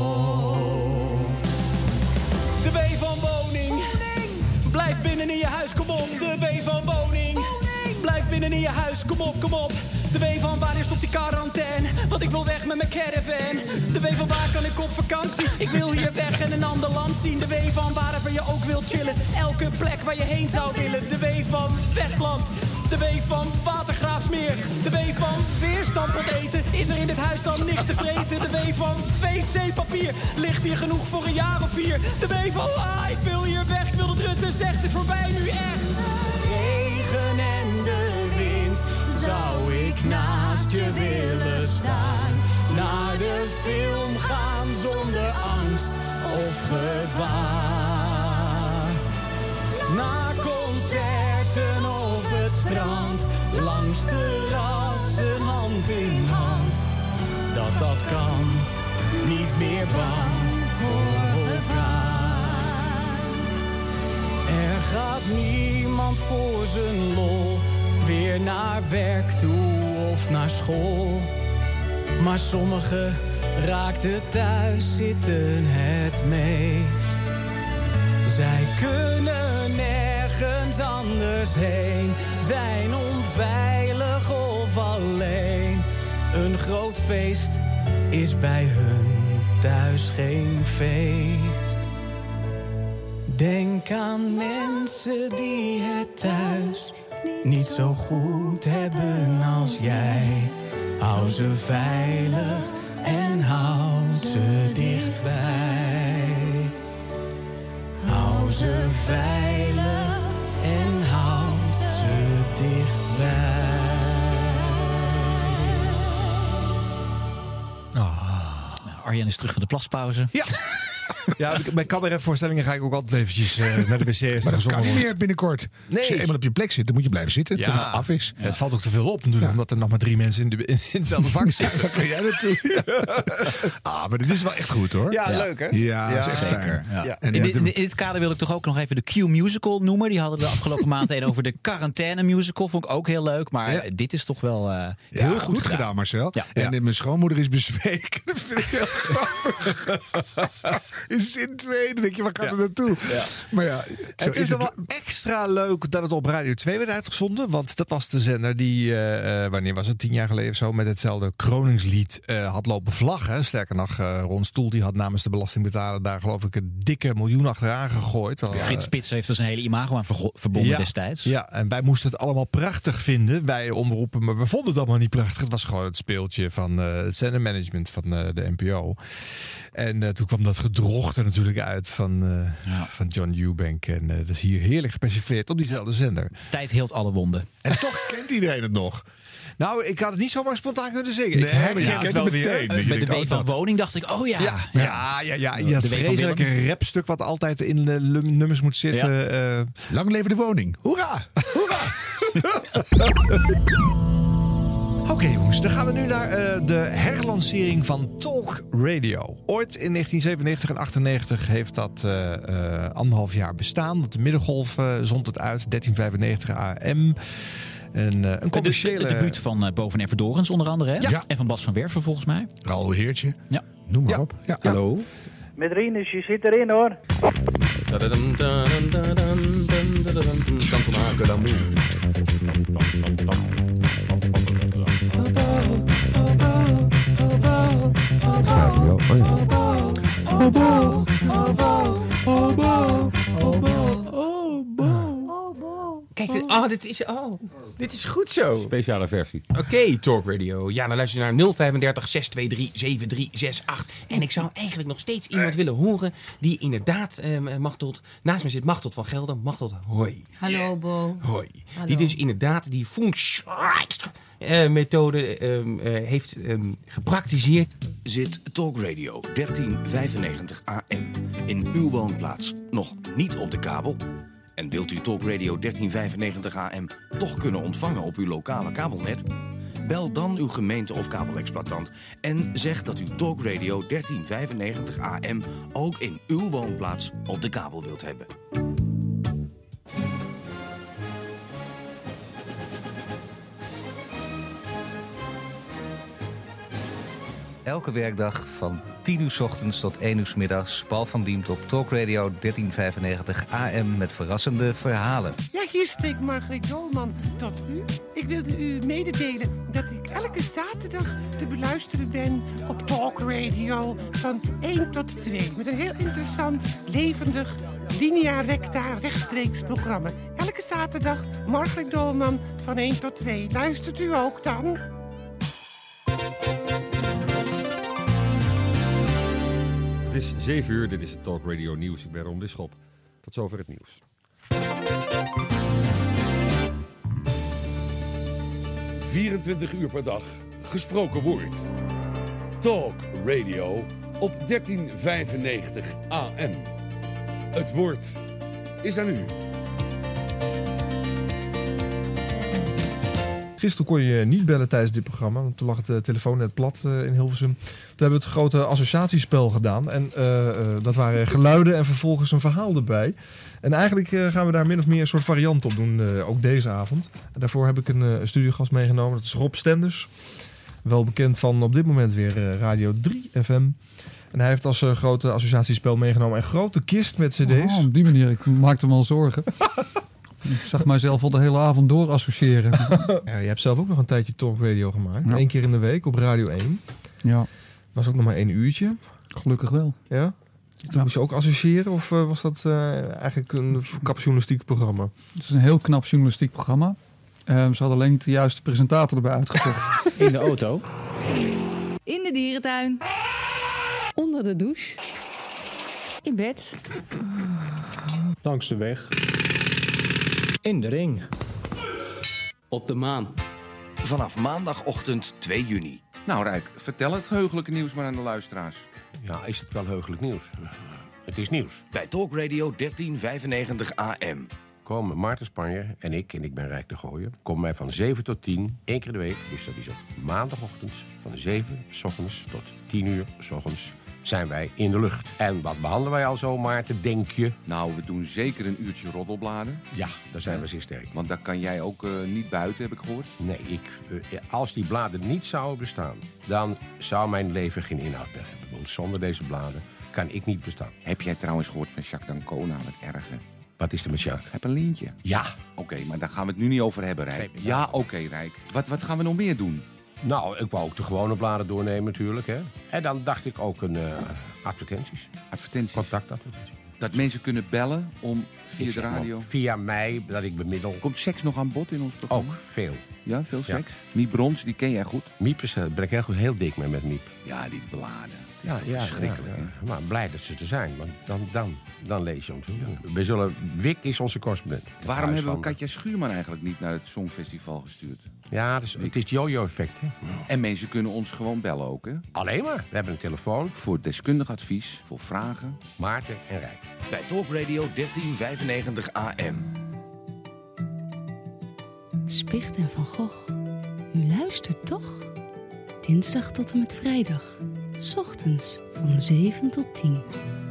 rood. De W van woning, blijf binnen in je huis, kom op. De W van woning, blijf binnen in je huis, kom op, kom op. De W van waar is op die quarantaine, want ik wil weg met mijn caravan. De W van waar kan ik op vakantie, ik wil hier weg en een ander land zien. De W van waarover je ook wilt chillen, elke plek waar je heen zou willen. De W van Westland, de W van Watergraafsmeer. De W van weerstampot eten, is er in dit huis dan niks te vreten. De W van wc-papier, ligt hier genoeg voor een jaar of 4. De W van, ik wil hier weg, ik wil dat Rutte zegt, het is voorbij nu echt. Regen en de wind, zou ik naast je willen staan. Naar de film gaan zonder angst of gevaar. Naar concerten of het strand, langs terrassen hand in hand. Dat kan, niet meer bang voor elkaar. Er gaat niemand voor zijn lol weer naar werk toe of naar school. Maar sommigen raakten thuis zitten het meest. Zij kunnen nergens anders heen, zijn onveilig of alleen. Een groot feest is bij hun thuis geen feest. Denk aan mensen die het thuis niet zo goed hebben als jij. Hou ze veilig en houd ze dichtbij. Hou ze veilig en houd ze dichtbij. Arjen is terug van de plaspauze. Ja. Ja, bij cabaretvoorstellingen ga ik ook altijd eventjes naar de wc. Maar dat kan niet meer binnenkort. Nee. Als je eenmaal op je plek zit, dan moet je blijven zitten tot het af is. Ja, het valt ook te veel op natuurlijk, omdat er nog maar 3 mensen in hetzelfde vak zitten. Daar kan jij naartoe. Maar dit is wel echt goed hoor. Ja, leuk hè? Ja, dat is echt zeker. fijn. Ja. In dit kader wil ik toch ook nog even de Q-musical noemen. Die hadden we de afgelopen maand een over de quarantaine musical. Vond ik ook heel leuk. Maar dit is toch wel heel goed gedaan, Marcel. Ja. En mijn schoonmoeder is bezweken. Dat vind ik heel grappig. In zin 2, dan denk je, waar gaat het naartoe? Ja. Maar ja, het is nog wel extra leuk dat het op Radio 2 werd uitgezonden. Want dat was de zender die, wanneer was het, 10 jaar geleden of zo, met hetzelfde Kroningslied had lopen vlaggen. Sterker nog, Ron Stoel die had namens de belastingbetaler daar geloof ik een dikke miljoen achteraan gegooid. Frits Spits heeft dus een hele imago aan verbonden destijds. Ja, en wij moesten het allemaal prachtig vinden, wij omroepen. Maar we vonden het allemaal niet prachtig. Het was gewoon het speeltje van het zendermanagement van de NPO. En toen kwam dat gedrocht er natuurlijk uit van John Eubank. En dat is hier heerlijk gepersifleerd op diezelfde zender. Tijd heelt alle wonden. En toch kent iedereen het nog. Nou, ik had het niet zomaar spontaan kunnen zingen. Nee, ik maar het wel weer. Bij de W van Woning dacht ik, Je had een vreselijk rapstuk wat altijd in de nummers moet zitten. Ja. Lang leven de woning. Hoera! Hoera! Oké jongens, dan gaan we nu naar de herlancering van Talk Radio. Ooit in 1997 en 98 heeft dat 1,5 jaar bestaan. De middengolf zond het uit, 1395 AM. Een commerciële... Het debuut van Boven en Verdorens onder andere. Hè? Ja. En van Bas van Werven volgens mij. Raoul Heertje. Ja. Noem maar op. Ja. Hallo. Met Rinus, je zit erin hoor. Kijk, dit is goed zo. Speciale versie. Oké, Talk Radio. Ja, dan luister je naar 035 623 7368. En ik zou eigenlijk nog steeds iemand willen horen die inderdaad, Machteld, naast me zit Machteld van Gelder. Machteld, hoi. Hallo, Bo. Hoi. Hallo. Die dus inderdaad die methode heeft gepraktiseerd. Zit Talk Radio 1395 AM in uw woonplaats nog niet op de kabel? En wilt u Talk Radio 1395 AM toch kunnen ontvangen op uw lokale kabelnet? Bel dan uw gemeente of kabelexploitant en zeg dat u Talk Radio 1395 AM ook in uw woonplaats op de kabel wilt hebben. Elke werkdag van 10 uur 's ochtends tot 1 uur 's middags. Paul van Diemt op Talk Radio 1395 AM met verrassende verhalen. Ja, hier spreekt Margreet Dolman tot u. Ik wilde u mededelen dat ik elke zaterdag te beluisteren ben op Talk Radio van 1 tot 2. Met een heel interessant, levendig, linea recta, rechtstreeks programma. Elke zaterdag Margreet Dolman van 1 tot 2. Luistert u ook dan? Het is 7 uur, dit is het Talk Radio Nieuws. Ik ben Ron Bisschop. Tot zover het nieuws. ...24 uur per dag gesproken woord. Talk Radio op 1395 AM. Het woord is aan u. Gisteren kon je niet bellen tijdens dit programma, want toen lag het telefoonnet plat in Hilversum. Toen hebben we het grote associatiespel gedaan. En dat waren geluiden en vervolgens een verhaal erbij. En eigenlijk gaan we daar min of meer een soort variant op doen, ook deze avond. En daarvoor heb ik een studiogast meegenomen, dat is Rob Stenders. Wel bekend van op dit moment weer Radio 3 FM. En hij heeft als grote associatiespel meegenomen een grote kist met cd's. Oh, op die manier, ik maakte me al zorgen. Ik zag mijzelf al de hele avond door associëren. Ja, je hebt zelf ook nog een tijdje Talk Radio gemaakt. Ja. 1 keer in de week op Radio 1. Ja. Was ook nog maar 1 uurtje. Gelukkig wel. Ja? Toen moest je ook associëren of was dat eigenlijk een knap journalistiek programma? Het is een heel knap journalistiek programma. Ze hadden alleen niet de juiste presentator erbij uitgezocht. In de auto. In de Langs de weg. In de ring. Op de maan. Vanaf maandagochtend 2 juni. Nou Rijk, vertel het heugelijke nieuws maar aan de luisteraars. Ja, is het wel heugelijk nieuws? Het is nieuws. Bij Talk Radio 1395 AM. Komen Maarten Spanjer en ik ben Rijk de Gooier, komen wij van 7 tot 10, 1 keer de week. Dus dat is op maandagochtend van 7 's ochtends tot 10 uur 's ochtends zijn wij in de lucht. En wat behandelen wij al zo, Maarten, denk je? Nou, we doen zeker een uurtje roddelbladen. Ja, daar zijn we zeer sterk. Want daar kan jij ook niet buiten, heb ik gehoord. Nee, als die bladen niet zouden bestaan, dan zou mijn leven geen inhoud meer hebben. Want zonder deze bladen kan ik niet bestaan. Heb jij trouwens gehoord van Jacques d'Ancona, wat erg, hè? Wat is er met Jacques? Heb een lintje. Ja. Oké, maar daar gaan we het nu niet over hebben, Rijk. Ja, oké, Rijk. Wat gaan we nog meer doen? Nou, ik wou ook de gewone bladen doornemen natuurlijk, hè. En dan dacht ik ook een advertenties. Advertenties? Contactadvertenties. Dat mensen kunnen bellen via de radio? Via mij, dat ik bemiddel. Komt seks nog aan bod in ons programma? Ook, veel. Ja, veel seks? Ja. Miep Brons, die ken jij goed? Miep ben ik heel dik mee met Miep. Ja, die bladen. Dat is verschrikkelijk. Ja. Maar blij dat ze er zijn, want dan lees je hem toe. Wik is onze correspondent. Waarom hebben we Katja Schuurman eigenlijk niet naar het Songfestival gestuurd? Ja, dus, het is het yo-yo-effect. Hè? En mensen kunnen ons gewoon bellen ook, hè? Alleen maar. We hebben een telefoon. Voor deskundig advies, voor vragen. Maarten en Rijk. Bij Talk Radio 1395 AM. Spicht en Van Gogh. U luistert toch? Dinsdag tot en met vrijdag. 's Ochtends van 7 tot 10.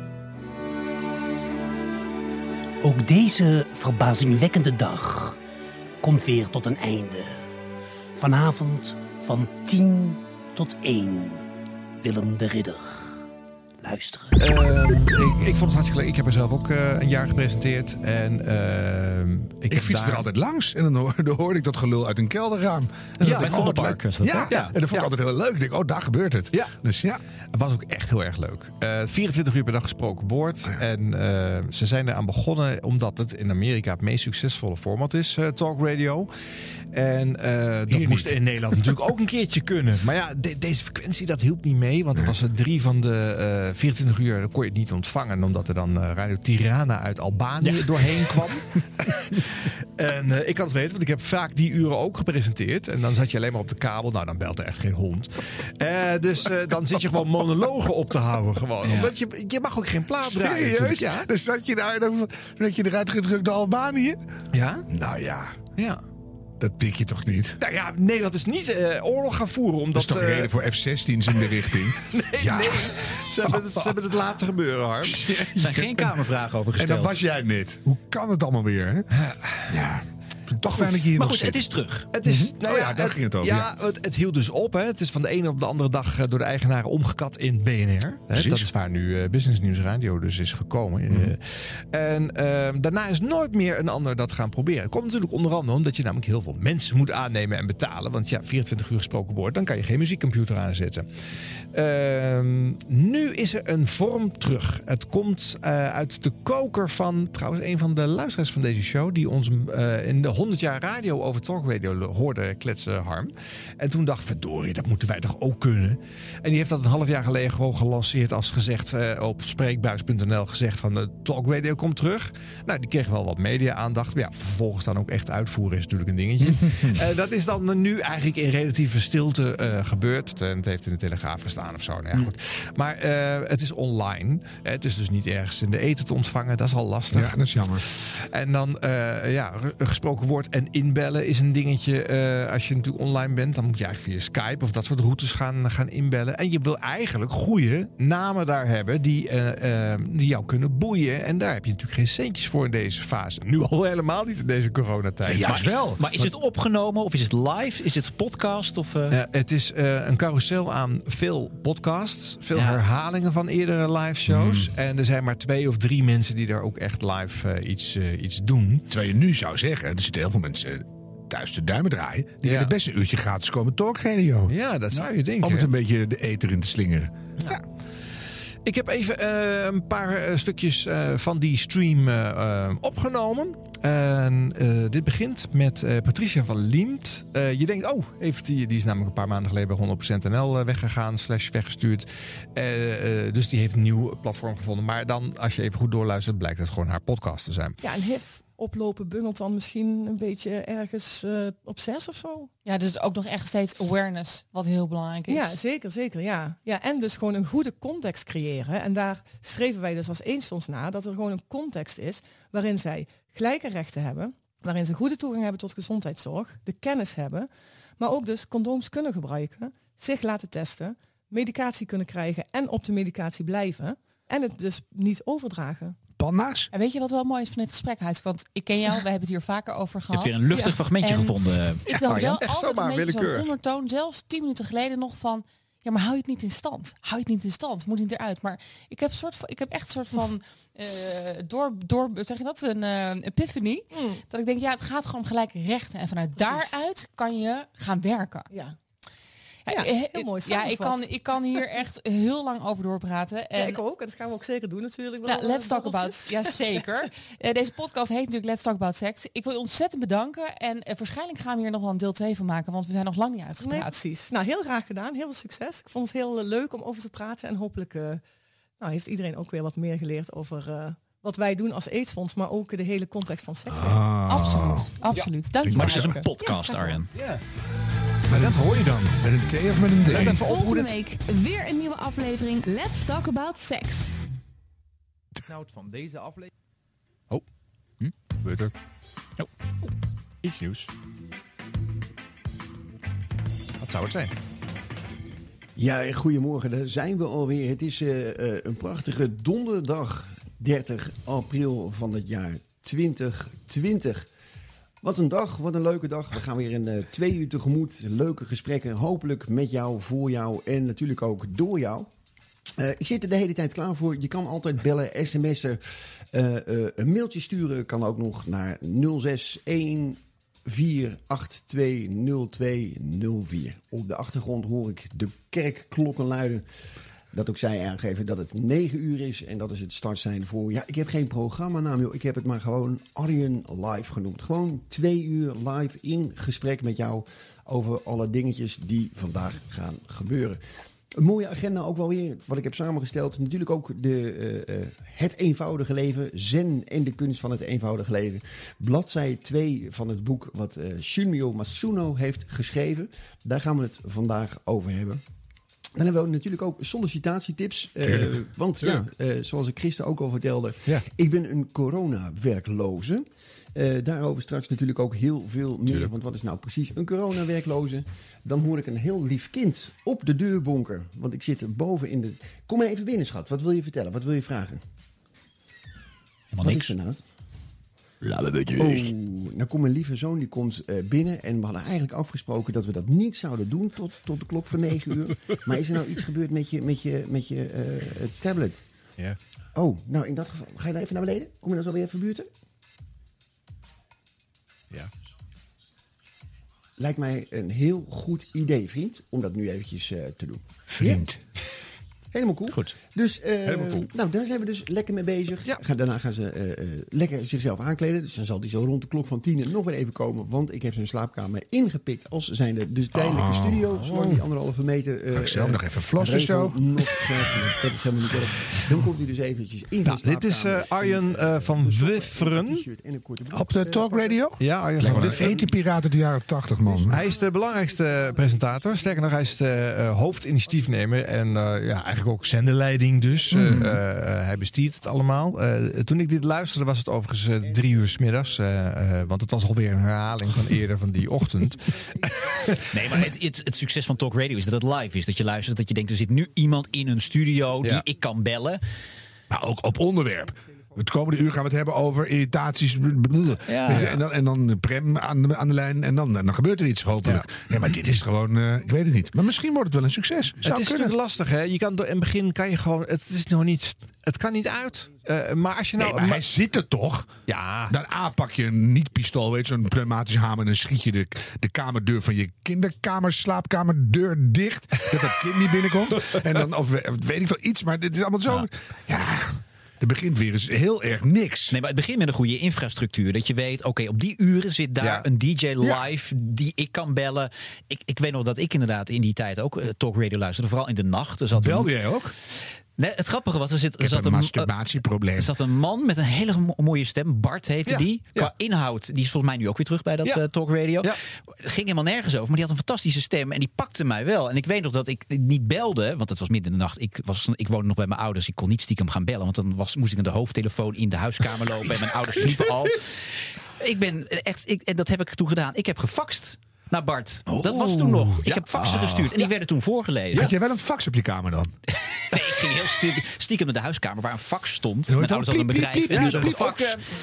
Ook deze verbazingwekkende dag komt weer tot een einde. Vanavond van 10 tot 1. Willem de Ridder. Luisteren. Ik vond het hartstikke leuk. Ik heb er zelf ook een jaar gepresenteerd. En ik fietste er altijd langs. En dan hoorde ik dat gelul uit een kelderraam. En ja, bij Vondelpark was dat. Ja, en dat vond ik altijd heel leuk. Ik denk, daar gebeurt het. Ja. Dus ja. Het was ook echt heel erg leuk. 24 uur per dag gesproken woord. En ze zijn eraan begonnen omdat het in Amerika het meest succesvolle format is. Talk Radio. En dat moest in Nederland natuurlijk ook een keertje kunnen. Maar ja, deze frequentie, dat hielp niet mee. Want er was 3 van de 24 uur, dan kon je het niet ontvangen. Omdat er dan Radio Tirana uit Albanië doorheen kwam. En ik kan het weten, want ik heb vaak die uren ook gepresenteerd. En dan zat je alleen maar op de kabel. Nou, dan belt er echt geen hond. Dus dan zit je gewoon monologen op te houden. Gewoon. Omdat je mag ook geen plaat draaien. Serieus? Ja? Dus zat je daar, dan werd je eruit gedrukt naar Albanië? Ja. Nou ja. Ja. Dat pik je toch niet? Nou ja, Nederland is niet oorlog gaan voeren. Omdat, dat is toch reden voor F-16's in de richting? Nee. Ze hebben het laten gebeuren, Harm. Er zijn geen kamervragen over gesteld. En dat was jij net. Hoe kan het allemaal weer? Hè? Ja. Toch fijn dat je hier maar nog goed, zit. het is terug. Het is, daar ging het over. Ja, het hield dus op. Hè. Het is van de ene op de andere dag door de eigenaren omgekat in BNR. Hè. Dat is waar nu Business News Radio dus is gekomen. En daarna is nooit meer een ander dat gaan proberen. Het komt natuurlijk onder andere omdat je namelijk heel veel mensen moet aannemen en betalen. Want ja, 24 uur gesproken woord, dan kan je geen muziekcomputer aanzetten. Nu is er een vorm terug. Het komt uit de koker van trouwens een van de luisteraars van deze show die ons in de 100 jaar radio over Talk Radio hoorde kletsen, Harm. En toen dacht verdorie, dat moeten wij toch ook kunnen. En die heeft dat een half jaar geleden gewoon gelanceerd als gezegd op spreekbuis.nl gezegd van de Talk Radio komt terug. Nou, die kreeg wel wat media-aandacht. Maar ja, vervolgens dan ook echt uitvoeren is natuurlijk een dingetje. Dat is dan nu eigenlijk in relatieve stilte gebeurd. Het heeft in de Telegraaf gestaan of zo. Nou ja, goed. Maar het is online. Het is dus niet ergens in de ether te ontvangen. Dat is al lastig. Ja, dat is jammer. En dan gesproken woord en inbellen is een dingetje. Als je natuurlijk online bent, dan moet je eigenlijk via Skype of dat soort routes gaan inbellen. En je wil eigenlijk goede namen daar hebben die jou kunnen boeien. En daar heb je natuurlijk geen centjes voor in deze fase. Nu al helemaal niet in deze coronatijd. Ja, juist wel. Maar is het opgenomen of is het live? Is het podcast? Of, het is een carousel aan veel podcasts. Veel herhalingen van eerdere live shows. En er zijn maar 2 of 3 mensen die daar ook echt live iets doen. Terwijl je nu zou zeggen, er zitten heel veel mensen thuis de duimen draaien. Die willen best een uurtje gratis komen Talk Radio. Ja, dat zou je denken. Om het een beetje de ether in te slingeren. Ja. Ik heb even een paar stukjes van die stream opgenomen. En dit begint met Patricia van Liemt. Je denkt, die is namelijk een paar maanden geleden bij 100% NL weggegaan, /weggestuurd. Dus die heeft een nieuw platform gevonden. Maar dan, als je even goed doorluistert, blijkt het gewoon haar podcast te zijn. Ja, en HIV oplopen bungelt dan misschien een beetje ergens op 6 of zo. Ja, dus ook nog echt steeds awareness, wat heel belangrijk is. Ja, zeker, ja. En dus gewoon een goede context creëren. En daar streven wij dus als Eensfonds naar, dat er gewoon een context is waarin zij gelijke rechten hebben, waarin ze goede toegang hebben tot gezondheidszorg, de kennis hebben, maar ook dus condooms kunnen gebruiken, zich laten testen, medicatie kunnen krijgen en op de medicatie blijven en het dus niet overdragen. Panda's? En weet je wat wel mooi is van dit gesprek, Huis? Want ik ken jou, we hebben het hier vaker over gehad. Je hebt weer een luchtig fragmentje gevonden. Ik dacht wel altijd een beetje zo'n ondertoon, zelfs 10 minuten geleden nog van, ja, maar hou je het niet in stand? Hou je het niet in stand? Moet niet eruit. Maar ik heb echt een soort van zeg je dat, een epiphany. Dat ik denk, ja, het gaat gewoon om gelijke rechten. En vanuit daaruit kan je gaan werken. Ja. Ja, heel mooi samengevat. Ik kan hier echt heel lang over doorpraten. En ik ook, en dat gaan we ook zeker doen natuurlijk. Wel, let's talk about, ja zeker. Deze podcast heet natuurlijk Let's Talk About Sex. Ik wil je ontzettend bedanken en waarschijnlijk gaan we hier nog wel een deel 2 van maken, want we zijn nog lang niet uitgepraat. Nee, precies. Nou, heel graag gedaan, heel veel succes. Ik vond het heel leuk om over te praten en hopelijk heeft iedereen ook weer wat meer geleerd over wat wij doen als AIDS-fonds, maar ook de hele context van seks. Absoluut. Ja. Dank je. Maar het is een podcast, Arjen. Ja. Maar dat hoor je dan. Met een T of met een D? Volgende week weer een nieuwe aflevering Let's Talk About Sex. Nou, van deze aflevering. Gebeurt er. Iets nieuws. Wat zou het zijn? Ja, goedemorgen. Daar zijn we alweer. Het is een prachtige donderdag 30 april van het jaar 2020. Wat een dag, wat een leuke dag. We gaan weer een 2 uur tegemoet. Leuke gesprekken, hopelijk met jou, voor jou en natuurlijk ook door jou. Ik zit er de hele tijd klaar voor. Je kan altijd bellen, sms'en, een mailtje sturen. Kan ook nog naar 0614820204. Op de achtergrond hoor ik de kerkklokken luiden. Dat ook zij aangeven dat het 9 uur is. En dat is het startsein voor... Ja, ik heb geen programmanaam, joh. Ik heb het maar gewoon Arjen Live genoemd. Gewoon 2 uur live in gesprek met jou over alle dingetjes die vandaag gaan gebeuren. Een mooie agenda ook wel weer, wat ik heb samengesteld. Natuurlijk ook het eenvoudige leven. Zen en de kunst van het eenvoudige leven. Bladzij 2 van het boek wat Shunmyo Masuno heeft geschreven. Daar gaan we het vandaag over hebben. Dan hebben we natuurlijk ook sollicitatietips. Want zoals ik gisteren ook al vertelde, ik ben een corona-werkloze. Daarover straks natuurlijk ook heel veel meer. Want wat is nou precies een corona-werkloze? Dan hoor ik een heel lief kind op de deurbonker. Want ik zit boven in de... Kom maar even binnen, schat. Wat wil je vertellen? Wat wil je vragen? Helemaal niks. Is er nou? Laat me beetje rust. Nou komt mijn lieve zoon, die komt binnen. En we hadden eigenlijk afgesproken dat we dat niet zouden doen tot de klok van 9 uur. Maar is er nou iets gebeurd met je tablet? Ja. Oh, nou in dat geval, ga je dan even naar beneden? Kom je dan zo weer even buurten? Ja. Lijkt mij een heel goed idee, vriend, om dat nu eventjes te doen. Vriend. Ja? Helemaal cool. Goed. Dus, Helemaal cool. Nou, daar zijn we dus lekker mee bezig. Ja. Daarna gaan ze lekker zichzelf aankleden. Dus dan zal die zo rond de klok van 10 nog weer even komen. Want ik heb zijn slaapkamer ingepikt als zijnde de tijdelijke studio. Zolang die 1,5 meter... Ga ik zelf nog even flossen zo? Dat is helemaal niet erg. Dan komt hij dus eventjes in zijn Dit is Arjen van Wifferen. Op de Talk Radio? Ja, Arjen van Wifferen. Eten-piraat uit de jaren 80, man. Hij is de belangrijkste presentator. Sterker nog, hij is de hoofdinitiatiefnemer. En eigenlijk ook zenderleiding dus. Hij bestiert het allemaal. Toen ik dit luisterde was het overigens 3 uur 's middags. Want het was alweer een herhaling van eerder van die ochtend. Nee, maar het succes van Talk Radio is dat het live is. Dat je luistert, dat je denkt, er zit nu iemand in een studio die ik kan bellen. Maar ook op onderwerp. Het komende uur gaan we het hebben over irritaties. Ja. En dan Prem aan de lijn. En dan gebeurt er iets, hopelijk. Ja. Nee, maar dit is gewoon... ik weet het niet. Maar misschien wordt het wel een succes. Het is natuurlijk lastig, hè? Je kan in het begin kan je gewoon... Het is nog niet... Het kan niet uit. Maar als je nou... Nee, maar hij zit er toch? Ja. Dan pak je een niet-pistool, weet je, zo'n pneumatische hamer... en dan schiet je de kamerdeur van je kinderkamer, slaapkamerdeur dicht... dat kind niet binnenkomt. En dan, of weet ik veel, iets, maar dit is allemaal zo... Ja. Er begint weer eens heel erg niks. Nee, maar het begint met een goede infrastructuur. Dat je weet, oké, op die uren zit daar een DJ live die ik kan bellen. Ik weet nog dat ik inderdaad in die tijd ook talkradio luisterde. Vooral in de nacht. Belde jij ook? Nee, het grappige was, er zat een masturbatieprobleem. Er zat een man met een hele mooie stem. Bart heette die. Qua inhoud, die is volgens mij nu ook weer terug bij dat talkradio. Het ging helemaal nergens over, maar die had een fantastische stem. En die pakte mij wel. En ik weet nog dat ik niet belde, want het was midden in de nacht. Ik woonde nog bij mijn ouders. Ik kon niet stiekem gaan bellen, want dan moest ik naar de hoofdtelefoon in de huiskamer lopen. En mijn ouders sliepen al. En dat heb ik toen gedaan. Ik heb gefaxt naar Bart. Dat was toen nog. Ik heb faxen gestuurd. En die werden toen voorgelezen. Had jij wel een fax op je kamer dan? Nee, ik ging heel stiekem naar de huiskamer waar een fax stond. Mijn ouders hadden een bedrijf. En dus fax.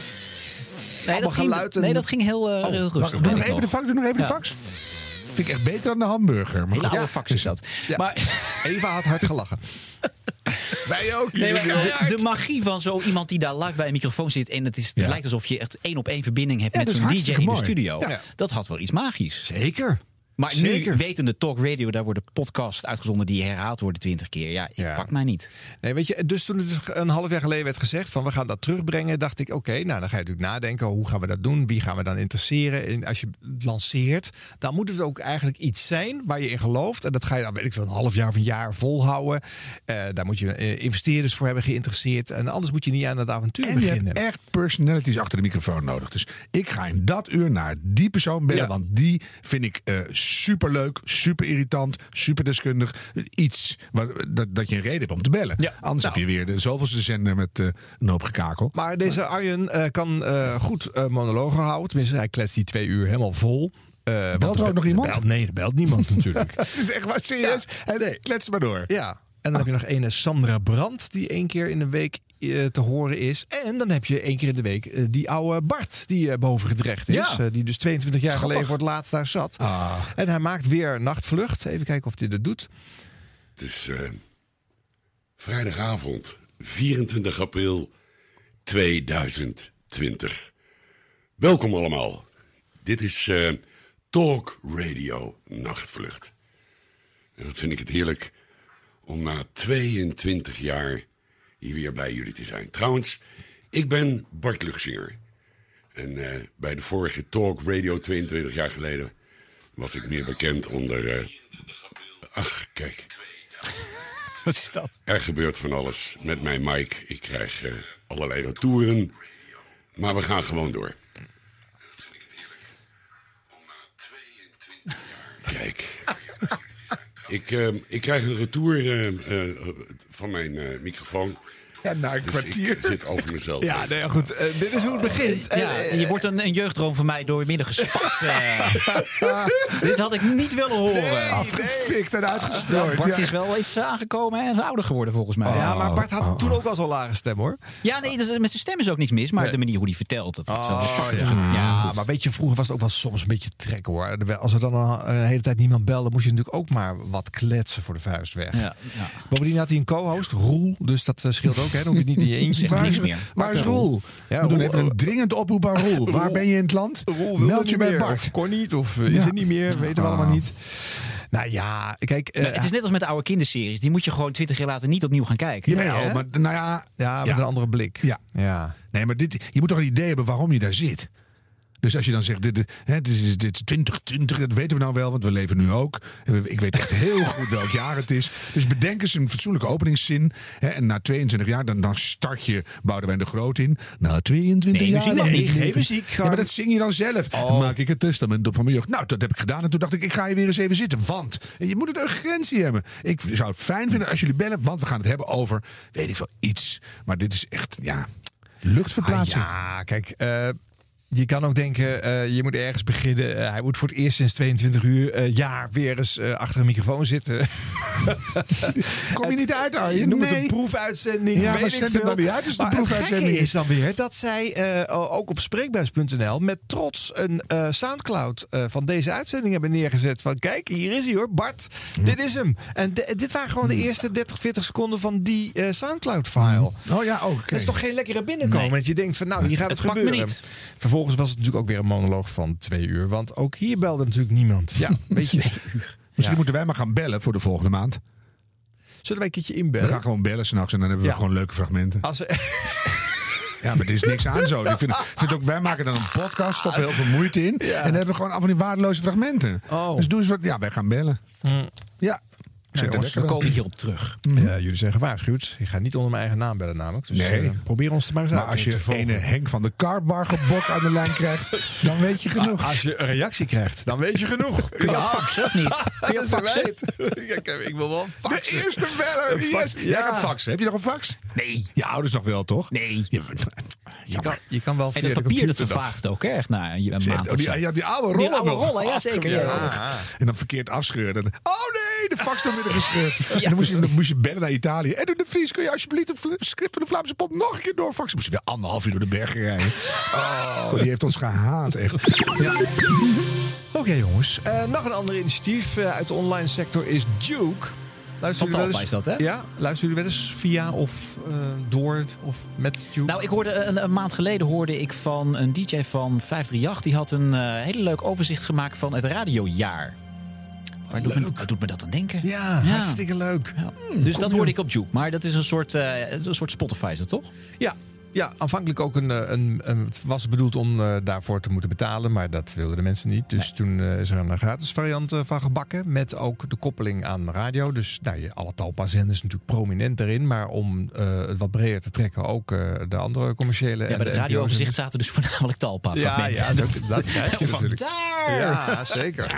Dat ging heel rustig. Doe nog even de fax. Vind ik echt beter dan de hamburger. Maar hele oude fax is dat. Ja. Maar Eva had hard gelachen. Wij ook. Nee, de magie van zo iemand die daar live bij een microfoon zit. En het lijkt alsof je echt 1-op-1 verbinding hebt met zo'n DJ in de studio. Ja. Dat had wel iets magisch. Zeker. Maar nu weten de Talk Radio, daar worden podcasts uitgezonden die herhaald worden 20 keer. Ja, ik pak mij niet. Nee, weet je, dus toen het een half jaar geleden werd gezegd van we gaan dat terugbrengen, dacht ik oké, nou dan ga je natuurlijk nadenken, hoe gaan we dat doen? Wie gaan we dan interesseren? En als je het lanceert, dan moet het ook eigenlijk iets zijn waar je in gelooft. En dat ga je dan, weet ik wel, een half jaar of een jaar volhouden. Daar moet je investeerders voor hebben geïnteresseerd. En anders moet je niet aan het avontuur beginnen. En je hebt echt personalities achter de microfoon nodig. Dus ik ga in dat uur naar die persoon bellen, want die vind ik superleuk, super irritant, super deskundig. Iets dat je een reden hebt om te bellen. Ja. Anders heb je weer de zoveelste zender met een hoop gekakel. Maar deze Arjen kan goed monologen houden. Tenminste, hij kletst die 2 uur helemaal vol. Belt er ook nog iemand? Nee, er belt niemand natuurlijk. Dat is echt maar serieus. Ja. Nee, klets maar door. Ja. En dan heb je nog een Sandra Brandt die 1 keer in de week te horen is. En dan heb je 1 keer in de week die oude Bart die boven gedrecht is. Ja. Die dus 22 jaar geleden voor het laatst daar zat. En hij maakt weer Nachtvlucht. Even kijken of hij dat doet. Het is vrijdagavond, 24 april 2020. Welkom allemaal. Dit is Talk Radio Nachtvlucht. En dat vind ik het heerlijk om na 22 jaar hier weer bij jullie te zijn. Trouwens, ik ben Bart Luchsinger. En bij de vorige Talk Radio 22 jaar geleden was ik meer bekend onder... ach, kijk. Wat is dat? Er gebeurt van alles met mijn mic. Ik krijg allerlei retouren. Maar we gaan gewoon door. Kijk. Ik krijg een retour van mijn microfoon. Ja, na een kwartier. Ik zit over mezelf. Ja, nee, goed. Dit is hoe het begint. En je wordt een jeugddroom van mij door je midden gespat. Dit had ik niet willen horen. Nee, afgefikt en uitgestrooid. Bart is wel iets aangekomen en ouder geworden volgens mij. Ja, maar Bart had toen ook wel zo'n lage stem hoor. Ja, nee, dus met zijn stem is ook niks mis. Maar de manier hoe hij vertelt. Dat is wel ja, maar weet je, vroeger was het ook wel soms een beetje trek hoor. Als er dan een hele tijd niemand belde, moest je natuurlijk ook maar wat kletsen voor de vuist weg. Ja. Bovendien had hij een co-host, Roel. Dus dat scheelt ook. Dan hoef je niet in je eentje te doen. Waar is Roel? Ja, we doen even een dringend oproep aan Roel. Waar ben je in het land? Meld je bij Bart. Of kon niet, of is het niet meer, weten we allemaal niet. Nou ja, kijk... het is net als met de oude kinderseries. Die moet je gewoon 20 jaar later niet opnieuw gaan kijken. Ja, maar nou ja... met een andere blik. Ja. Nee, maar je moet toch een idee hebben waarom je daar zit. Dus als je dan zegt, dit is 2020, dat weten we nou wel, want we leven nu ook. Ik weet echt heel goed welk jaar het is. Dus bedenk eens een fatsoenlijke openingszin. En na 22 jaar, dan start je Boudewijn de Groot in. Na 22 jaar... Geen muziek. Ja, maar dat zing je dan zelf. Dan maak ik het testament op van mijn jeugd. Nou, dat heb ik gedaan. En toen dacht ik ga je weer eens even zitten. Want je moet een urgentie hebben. Ik zou het fijn vinden als jullie bellen, want we gaan het hebben over, weet ik veel, iets. Maar dit is echt, luchtverplaatsing. Ja, kijk... Je kan ook denken, je moet ergens beginnen. Hij moet voor het eerst sinds 22 uur weer eens achter een microfoon zitten. Kom je niet uit, Arjen? Je noemt het een proefuitzending. Ja, maar zet het dan niet uit als de proefuitzending is dan weer dat zij ook op spreekbuis.nl met trots een Soundcloud van deze uitzending hebben neergezet. Van kijk, hier is hij hoor, Bart. Dit is hem. En dit waren gewoon de eerste 30, 40 seconden van die Soundcloud-file. Oh ja, oké. Dat is toch geen lekkere binnenkomen. Dat je denkt van nou, hier gaat het gebeuren. Me niet. Vervolgens was het natuurlijk ook weer een monoloog van 2 uur. Want ook hier belde natuurlijk niemand. Ja, weet je. Misschien moeten wij maar gaan bellen voor de volgende maand. Zullen wij een keertje inbellen? We gaan gewoon bellen s'nachts en dan hebben we gewoon leuke fragmenten. Ja, maar er is niks aan zo. Ik vind ook, wij maken dan een podcast, stoppen heel veel moeite in. En dan hebben we gewoon af van die waardeloze fragmenten. Dus doe eens wat. Ja, wij gaan bellen. Ja. We komen hierop terug. Jullie zijn gewaarschuwd. Ik ga niet onder mijn eigen naam bellen namelijk. Dus probeer ons maar eens uit. Maar als je ene Henk van de Karbargebok aan de lijn krijgt, dan weet je genoeg. Als je een reactie krijgt, dan weet je genoeg. Kun je ook faxen of niet? Kun je ook faxen? Ik wil wel faxen. De eerste beller. Jij gaat faxen. Heb je nog een fax? Nee. Je ouders nog wel, toch? Nee. Je kan wel en via het de papier dat computer vervaagt ook echt na een maand of zo. Ja, die oude rollen Die oude nog. rollen, ja zeker. En dan verkeerd afscheuren. Oh nee, de fax door midden gescheurd. En dan moest je bellen naar Italië. En doe de Vries, kun je alsjeblieft het script van de Vlaamse Pop nog een keer doorfaxen? Moesten weer 1,5 uur door de bergen rijden. Die heeft ons gehaat, echt. Ja. Oké, jongens. Nog een ander initiatief uit de online sector is Juke. Van Talpa is dat, hè? Ja, luisteren jullie wel eens via of door of met Juke? Nou, ik hoorde een maand geleden ik van een DJ van 538. Die had een hele leuk overzicht gemaakt van het radiojaar. Waar doet me dat aan denken? Ja, hartstikke leuk. Ja. Dus dat hoorde ik op Juke. Maar dat is een soort Spotify, is dat toch? Ja, aanvankelijk ook het was bedoeld om daarvoor te moeten betalen, maar dat wilden de mensen niet. Dus toen is er een gratis variant van gebakken met ook de koppeling aan de radio. Dus alle Talpa-zenders natuurlijk prominent erin, maar om het wat breder te trekken ook de andere commerciale. Ja, bij het radiooverzicht zaten dus voornamelijk Talpa-fragmenten. Ja, dat krijg je natuurlijk. Daar! Ja, zeker.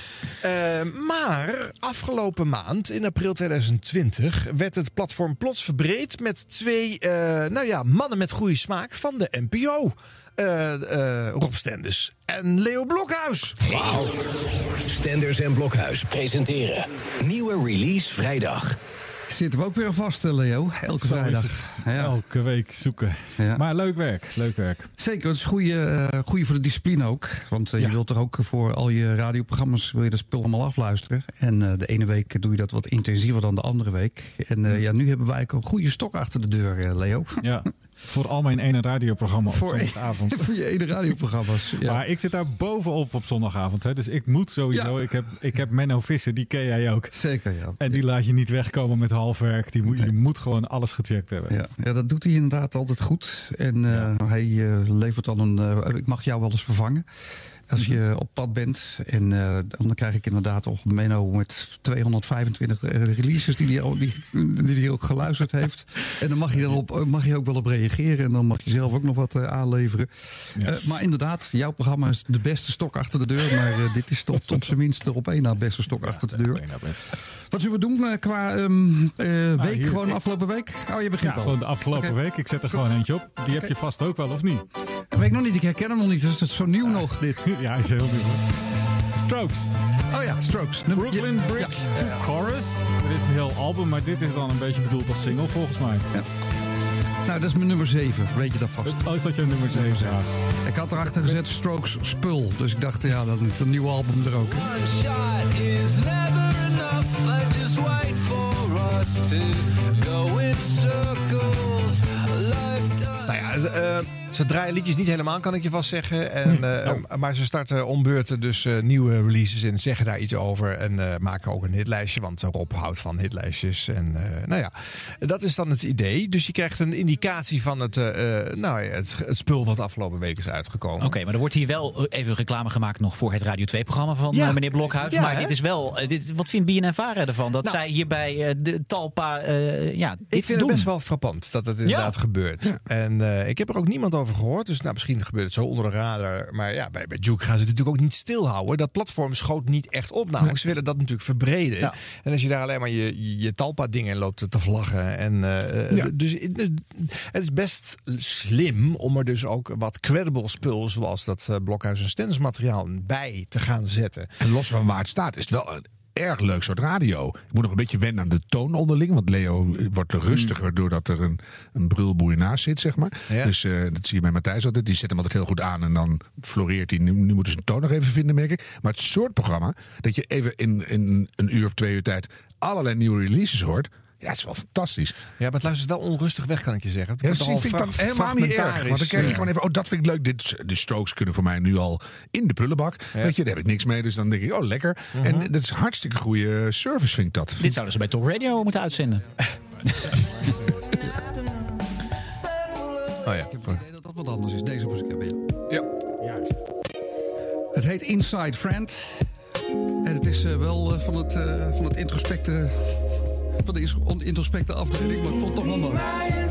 Maar afgelopen maand, in april 2020, werd het platform plots verbreed met 2 mannen met goede smaak van de NPO. Rob Stenders en Leo Blokhuis. Wauw. Stenders en Blokhuis presenteren Nieuwe Release Vrijdag. Zitten we ook weer vast, Leo. Elke vrijdag. Ja. Elke week zoeken. Ja. Maar leuk werk. Zeker, het is goeie voor de discipline ook. Want je wilt toch ook voor al je radioprogramma's wil je dat spul allemaal afluisteren. En de ene week doe je dat wat intensiever dan de andere week. En nu hebben wij ook een goede stok achter de deur, Leo. Ja. Voor al mijn ene radioprogramma op zondagavond. Voor je ene radioprogramma's. Ja. Maar ik zit daar bovenop op zondagavond. Hè. Dus ik moet sowieso. Ja. Ik heb Menno Visser, die ken jij ook. Zeker, ja. En die laat je niet wegkomen met halfwerk. Je moet gewoon alles gecheckt hebben. Ja, dat doet hij inderdaad altijd goed. En hij levert dan ik mag jou wel eens vervangen. Als je op pad bent. En dan krijg ik inderdaad op Menno met 225 releases die hij ook geluisterd heeft. En dan mag je ook wel op reageren. En dan mag je zelf ook nog wat aanleveren. Yes. Maar inderdaad, jouw programma is de beste stok achter de deur. Maar dit is tot op zijn minst de op één na beste stok achter de deur. Wat zullen we doen qua week? Gewoon de afgelopen week? Oh, je begint al. Gewoon de afgelopen week. Ik zet er gewoon eentje op. Die heb je vast ook wel, of niet? Dat weet ik nog niet. Ik herken hem nog niet. Dat is zo nieuw nog, dit. Ja, hij is heel nieuw. Strokes. Oh ja, Strokes. Brooklyn Bridge to Chorus. Het is een heel album, maar dit is dan een beetje bedoeld als single volgens mij. Ja. Nou, dat is mijn nummer 7. Weet je dat vast? Oh, is dat jouw nummer 7? Ja. Ik had erachter gezet Strokes Spul. Dus ik dacht, ja, dat is een nieuw album er ook. One shot is never enough. I just wait for us to go in circles. Nou ja, ze draaien liedjes niet helemaal, kan ik je vast zeggen. En, maar ze starten om beurten dus nieuwe releases en zeggen daar iets over. En maken ook een hitlijstje, want Rob houdt van hitlijstjes. En dat is dan het idee. Dus je krijgt een indicatie van het spul wat afgelopen week is uitgekomen. Oké, maar er wordt hier wel even reclame gemaakt nog voor het Radio 2-programma van meneer Blokhuis. Ja, maar dit is wel... wat vindt BNNVARA ervan? Dat zij hier bij de Talpa dit Ik vind het best wel frappant dat het inderdaad gebeurt. Ja. En ik heb er ook niemand over gehoord. Dus misschien gebeurt het zo onder de radar. Maar ja, bij Juke gaan ze het natuurlijk ook niet stilhouden. Dat platform schoot niet echt op. Namelijk, ze willen dat natuurlijk verbreden. Ja. En als je daar alleen maar je Talpa-dingen loopt te vlaggen. En, Dus het is best slim om er dus ook wat credible spul, zoals dat Blokhuis en Stenders materiaal, bij te gaan zetten. En los van waar het staat, is het wel een erg leuk soort radio. Ik moet nog een beetje wennen aan de toon onderling. Want Leo wordt rustiger doordat er een brulboei naast zit, zeg maar. Ja. Dus dat zie je bij Matthijs altijd. Die zet hem altijd heel goed aan en dan floreert hij. Nu moeten ze een toon nog even vinden, merk ik. Maar het soort programma dat je even in een uur of 2 uur tijd allerlei nieuwe releases hoort. Ja, het is wel fantastisch. Ja, maar het luistert wel onrustig weg, kan ik je zeggen. Ja, dat vind ik dan helemaal niet erg. Want dan krijg je gewoon even, dat vind ik leuk. De Strokes kunnen voor mij nu al in de prullenbak. Ja. Weet je, daar heb ik niks mee. Dus dan denk ik, lekker. En dat is hartstikke goede service, vind ik dat. Dit zouden ze bij Talk Radio moeten uitzenden. Ik heb het idee dat dat wat anders is. Deze moest ik hebben, ja. Juist. Het heet Inside Friend. En het is wel van het introspecte... van de introspecte afdeling, maar ik vond het toch wel mooi.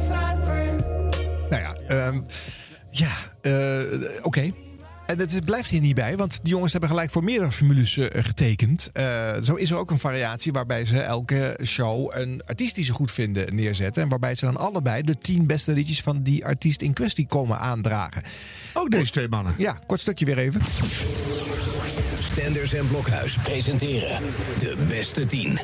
Nou ja, oké. En het blijft hier niet bij, want die jongens hebben gelijk voor meerdere formules getekend. Zo is er ook een variatie waarbij ze elke show een artiest die ze goed vinden neerzetten. En waarbij ze dan allebei de 10 beste liedjes van die artiest in kwestie komen aandragen. Ook deze twee mannen. Ja, kort stukje weer even. Stenders en Blokhuis presenteren de beste 10.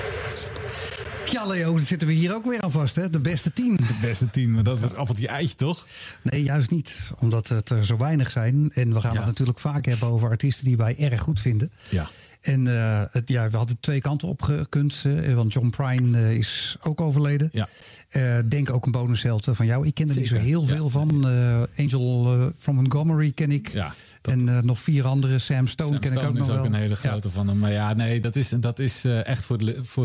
Ja, Leo, dan zitten we hier ook weer aan vast, hè? De beste 10. De beste 10, maar dat is appeltje eitje, toch? Nee, juist niet. Omdat het er zo weinig zijn. En we gaan het natuurlijk vaak hebben over artiesten die wij erg goed vinden. Ja. En we hadden twee kanten op gekund. Want John Prine is ook overleden. Ja. Denk ook een bonusheld van jou. Ik ken er niet zo heel veel van. Angel from Montgomery ken ik. Ja. En nog 4 andere. Sam Stone ken ik ook nog wel. Sam Stone is ook een hele grote van hem. Maar ja, nee, dat is echt voor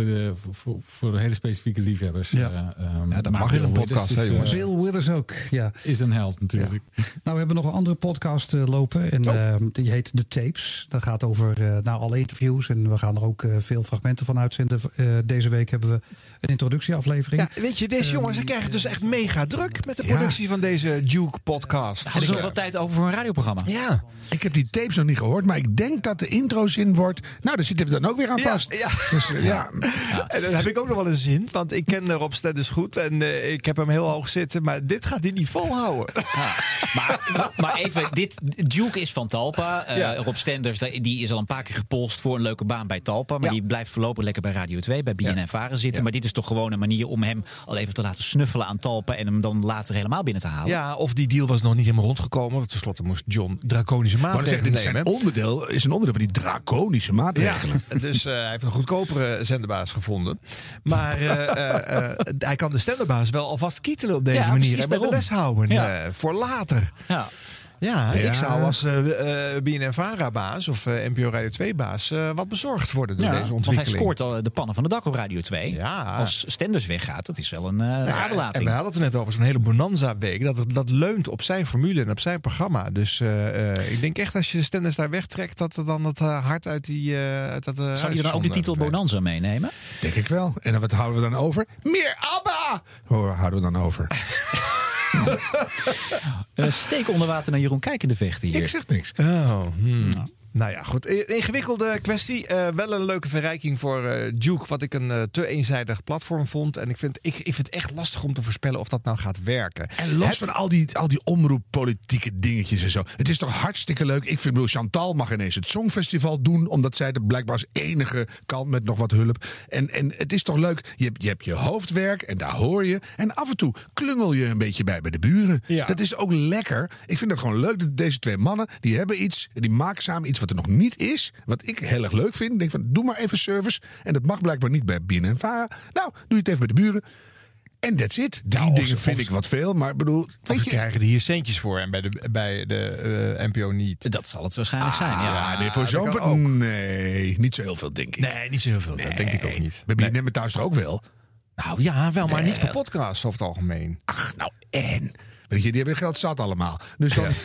de hele specifieke liefhebbers. Ja. Dat mag in een podcast, hè, jongens. Bill Withers ook, ja. Is een held natuurlijk. Ja. Nou, we hebben nog een andere podcast lopen. En die heet The Tapes. Dat gaat over alle interviews. En we gaan er ook veel fragmenten van uitzenden. Deze week hebben we een introductieaflevering. Ja, weet je, deze jongens krijgen dus echt mega druk met de productie van deze Duke-podcast. Daar is nog wat tijd over voor een radioprogramma. Ja. Ik heb die tapes nog niet gehoord, maar ik denk dat de introzin wordt... Nou, daar zitten we dan ook weer aan vast. Ja. Dus, En dan heb ik ook nog wel een zin, want ik ken Rob Stenders goed en ik heb hem heel hoog zitten, maar dit gaat hij niet volhouden. Maar even, Duke is van Talpa. Rob Stenders, die is al een paar keer gepolst voor een leuke baan bij Talpa. Maar die blijft voorlopig lekker bij Radio 2, bij BNN-Vara zitten. Ja. Maar dit is toch gewoon een manier om hem al even te laten snuffelen aan Talpa en hem dan later helemaal binnen te halen. Ja, of die deal was nog niet helemaal rondgekomen. Want tenslotte moest John draconische maatregelen nemen. Is een onderdeel van die draconische maatregelen. Ja, dus hij heeft een goedkopere zenderbaas gevonden. Maar hij kan de zenderbaas wel alvast kietelen op deze manier. En met de les houden voor later. Ja. Ja, ik zou als BNN-Vara-baas of NPO Radio 2-baas wat bezorgd worden door deze ontwikkeling. Want hij scoort al de pannen van de dak op Radio 2. Ja. Als Stenders weggaat, dat is wel een aderlating. En we hadden het er net over zo'n hele Bonanza-week. Dat leunt op zijn formule en op zijn programma. Dus ik denk echt als je Stenders daar wegtrekt, dat er dan het hart uit die... Zou je dan ook de titel Bonanza meenemen? Denk ik wel. En wat houden we dan over? Meer ABBA! Waar houden we dan over? Steek onder water naar Jeroen Kijkende vechten hier. Ik zeg niks. Nou ja, goed. Ingewikkelde kwestie. Wel een leuke verrijking voor Duke, wat ik een te eenzijdig platform vond. En ik vind het echt lastig om te voorspellen of dat nou gaat werken. En los van al die omroeppolitieke dingetjes en zo. Het is toch hartstikke leuk. Ik vind, Chantal mag ineens het Songfestival doen, omdat zij er blijkbaar als enige kan met nog wat hulp. En het is toch leuk. Je hebt je hoofdwerk en daar hoor je. En af en toe klungel je een beetje bij de buren. Ja. Dat is ook lekker. Ik vind het gewoon leuk dat deze twee mannen, die hebben iets en die maken samen iets wat er nog niet is, wat ik heel erg leuk vind. Ik denk van, doe maar even service. En dat mag blijkbaar niet bij BNN-Vara. Nou, doe je het even bij de buren. En that's it. 3 dingen vind ik wat veel, maar bedoel... Of krijgen er hier centjes voor en bij de NPO niet? Dat zal het waarschijnlijk zijn, ja. Nee, voor zo'n... Nee, niet zo heel veel, denk ik. Nee, niet zo heel veel. Dat denk ik ook niet. Bij BNN thuis toch ook wel? Nou ja, wel, maar niet voor podcasts over het algemeen. Ach, nou en... Weet je, die hebben geld zat allemaal. Dus dan,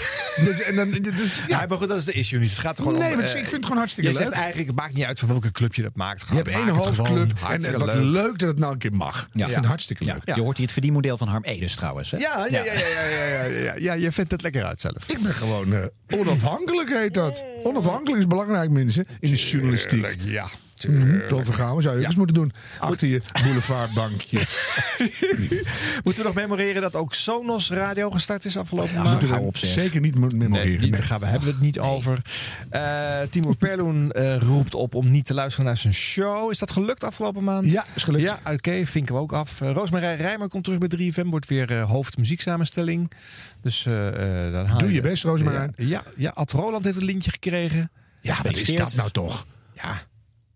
maar goed, dat is de issue niet. Het gaat er gewoon om... maar ik vind het gewoon hartstikke leuk. Je zegt eigenlijk, het maakt niet uit van welke club je dat maakt. Je hebt één hoofdclub en wat leuk dat het nou een keer mag. Ja. Ik vind het hartstikke leuk. Ja. Je hoort hier het verdienmodel van Harm Edens trouwens. Hè? Ja, je vindt het lekker uit zelf. Ik ben gewoon onafhankelijk, heet dat. Onafhankelijk is belangrijk, mensen, in de journalistiek. Ja. Doorvergaan, zou je eens moeten doen. Achter je boulevardbankje. Moeten we nog memoreren dat ook Sonos Radio gestart is afgelopen maand? Zeker niet memoreren. Daar hebben we het niet over. Timur Perloen roept op om niet te luisteren naar zijn show. Is dat gelukt afgelopen maand? Ja, is gelukt. Ja, oké, vinken we ook af. Roosmarijn Rijmer komt terug bij 3FM. Wordt weer hoofdmuzieksamenstelling. Dus dan haal doe je best, Roosmarijn. Ja, Ad Roland heeft een lintje gekregen. Ja, wat is dat nou toch? Ja.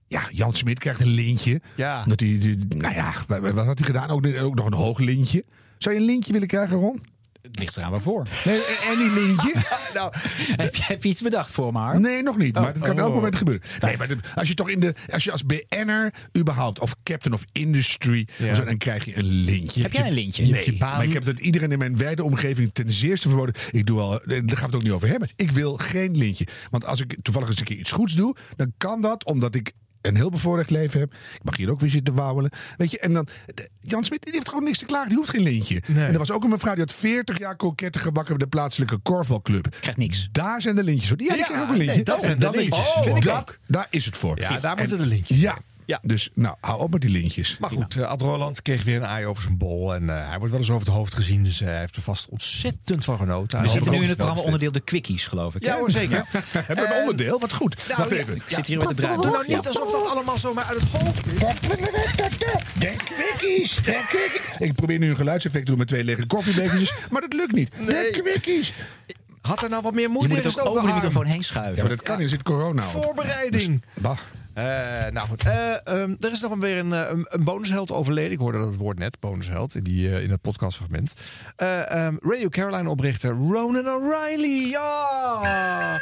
Ja, Jan Smit krijgt een lintje. Ja. Omdat wat had hij gedaan? Ook nog een hoog lintje. Zou je een lintje willen krijgen, Ron? Het ligt eraan waarvoor. Nee, en die lintje? Nou, heb je iets bedacht voor me, haar? Nee, nog niet. Maar dat kan elk moment gebeuren. Nee, maar als je als BN'er überhaupt, of Captain of Industry, dan krijg je een lintje. Heb jij een lintje? Nee, maar ik heb dat iedereen in mijn wijde omgeving ten zeerste verboden. Daar gaan we het ook niet over hebben. Ik wil geen lintje. Want als ik toevallig eens een keer iets goeds doe, dan kan dat omdat ik een heel bevoorrecht leven heb. Ik mag hier ook weer zitten wauwelen. Weet je, en dan... Jan Smit die heeft gewoon niks te klagen. Die hoeft geen lintje. Nee. En er was ook een mevrouw die had 40 jaar kroketten gebakken bij de plaatselijke korfbalclub. Krijgt niks. Daar zijn de lintjes voor. Die krijgt ook een lintje. Nee, dat zijn de lintjes. Vind ik ook. Daar is het voor. Ja, daar moeten de lintjes. Ja. Dus hou op met die lintjes. Maar goed, Ad Roland kreeg weer een aai over zijn bol. En hij wordt wel eens over het hoofd gezien. Dus hij heeft er vast ontzettend van genoten. We zitten nu in het programma onderdeel de quickies, geloof ik. Ja hoor, zeker. Hebben we een onderdeel? Wat goed. Wacht even. Zit hier met de draad. Doe nou niet alsof dat allemaal zomaar uit het hoofd is. De quickies. Ik probeer nu een geluidseffect te doen met 2 lege koffiebekertjes. Maar dat lukt niet. De quickies. Had er nou wat meer moeite in? Je moet het ook over de microfoon heen schuiven. Ja, maar dat kan niet. Er zit corona op. Voorbereiding. Dus, nou goed, er is nog weer een bonusheld overleden. Ik hoorde dat woord net, bonusheld, in het podcastfragment. Radio Caroline oprichter Ronan O'Reilly. Ja!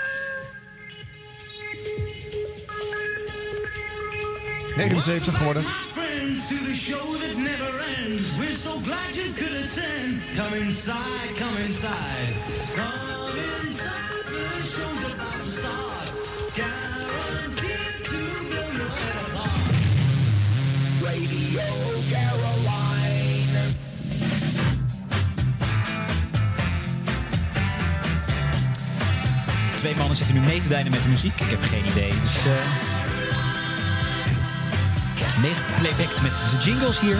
79 geworden. Radio Caroline. Twee mannen zitten nu mee te deinen met de muziek. Ik heb geen idee. Dus meegeplaybackt met de jingles hier.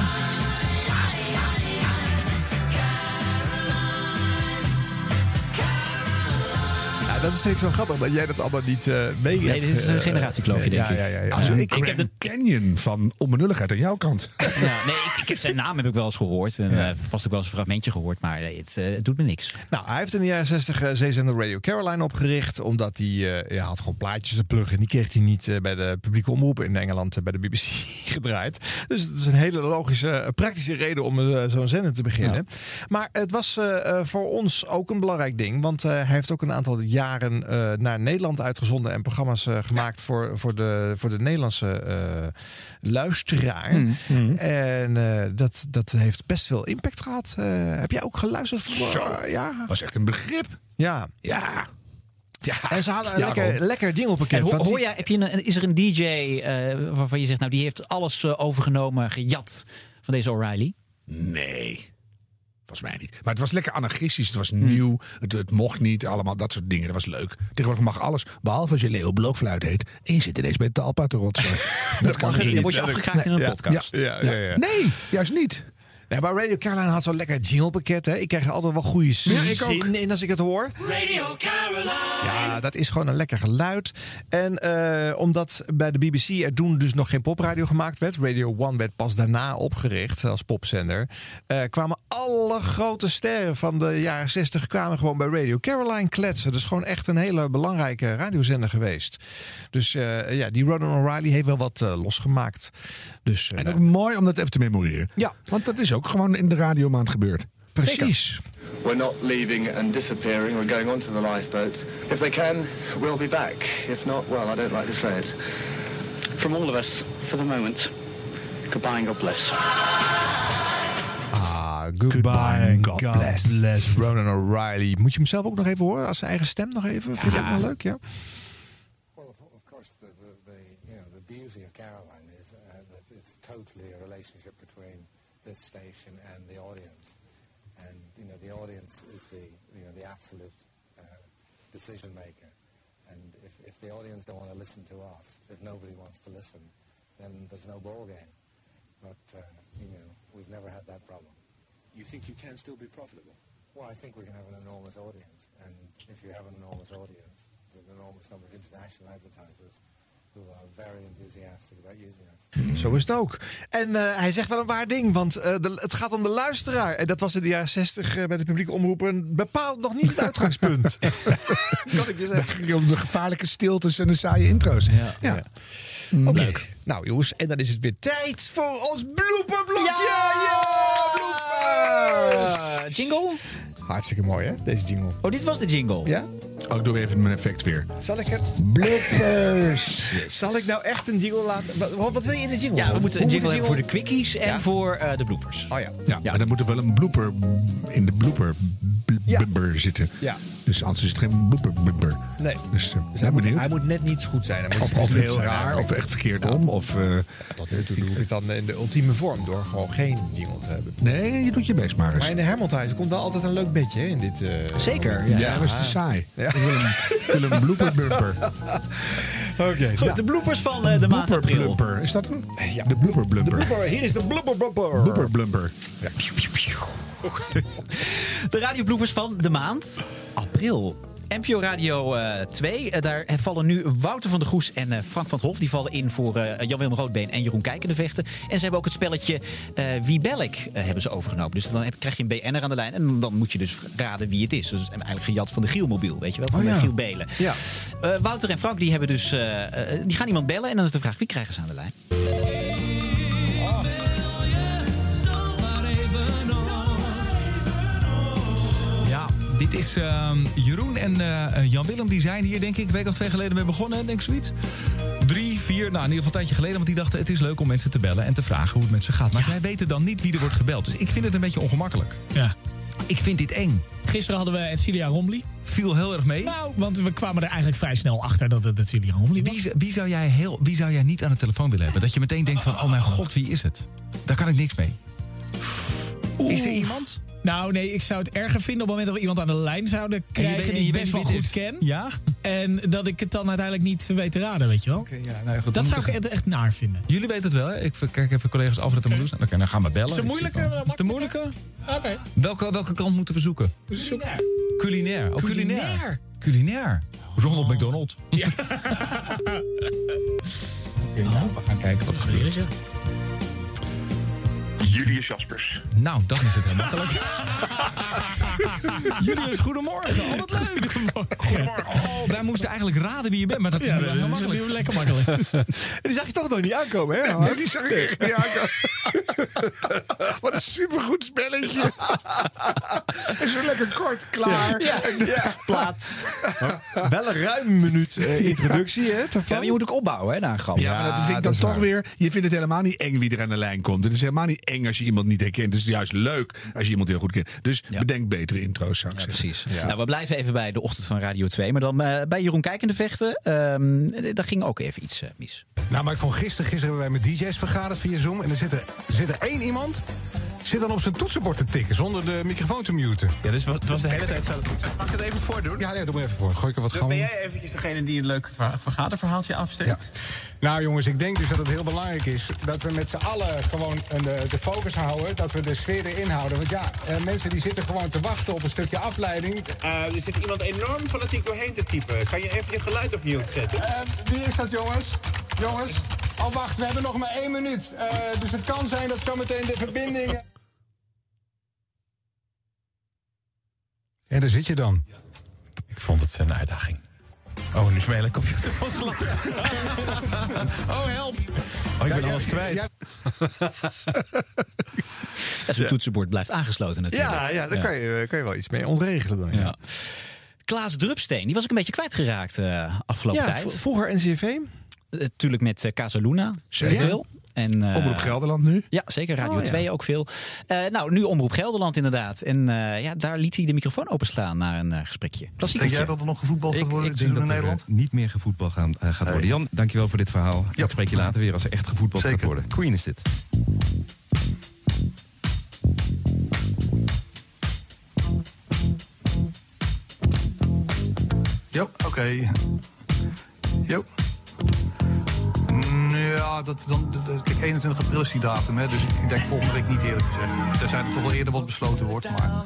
Dat vind ik zo grappig dat jij dat allemaal niet mee hebt. Nee, dit is een generatiekloofje, denk ik. Ja. Ik heb een canyon van onbenulligheid aan jouw kant. Ja, nee, ik heb zijn naam heb ik wel eens gehoord. En vast ook wel eens een fragmentje gehoord. Maar het doet me niks. Nou, hij heeft in de jaren 60 zeezender Radio Caroline opgericht. Omdat hij had gewoon plaatjes te pluggen. En die kreeg hij niet bij de publieke omroep in Engeland bij de BBC gedraaid. Dus het is een hele logische, praktische reden om zo'n zender te beginnen. Ja. Maar het was voor ons ook een belangrijk ding. Want hij heeft ook een aantal jaren naar Nederland uitgezonden en programma's gemaakt voor de Nederlandse luisteraar. En dat heeft best veel impact gehad. Heb jij ook geluisterd? Ja, was echt een begrip. Ja. En ze hadden een lekker jinglepakket. Hoor jij, is er een DJ waarvan je zegt, nou die heeft alles overgenomen, gejat van deze O'Reilly? Nee. Volgens mij niet. Maar het was lekker anarchistisch. Het was nieuw. Het mocht niet. Allemaal dat soort dingen. Dat was leuk. Tegenwoordig mag alles. Behalve als je Leo Blokfluit heet. En je zit ineens bij Talpa te rotsen. Dat kan niet. Dan word je afgekraakt in een podcast. Ja. Nee, juist niet. Ja, maar Radio Caroline had zo'n lekker jinglepakket. Ik krijg er altijd wel goede zin in als ik het hoor. Radio Caroline. Ja, dat is gewoon een lekker geluid. En omdat bij de BBC er toen dus nog geen popradio gemaakt werd. Radio 1 werd pas daarna opgericht als popzender. Kwamen alle grote sterren van de jaren 60 kwamen gewoon bij Radio Caroline kletsen. Dus gewoon echt een hele belangrijke radiozender geweest. Dus die Ronan O'Reilly heeft wel wat losgemaakt. Dus, en ook mooi om dat even te memoreren. Ja. Want dat is ook gewoon in de radiomaand gebeurd. Precies. We're not leaving and disappearing. We're going on to the lifeboats. If they can, we'll be back. If not, well, I don't like to say it. From all of us, for the moment, goodbye and God bless. Goodbye and God bless. Ronan O'Reilly. Moet je hem zelf ook nog even horen? Als zijn eigen stem nog even? Vind je dat wel leuk? Ja. Well, of course, the beauty of Caroline is that it's totally a relationship between this station and the audience. And, the audience is the absolute decision maker. And if the audience don't want to listen to us, if nobody wants to listen, then there's no ball game. But, we've never had that problem. You think you can still be profitable? Well, I think we can have an enormous audience. And if you have an enormous audience, there's an enormous number of international advertisers who are very enthusiastic about using us. Zo is het ook. En hij zegt wel een waar ding, want het gaat om de luisteraar. En dat was in de jaren 60 bij de publieke omroepen bepaald nog niet het uitgangspunt. Kan ik je zeggen. Om de gevaarlijke stiltes en de saaie intro's. Ja. Oké. Nou jongens, en dan is het weer tijd voor ons blooperblokje! Blooper! Jingle? Hartstikke mooi, hè, deze jingle. Oh, dit was de jingle? Ja? Oh, ik doe even mijn effect weer. Zal ik het? Bloopers! Zal ik nou echt een jingle laten? Wat wil je in de jingle? Ja, we moeten een jingle hebben voor de quickies en voor de bloopers. Oh ja. Ja, maar dan moet er wel een blooper in de blooper zitten. Ja. Dus anders is het geen blooper. Nee. Dus hij moet net niet goed zijn. Of heel raar, of echt verkeerd om. Of, tot nu toe doe ik het dan in de ultieme vorm door gewoon geen jingle te hebben. Nee, je doet je best maar eens. Maar in de Hermanthuizen komt wel altijd een leuk bedje hè, in dit... Zeker. Ja, dat is te saai. Ja. Ik wil een blooper bumper. Oké. Goed, de bloopers van de maand april. Blumper. Is dat een? Ja, de blooper blumper. Hier is de blooper blumper. Blooper blumper. Ja. De radiobloopers van de maand april. NPO Radio 2. Daar vallen nu Wouter van der Goes en Frank van het Hof. Die vallen in voor Jan-Willem Roodbeen en Jeroen Kijkendevechten. En ze hebben ook het spelletje Wie bel ik hebben ze overgenomen. Dus dan krijg je een BN'er aan de lijn. En dan moet je dus raden wie het is. Dus eigenlijk gejat van de Gielmobiel. Weet je wel, van Giel Belen. Ja. Wouter en Frank die hebben dus, die gaan iemand bellen. En dan is de vraag, wie krijgen ze aan de lijn? Dit is Jeroen en Jan-Willem. Die zijn hier, denk ik, een week of 2 geleden mee begonnen. Denk ik zoiets. 3, 4, nou in ieder geval een tijdje geleden. Want die dachten, het is leuk om mensen te bellen en te vragen hoe het met ze gaat. Maar zij weten dan niet wie er wordt gebeld. Dus ik vind het een beetje ongemakkelijk. Ja. Ik vind dit eng. Gisteren hadden we Celia Rombly. Viel heel erg mee. Nou, want we kwamen er eigenlijk vrij snel achter dat het Celia Rombly was. Wie zou jij niet aan de telefoon willen hebben? Dat je meteen denkt van, oh mijn god, wie is het? Daar kan ik niks mee. Is er iemand? Nou, nee, ik zou het erger vinden op het moment dat we iemand aan de lijn zouden krijgen die ik best wel goed ken. Ja? En dat ik het dan uiteindelijk niet weet te raden, weet je wel. Okay, ja, nou, goed, dat zou ik echt naar vinden. Jullie weten het wel, hè? Ik kijk even collega's Alfred en Marloes. Okay, dan gaan we bellen. Is het moeilijker? Is het moeilijker? Oké. Welke kant moeten we zoeken? Culinair. Oh, culinair. Ronald McDonald. Ja. Nou, we gaan kijken wat er gebeurt. Ja. Julius Jaspers. Nou, dat is het heel makkelijk. Julius, goedemorgen. Oh, wat leuk. Goedemorgen. Oh, wij moesten eigenlijk raden wie je bent, maar dat is nu heel makkelijk. Dat is lekker makkelijk. Die zag je toch nog niet aankomen, hè? Nee, die zag ik niet aankomen. Wat een supergoed spelletje. En zo lekker kort, klaar. Ja. Plaat. Wel een ruim minuut introductie, hè? Ja, maar je moet ook opbouwen, hè, naar een grap. Ja, maar dat vind ik dan toch waar. Weer... Je vindt het helemaal niet eng wie er aan de lijn komt. Het is helemaal niet eng als je iemand niet herkent. Het is juist leuk als je iemand heel goed kent. Dus bedenk betere intro's, zou ik zeggen. Precies. Ja. Nou, we blijven even bij de ochtend van Radio 2. Maar dan bij Jeroen Kijkendevechten. Daar ging ook even iets mis. Nou, maar ik vond gisteren hebben wij met DJ's vergaderd via Zoom. En er zit er één iemand... zit dan op zijn toetsenbord te tikken zonder de microfoon te muten. Ja, dus het was de hele tijd zo. Mag ik het even voordoen? Ja, doe maar even voor. Gooi ik er wat gewoon. Ben jij eventjes degene die een leuk vergaderverhaaltje afsteekt? Ja. Nou jongens, ik denk dus dat het heel belangrijk is dat we met z'n allen gewoon de focus houden. Dat we de sfeer erin houden. Want ja, mensen die zitten gewoon te wachten op een stukje afleiding. Er zit iemand enorm fanatiek doorheen te typen. Kan je even je geluid opnieuw zetten? Wie is dat, jongens? Jongens? Oh, wacht, we hebben nog maar 1 minuut. Dus het kan zijn dat zometeen de verbinding... En daar zit je dan. Ik vond het een uitdaging. Oh, nu is mijn hele computer ontslagen. Oh, help. Oh, ik ben alles kwijt. Ja. Zo'n toetsenbord blijft aangesloten natuurlijk. Ja, daar kan je wel iets mee ontregelen dan. Ja. Klaas Drupsteen, die was ik een beetje kwijtgeraakt afgelopen tijd. Vroeger NCRV. Natuurlijk met Casaluna. Veel. En, Omroep Gelderland nu? Ja, zeker. Radio 2 ook veel. Nou, nu Omroep Gelderland inderdaad. En daar liet hij de microfoon openslaan naar een gesprekje. Denk jij dat er nog gevoetbald gaat worden? Ik denk dat er Nederland niet meer gevoetbald gaat worden. Jan, dankjewel voor dit verhaal. Ja. Ik spreek je later weer als er echt gevoetbald gaat worden. Queen is dit. Jo, oké. Jo. Ja, kijk, 21 april is die datum, hè, dus ik denk volgende week niet eerlijk gezegd. Tenzij er toch wel eerder wat besloten wordt, maar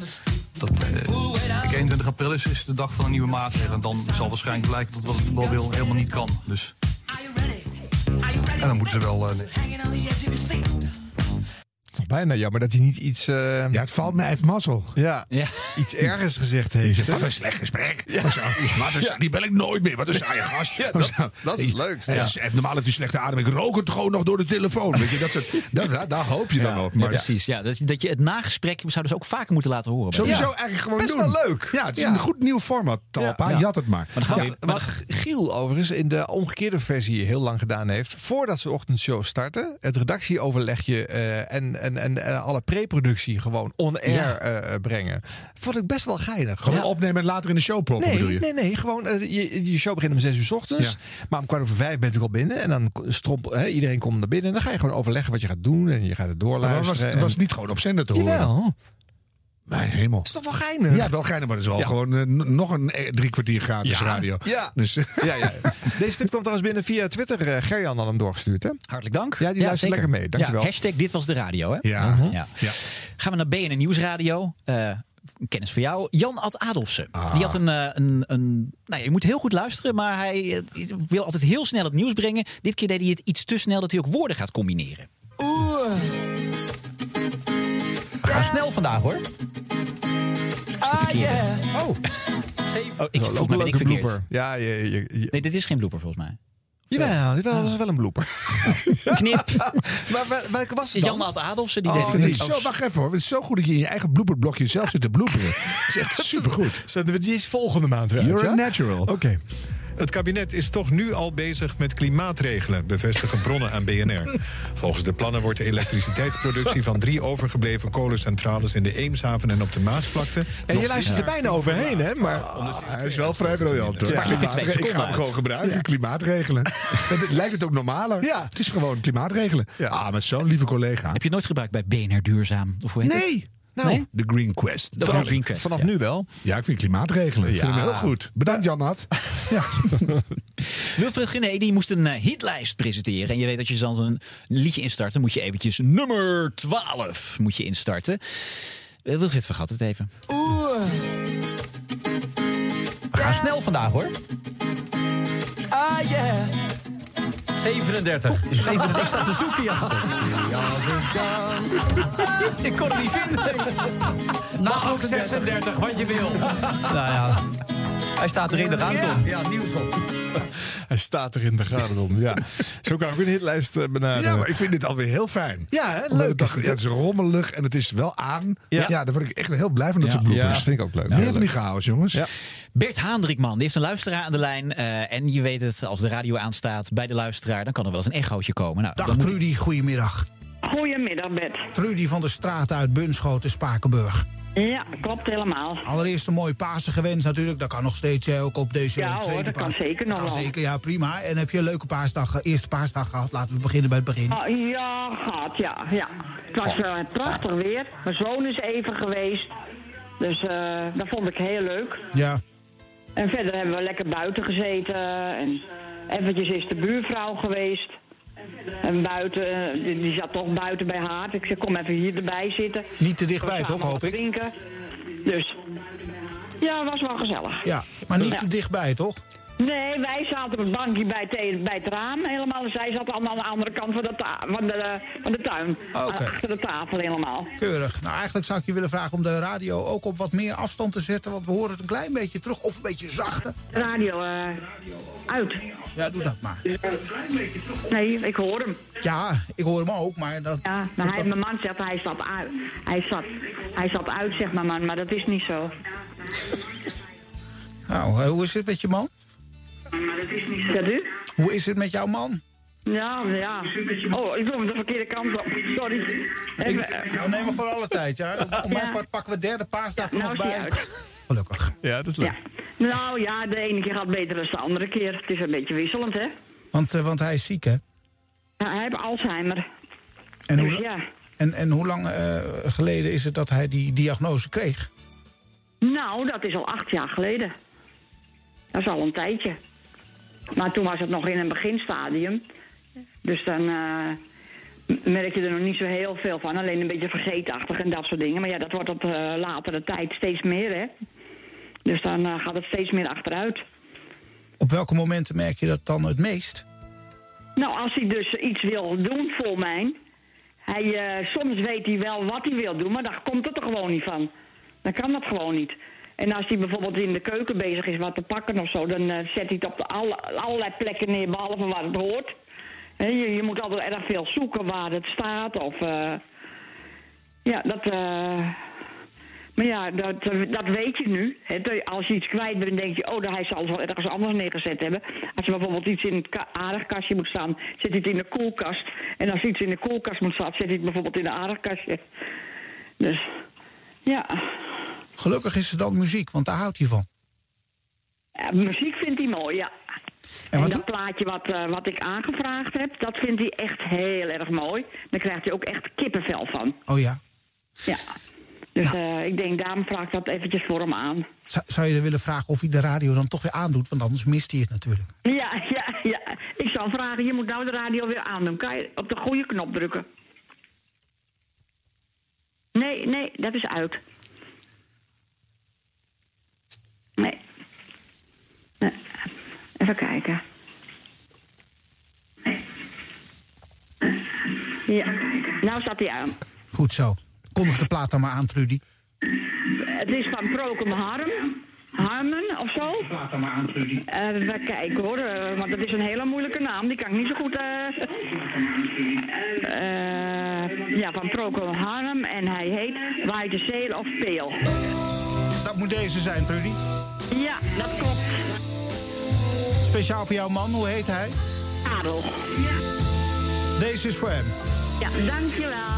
21 april is de dag van een nieuwe maatregel. En dan zal waarschijnlijk blijken dat wat het voetbalwil helemaal niet kan. Dus. En dan moeten ze wel... bijna jammer dat hij niet iets... Ja, het valt me even mazzel. Ja, iets ergens gezegd heeft. Wat een slecht gesprek. Die bel ik nooit meer. Wat een saaie gast. Ja, dat is het leukste. Normaal heeft hij slechte adem. Ik rook het gewoon nog door de telefoon. Weet je, daar hoop je dan op. Maar precies. Ja, dat je het nagesprek zouden ze ook vaker moeten laten horen. Sowieso eigenlijk gewoon best doen. wel leuk. Ja, het is een goed nieuw format, Talpa. Je had het maar. Wat Giel overigens in de omgekeerde versie heel lang gedaan heeft. Voordat ze de ochtendshow starten. Het redactieoverlegje en alle preproductie gewoon on-air brengen. Vond ik best wel geinig. Gewoon opnemen en later in de show proppen, bedoel je? Nee. Gewoon, je show begint om 6 uur 's ochtends. Ja. Maar om 4:15 bent u al binnen. En dan iedereen komt naar binnen. En dan ga je gewoon overleggen wat je gaat doen. En je gaat het doorluisteren. Het was niet gewoon op zender te horen. Jawel. Mijn hemel. Dat is toch wel geinig? Ja, wel geinig, maar dat is wel gewoon nog een 3 kwartier gratis radio. Ja. Dus, ja. Deze tip kwam trouwens binnen via Twitter. Gerjan had hem doorgestuurd, hè? Hartelijk dank. Ja, die luistert lekker mee. Dankjewel. Hashtag dit was de radio, hè? Ja. Gaan we naar BNN Nieuwsradio. Kennis voor jou. Jan Ad Adolfsen. Die had je moet heel goed luisteren, maar hij wil altijd heel snel het nieuws brengen. Dit keer deed hij het iets te snel dat hij ook woorden gaat combineren. We gaan snel vandaag, hoor. Volgens mij ben ik verkeerd. Blooper. Ja, Nee, dit is geen blooper volgens mij. Jawel, dit was wel een blooper. Knip. Maar welke was het dan? Jan Ad Adolfsen, die deed het zo. Wacht even hoor. Het is zo goed dat je in je eigen blooperblokje zelf zit te bloeperen. Het is echt supergoed. Die is volgende maand weer. You're a natural. Oké. Het kabinet is toch nu al bezig met klimaatregelen, bevestigen bronnen aan BNR. Volgens de plannen wordt de elektriciteitsproductie van 3 overgebleven kolencentrales in de Eemshaven en op de Maasvlakte. En je luistert er bijna overheen, hè? Maar hij is wel vrij briljant. Ik ga hem gewoon gebruiken. Klimaatregelen. Lijkt het ook normaler? Ja. Het is gewoon klimaatregelen. Met zo'n lieve collega. Heb je het nooit gebruikt bij BNR Duurzaam? Of hoe heet het? Nou, de Green Quest. Vanaf nu wel. Ja, ik vind klimaatregelen. Ik vind hem heel goed. Bedankt, Jan-Ad. Wilfred Gené, die moest een hitlijst presenteren. En je weet dat je dan een liedje instart. Dan moet je eventjes nummer 12 moet je instarten. Wilfred vergat het even. We gaan snel vandaag, hoor. 37. Ik zat te zoeken, Jan. Ik kon het niet vinden. Nou, ook 36, wat je wil. Nou ja, hij staat erin, daar gaat het om. Ja, nieuws op. Hij staat erin, daar gaat het om. Ja. Zo kan ik ook een hitlijst benaderen. Ja, maar ik vind dit alweer heel fijn. Ja, hè? Leuk. Het is rommelig en het is wel aan. Ja, daar word ik echt heel blij van dat soort bloepers. Ja, vind ik ook leuk. Meer van die chaos, jongens. Ja. Bert Haandrikman, die heeft een luisteraar aan de lijn. En je weet het, als de radio aanstaat bij de luisteraar, dan kan er wel eens een echootje komen. Nou, Dag Trudy, goedemiddag. Goedemiddag, Bert. Trudy van de straat uit Bunschoten, Spakenburg. Ja, klopt helemaal. Allereerst een mooie Pasen gewenst natuurlijk. Dat kan nog steeds ook op deze tweede paas. Dat kan zeker nog wel. Zeker, ja, prima. En heb je een leuke paasdag, eerste paasdag gehad? Laten we beginnen bij het begin. Ja, gehad, ja. Het was prachtig weer. Mijn zoon is even geweest. Dus dat vond ik heel leuk. Ja. En verder hebben we lekker buiten gezeten. En eventjes is de buurvrouw geweest. En buiten, die zat toch buiten bij haar. Ik zei, kom even hier erbij zitten. Niet te dichtbij, toch, hoop ik? Drinken. Dus, ja, het was wel gezellig. Ja, maar niet te dichtbij, toch? Nee, wij zaten op het bankje bij het raam helemaal. En zij zat aan de andere kant van de tuin. Okay. Achter de tafel helemaal. Keurig. Nou, eigenlijk zou ik je willen vragen om de radio ook op wat meer afstand te zetten. Want we horen het een klein beetje terug. Of een beetje zachter. Radio uit. Ja, doe dat maar. Nee, ik hoor hem. Ja, ik hoor hem ook, maar... Ja, maar mijn man zegt hij zat uit. Hij zat uit, zegt mijn man, maar dat is niet zo. Nou, hoe is het met je man? Maar dat is niet zo. Dat u? Hoe is het met jouw man? Ja. Oh, ik kom de verkeerde kant op. Sorry. Nee, maar voor alle tijd, ja. Op mijn part pakken we derde paasdag nog bij. Gelukkig. Ja, dat is leuk. Ja. Nou ja, de ene keer gaat beter dan de andere keer. Het is een beetje wisselend, hè? Want hij is ziek, hè? Ja, hij heeft Alzheimer. En dus en hoe lang geleden is het dat hij die diagnose kreeg? Nou, dat is al 8 jaar geleden. Dat is al een tijdje. Maar toen was het nog in een beginstadium. Dus dan merk je er nog niet zo heel veel van. Alleen een beetje vergeetachtig en dat soort dingen. Maar ja, dat wordt op latere tijd steeds meer, hè. Dus dan gaat het steeds meer achteruit. Op welke momenten merk je dat dan het meest? Nou, als hij dus iets wil doen voor mij... Soms weet hij wel wat hij wil doen, maar dan komt het er gewoon niet van. Dan kan dat gewoon niet. En als hij bijvoorbeeld in de keuken bezig is wat te pakken of zo, dan zet hij het op allerlei plekken neer, behalve waar het hoort. Je moet altijd erg veel zoeken waar het staat. Maar ja, dat weet je nu. Als je iets kwijt bent, denk je, hij zal het wel ergens anders neergezet hebben. Als je bijvoorbeeld iets in het aardigkastje moet staan, zet hij het in de koelkast. En als iets in de koelkast moet staan, zet hij het bijvoorbeeld in de aardigkastje. Dus, ja. Gelukkig is er dan muziek, want daar houdt hij van. Ja, muziek vindt hij mooi, ja. En dat plaatje wat ik aangevraagd heb, dat vindt hij echt heel erg mooi. Daar krijgt hij ook echt kippenvel van. Oh ja? Ja. Dus ik denk, daarom vraag ik dat eventjes voor hem aan. Zou je er willen vragen of hij de radio dan toch weer aandoet? Want anders mist hij het natuurlijk. Ja. Ik zou vragen, je moet nou de radio weer aandoen. Kan je op de goede knop drukken? Nee, dat is uit. Nee. Even kijken. Nee. Ja, nou staat hij aan. Goed zo. Kondig de plaat dan maar aan, Trudy. Het is van Procom Harmon of zo. Plaat dan maar aan, Trudy. Even kijken hoor, want dat is een hele moeilijke naam. Die kan ik niet zo goed... van Procom Harmon en hij heet Why the Sale of Pale. Dat moet deze zijn, Trudy. Ja, dat klopt. Speciaal voor jouw man, hoe heet hij? Adel. Deze is voor hem. Ja, dankjewel.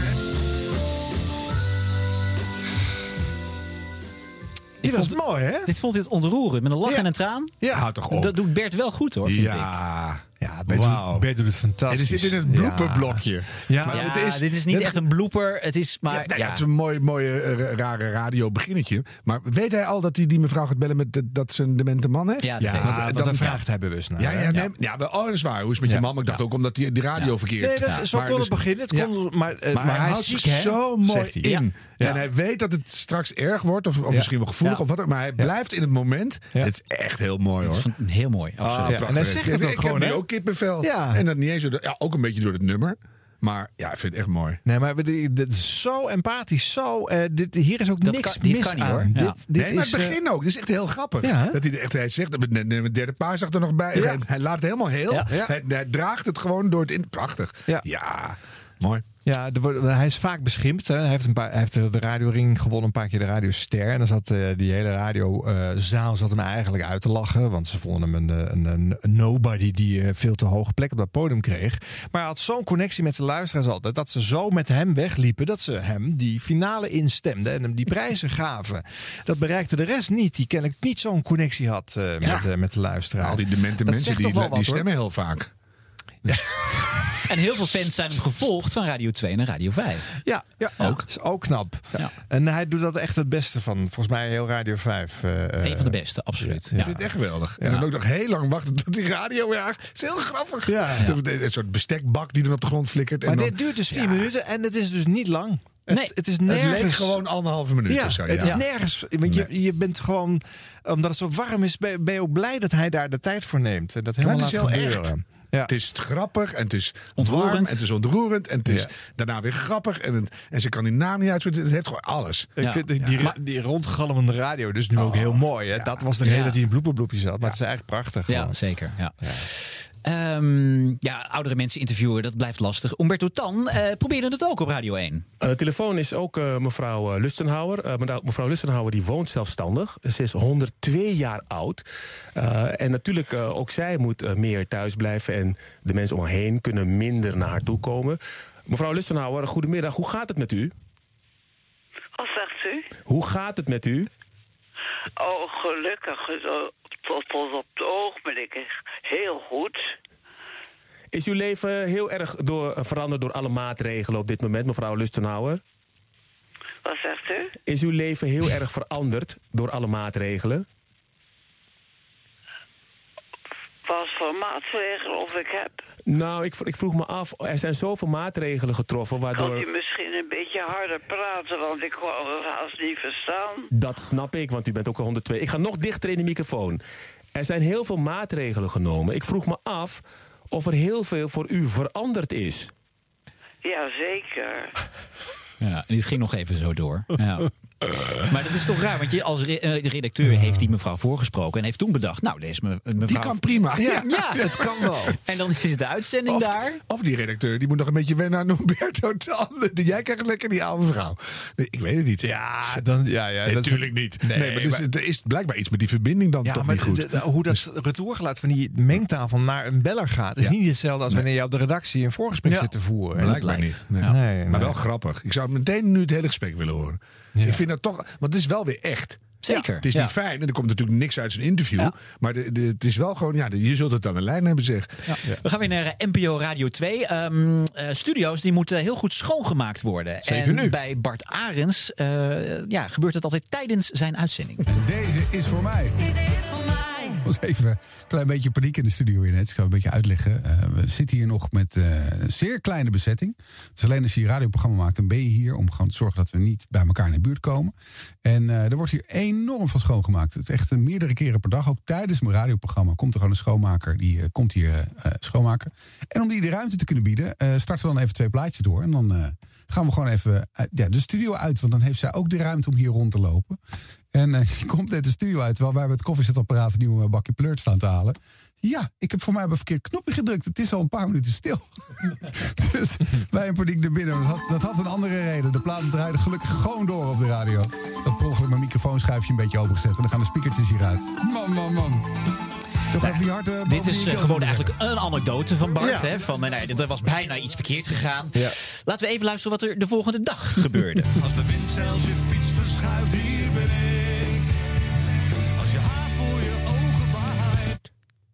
Dat is mooi, hè? Dit vond dit ontroerend, met een lach en een traan. Ja, toch op. Dat doet Bert wel goed, hoor, vind ik. Ja, Bert doet het fantastisch. En er zit in een blooperblokje. Ja, maar dit is niet echt een blooper. Het is maar. Het is een mooie rare radio beginnetje. Maar weet hij al dat hij die mevrouw gaat bellen met dat ze een demente man heeft? Ja, dat vraagt hij bewust naar. Dat is waar. Hoe is het met je man? Maar ik dacht ook omdat hij die radio verkeerd. Nee, zo kon het beginnen. Maar hij houdt zich zo mooi in. En hij weet dat het straks erg wordt. Of misschien wel gevoelig of wat ook. Maar hij blijft in het moment. Het is echt heel mooi, hoor. Heel mooi, absoluut. En hij zegt het ook gewoon, hè? Kippenvel. En dat niet eens ook een beetje door het nummer. Maar ja, ik vind het echt mooi. Nee, maar dit is zo empathisch. Hier is ook niks mis aan. Hoor. Ja. Maar het begin ook. Dit is echt heel grappig. Ja, dat hij zegt, de derde paar zag er nog bij. Ja. Hij laat het helemaal heel. Ja. Hij draagt het gewoon door het in. Prachtig. Ja, mooi. Ja, hij is vaak beschimpt. Hè. Hij heeft de radioring gewonnen, een paar keer de radioster. En dan zat die hele radiozaal hem eigenlijk uit te lachen. Want ze vonden hem een nobody die veel te hoge plek op dat podium kreeg. Maar hij had zo'n connectie met zijn luisteraars altijd. Dat ze zo met hem wegliepen. Dat ze hem die finale instemden en hem die prijzen gaven. Dat bereikte de rest niet. Die kennelijk niet zo'n connectie had met de luisteraar. Al die demente mensen die stemmen heel vaak. En heel veel fans zijn hem gevolgd van Radio 2 naar Radio 5. Ja. Ook. Is ook knap. Ja. En hij doet dat echt het beste van, volgens mij, heel Radio 5. Een van de beste, absoluut. Ik vind het echt geweldig. En dan ook nog heel lang wachten tot die radio weer. Het is heel grappig. Een soort bestekbak die dan op de grond flikkert. Maar dit duurt dus 4 minuten en het is dus niet lang. Het is nergens. Het leek gewoon 1,5 minuut. Ja, of zo, het is nergens. Want je bent gewoon, omdat het zo warm is, ben je ook blij dat hij daar de tijd voor neemt. En dat helemaal laat gebeuren. Echt. Ja. Het is grappig en het is warm en het is ontroerend en het is daarna weer grappig en ze kan die naam niet uitspreken. Het heeft gewoon alles. Ik vind die rondgalmende radio dus nu ook heel mooi. Hè? Ja. Dat was de reden dat hij een blooperbloepje zat. Maar het is eigenlijk prachtig. Ja, zeker. Ja. Oudere mensen interviewen, dat blijft lastig. Umberto Tan probeerde het ook op Radio 1. De telefoon is ook mevrouw Lustenhouwer. Mevrouw Lustenhouwer die woont zelfstandig. Ze is 102 jaar oud. En natuurlijk, ook zij moet meer thuis blijven. En de mensen om haar heen kunnen minder naar haar toe komen. Mevrouw Lustenhouwer, goedemiddag. Hoe gaat het met u? Wat zegt u? Hoe gaat het met u? Oh, gelukkig. Tot op het ogenblik heel goed. Is uw leven heel erg veranderd door alle maatregelen op dit moment, mevrouw Lustenhouwer? Wat zegt u? Is uw leven heel erg veranderd door alle maatregelen? Wat voor maatregelen of ik heb? Nou, ik vroeg me af, er zijn zoveel maatregelen getroffen waardoor... Kan u misschien een beetje harder praten, want ik wou het haast niet verstaan. Dat snap ik, want u bent ook al 102. Ik ga nog dichter in de microfoon. Er zijn heel veel maatregelen genomen. Ik vroeg me af of er heel veel voor u veranderd is. Jazeker. Ja, en dit ging nog even zo door. Ja. Maar dat is toch raar, want je als redacteur heeft die mevrouw voorgesproken en heeft toen bedacht, nou, deze mevrouw... Die kan prima. Ja, het kan wel. En dan is de uitzending daar. Of die redacteur, die moet nog een beetje wennen aan Humberto Tan. Jij krijgt lekker die oude vrouw. Nee, ik weet het niet. Ja, natuurlijk niet. Nee, maar er is blijkbaar iets met die verbinding dan toch niet goed. Hoe dat retourgeluid van die mengtafel naar een beller gaat, is niet hetzelfde als wanneer je op de redactie een voorgesprek zit te voeren. Blijkbaar niet. Nee. Maar wel grappig. Ik zou meteen nu het hele gesprek willen horen. Ja. Ik vind dat toch, want het is wel weer echt. Zeker. Het is niet fijn en er komt natuurlijk niks uit zijn interview. Ja. Maar het is wel gewoon, je zult het aan de lijn hebben, zeg. Ja. We gaan weer naar NPO Radio 2. Studio's die moeten heel goed schoongemaakt worden. Zeker en nu. bij Bart Arends gebeurt het altijd tijdens zijn uitzending. En deze is voor mij. Er was even een klein beetje paniek in de studio hier net. Ik ga een beetje uitleggen. We zitten hier nog met een zeer kleine bezetting. Dus alleen als je je radioprogramma maakt, dan ben je hier om gewoon te zorgen dat we niet bij elkaar in de buurt komen. En er wordt hier enorm van schoongemaakt. Het is echt meerdere keren per dag. Ook tijdens mijn radioprogramma komt er gewoon een schoonmaker. Die komt hier schoonmaken. En om die de ruimte te kunnen bieden, starten we dan even 2 plaatjes door. En dan gaan we gewoon even de studio uit. Want dan heeft zij ook de ruimte om hier rond te lopen. En je komt net de studio uit, terwijl wij met het koffiezetapparaat een nieuwe bakje pleurt staan te halen. Ja, ik heb voor mij op een verkeerd knopje gedrukt. Het is al een paar minuten stil. Dus wij in paniek naar binnen. Dat had een andere reden. De plaat draaide gelukkig gewoon door op de radio. Dat per ongeluk mijn microfoonschuifje een beetje opengezet. En dan gaan de speakertjes hieruit. Man. Toch even je hart, dit is gewoon eigenlijk een anekdote van Bart. Hè, van er was bijna iets verkeerd gegaan. Ja. Laten we even luisteren wat er de volgende dag gebeurde. Als de wind zelfs je fiets verschuift, hier ben ik. Als je haar voor je ogen waait.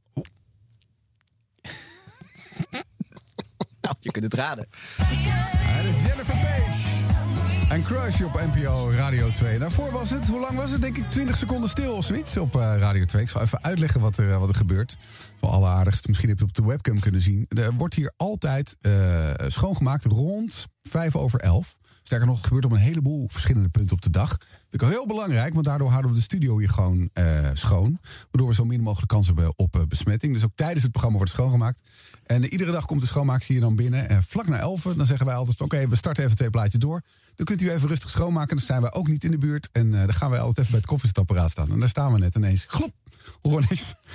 Nou, je kunt het raden. Dat is Jennifer Page. En Crush op NPO Radio 2. Daarvoor was het, hoe lang was het? Denk ik 20 seconden stil of zoiets op Radio 2. Ik zal even uitleggen wat er gebeurt. Voor alle aardigst. Misschien heb je het op de webcam kunnen zien. Er wordt hier altijd schoongemaakt rond 11:05. Sterker nog, het gebeurt op een heleboel verschillende punten op de dag. Dat vind ik heel belangrijk, want daardoor houden we de studio hier gewoon schoon. Waardoor we zo min mogelijk kans hebben op besmetting. Dus ook tijdens het programma wordt het schoongemaakt. En iedere dag komt de schoonmaakster hier dan binnen. En vlak na 11, dan zeggen wij altijd, oké, we starten even 2 plaatjes door. Dan kunt u even rustig schoonmaken. Dan zijn wij ook niet in de buurt. En dan gaan wij altijd even bij het koffiezetapparaat staan. En daar staan we net ineens. Glop! Hoor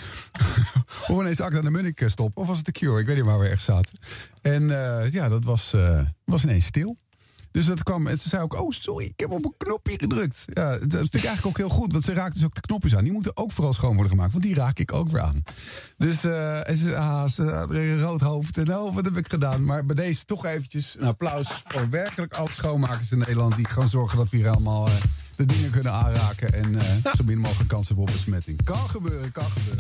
ineens Akda de Munnik stoppen. Of was het de Cure? Ik weet niet waar we ergens zaten. En dat was ineens stil. Dus dat kwam en ze zei ook, oh sorry, ik heb op een knopje gedrukt. Ja, dat vind ik eigenlijk ook heel goed, want ze raakt dus ook de knopjes aan. Die moeten ook vooral schoon worden gemaakt, want die raak ik ook weer aan. Dus ze had een rood hoofd en wat heb ik gedaan? Maar bij deze toch eventjes een applaus voor werkelijk alle schoonmakers in Nederland die gaan zorgen dat we hier allemaal de dingen kunnen aanraken en zo min mogelijk kans hebben op besmetting. Kan gebeuren.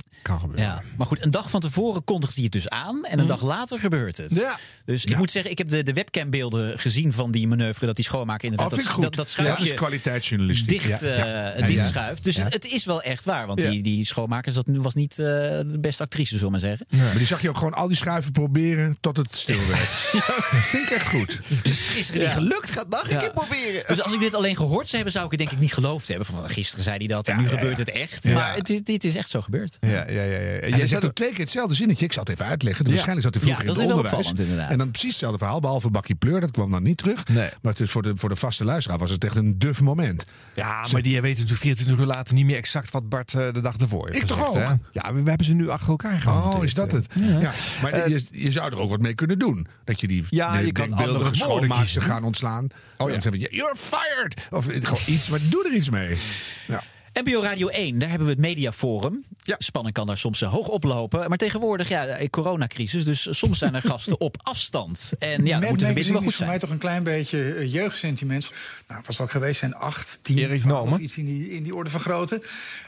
Ja, maar goed, een dag van tevoren kondigt hij het dus aan en een dag later gebeurt het. Ja. Dus ik moet zeggen, ik heb de webcambeelden gezien van die manoeuvre dat die schoonmaker inderdaad dat schuifje is kwaliteitsjournalistiek. dicht schuift. Dus het is wel echt waar, want die schoonmakers was niet de beste actrice, zullen we maar zeggen. Ja, maar die zag je ook gewoon al die schuiven proberen tot het stil werd. Dat vind ik echt goed. Dus gisteren niet gelukt, gaat nog een keer proberen. Dus als ik dit alleen gehoord zou hebben, zou ik het denk ik niet geloofd hebben. Van gisteren zei hij dat en nu gebeurt het echt. Ja. Maar dit is echt zo gebeurd. Ja. En jij zegt ook 2 keer hetzelfde zinnetje. Ik zal het even uitleggen. Waarschijnlijk zat hij vroeger in het onderwijs. En dan precies hetzelfde verhaal, behalve bakje pleur. Dat kwam dan niet terug. Nee. Maar het is voor de vaste luisteraar was het echt een duf moment. Ja, maar die weet natuurlijk 24 uur later niet meer exact wat Bart de dag ervoor heeft gezegd. Toch ook? Hè? Ja, we hebben ze nu achter elkaar gehouden. Oh, is dat het? Ja. Maar je zou er ook wat mee kunnen doen. Dat je die je kan andere schoonmaakster gaan ontslaan. Oh, dan zeggen we, you're fired! Of gewoon iets, maar doe er iets mee. Ja. NPO Radio 1, daar hebben we het Mediaforum. Ja. Spanning kan daar soms hoog oplopen. Maar tegenwoordig, coronacrisis. Dus soms zijn er gasten op afstand. En dan moet de verbinding wel goed zijn. Voor mij toch een klein beetje jeugdsentiment. Nou, het was ook geweest zijn 8, 10, 12, of iets in die orde van grootte.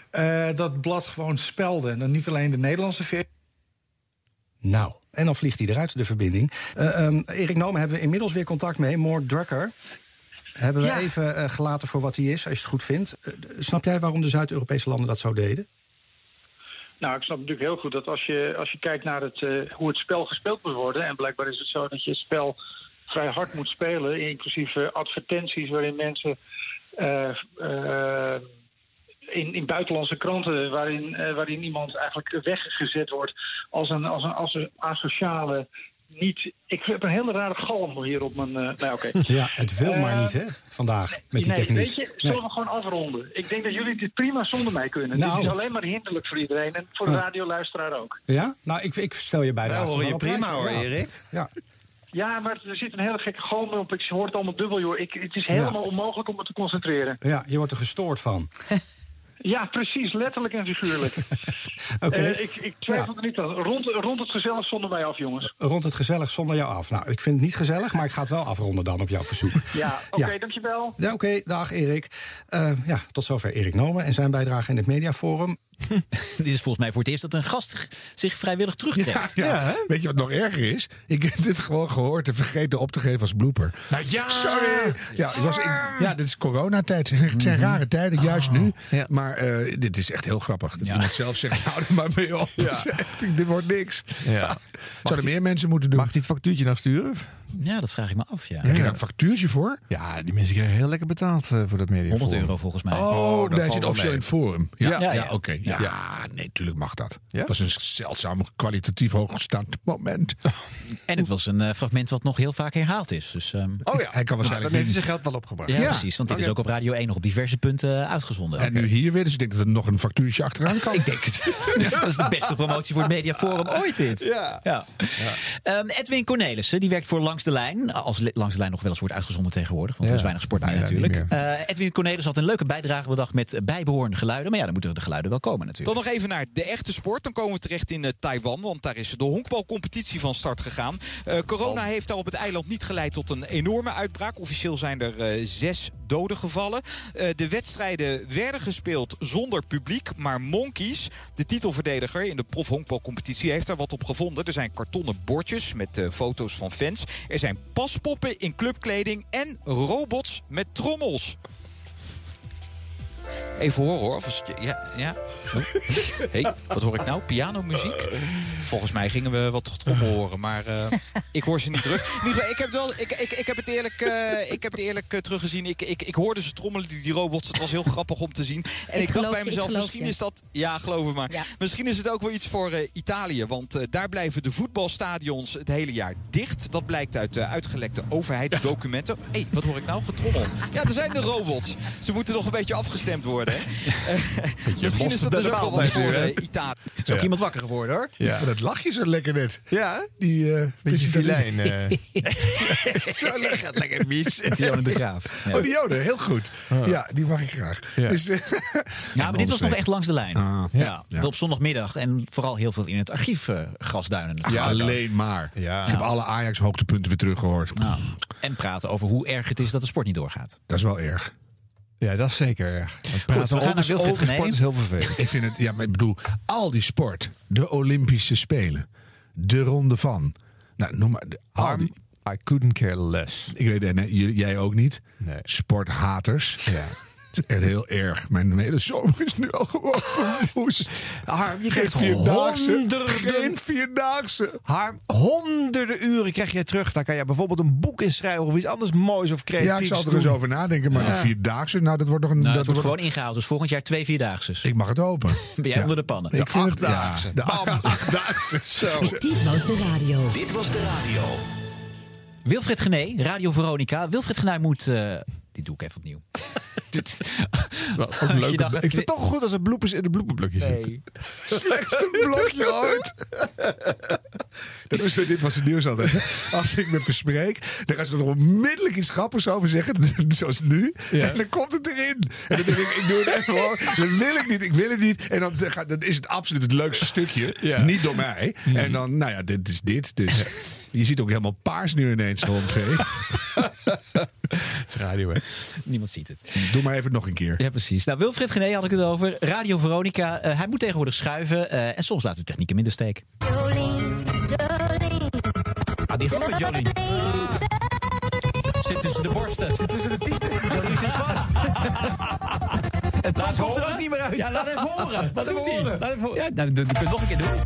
Dat blad gewoon spelde. En dan niet alleen de Nederlandse versie. Nou, en dan vliegt hij eruit, de verbinding. Erik Nomen hebben we inmiddels weer contact mee. Mort Drucker. Hebben we even gelaten voor wat hij is, als je het goed vindt. Snap jij waarom de Zuid-Europese landen dat zo deden? Nou, ik snap natuurlijk heel goed dat als je kijkt naar hoe het spel gespeeld moet worden... en blijkbaar is het zo dat je het spel vrij hard moet spelen... inclusief advertenties waarin mensen in buitenlandse kranten... waarin iemand eigenlijk weggezet wordt als een asociale... niet... Ik heb een hele rare galm hier op mijn... nou, oké. Ja, het wil maar niet, hè, vandaag, met die techniek. Weet je, zullen we gewoon afronden? Ik denk dat jullie dit prima zonder mij kunnen. Nou. Dit is alleen maar hinderlijk voor iedereen en voor de radioluisteraar ook. Ja? Nou, ik stel je bijdrage. Hoor je prima hoor, Ja. Erik. Ja. Ja, maar er zit een hele gekke galm op. Ik hoor het allemaal dubbel, joh. Het is helemaal onmogelijk om me te concentreren. Ja, je wordt er gestoord van. Ja, precies. Letterlijk en figuurlijk. Oké. Ik twijfel er niet aan. Rond het gezellig zonder mij af, jongens. Rond het gezellig zonder jou af. Nou, ik vind het niet gezellig, maar ik ga het wel afronden dan op jouw verzoek. Ja, oké, dankjewel. Ja, oké, dag Erik. Tot zover Erik Nomen en zijn bijdrage in het Mediaforum. Dit is volgens mij voor het eerst dat een gast zich vrijwillig terugtrekt. Ja. Weet je wat nog erger is? Ik heb dit gewoon gehoord en vergeten op te geven als blooper. Nou ja! Sorry! Ja, dit is coronatijd. Het zijn rare tijden, juist nu. Ja. Maar dit is echt heel grappig. Dat iemand zelf zegt, hou er maar mee op. Ja. Dit wordt niks. Ja. Zouden meer mensen moeten doen. Mag hij het factuurtje nog sturen? Ja, dat vraag ik me af, ja. Heb je daar een factuurtje voor? Ja, die mensen krijgen heel lekker betaald voor dat Mediaforum. €100 volgens mij. Oh, dat daar valt zit wel officieel mee. in het forum. Ja, oké. Ja. Ja, nee, natuurlijk mag dat. Ja? Het was een zeldzaam, kwalitatief hoogstaand moment. En het was een fragment wat nog heel vaak herhaald is. Dus, Hij kan waarschijnlijk Dan heeft hij niet. zijn geld wel opgebracht. ja, precies. Want dit is ook op Radio 1 nog op diverse punten uitgezonden. En nu hier weer, dus ik denk dat er nog een factuurtje achteraan kan. Ik denk het. Dat is de beste promotie voor het Mediaforum ooit, dit. Ja. Edwin Cornelissen, die werkt voor Langs de Lijn. Als Langs de Lijn nog wel eens wordt uitgezonden tegenwoordig. Want er is weinig sport meer natuurlijk. Edwin Cornelissen had een leuke bijdrage bedacht met bijbehorende geluiden. Maar ja, dan moeten de geluiden wel komen natuurlijk. Dan nog even naar de echte sport. Dan komen we terecht in Taiwan. Want daar is de honkbalcompetitie van start gegaan. Corona heeft daar op het eiland niet geleid tot een enorme uitbraak. Officieel zijn er 6 doden gevallen. De wedstrijden werden gespeeld zonder publiek. Maar Monkeys, de titelverdediger in de profhonkbalcompetitie, heeft daar wat op gevonden. Er zijn kartonnen bordjes met foto's van fans. Er zijn paspoppen in clubkleding en robots met trommels. Even horen hoor. Ja. Hey, wat hoor ik nou? Pianomuziek? Volgens mij gingen we wat trommel horen, maar ik hoor ze niet terug. In ieder geval, ik heb het eerlijk teruggezien. Ik hoorde ze trommelen, die robots. Het was heel grappig om te zien. En ik dacht bij mezelf, misschien is dat... Ja, geloof het maar. Ja. Misschien is het ook wel iets voor Italië. Want daar blijven de voetbalstadions het hele jaar dicht. Dat blijkt uit uitgelekte overheidsdocumenten. Hé, wat hoor ik nou? Getrommel. Ja, er zijn de robots. Ze moeten nog een beetje afgestemd worden. Hè? Misschien is dat dus ook wel wat voor Italië. Is ook iemand wakker geworden hoor. Ja. Van dat lachje zo lekker net. Ja, die beetje filijn. Zo lekker mis. Dionne de Graaf. Ja. Oh, Dionne, heel goed. Ja, die mag ik graag. Ja. Dus, maar dit was nog echt Langs de Lijn. Ja. Op zondagmiddag en vooral heel veel in het archief grasduinen. Ja, alleen maar. Ja. Ik heb alle Ajax-hoogtepunten weer teruggehoord. Nou, en praten over hoe erg het is dat de sport niet doorgaat. Dat is wel erg. Ja, dat is zeker erg. Goed, we gaan naar Wilfried Genee. Sport is heel vervelend. Ik vind het, ja, maar ik bedoel, al die sport, de Olympische Spelen, de ronde van. Nou, noem maar. Harm, I couldn't care less. Ik weet het, jij ook niet. Nee. Sporthaters. Ja. Het is echt heel erg. Mijn hele zomer is nu al gewoon verwoest. Harm, je krijgt geen vierdaagse. Harm, honderden uren krijg je terug. Dan kan je bijvoorbeeld een boek inschrijven of iets anders moois of creatiefs. Ja, ik zal er eens over nadenken. Maar een vierdaagse, nou, dat wordt nog een... Nou, dat wordt gewoon ingehaald. Dus volgend jaar 2 vierdaagses. Ik mag het hopen. Ben jij onder de pannen? Ik vind het achtdaagse. De achtdaagse. Zo. Dit was de radio. Dit was de radio. Wilfried Genee, Radio Veronica. Wilfried Genee moet... die doe ik even opnieuw. Ook leuk. Ik vind het toch goed als er bloepers in de bloepenblokje zitten. Slechtste blokje ooit. Dit was het nieuws altijd. Hè? Als ik me verspreek, dan gaan ze er nog onmiddellijk iets grappigs over zeggen. Zoals nu. Ja. En dan komt het erin. En dan denk ik doe het even hoor. Dan wil ik niet. En dan is het absoluut het leukste stukje. Ja. Niet door mij. En dan, nou ja, dit is dit. Dus je ziet ook helemaal paars nu ineens rond vee. Het is radio, hè? Niemand ziet het. Doe maar even nog een keer. Ja, precies. Nou, Wilfried Genee had ik het over. Radio Veronica. Hij moet tegenwoordig schuiven. En soms laat de techniek hem in de steek. Die grote Jolien. Zit tussen de borsten. Zit tussen de tieten. Jolien zit vast. Het pas komt er ook niet meer uit. Ja, laat even horen. Wat doet hij? Laat even horen. Ja, dan kun je het nog een keer doen.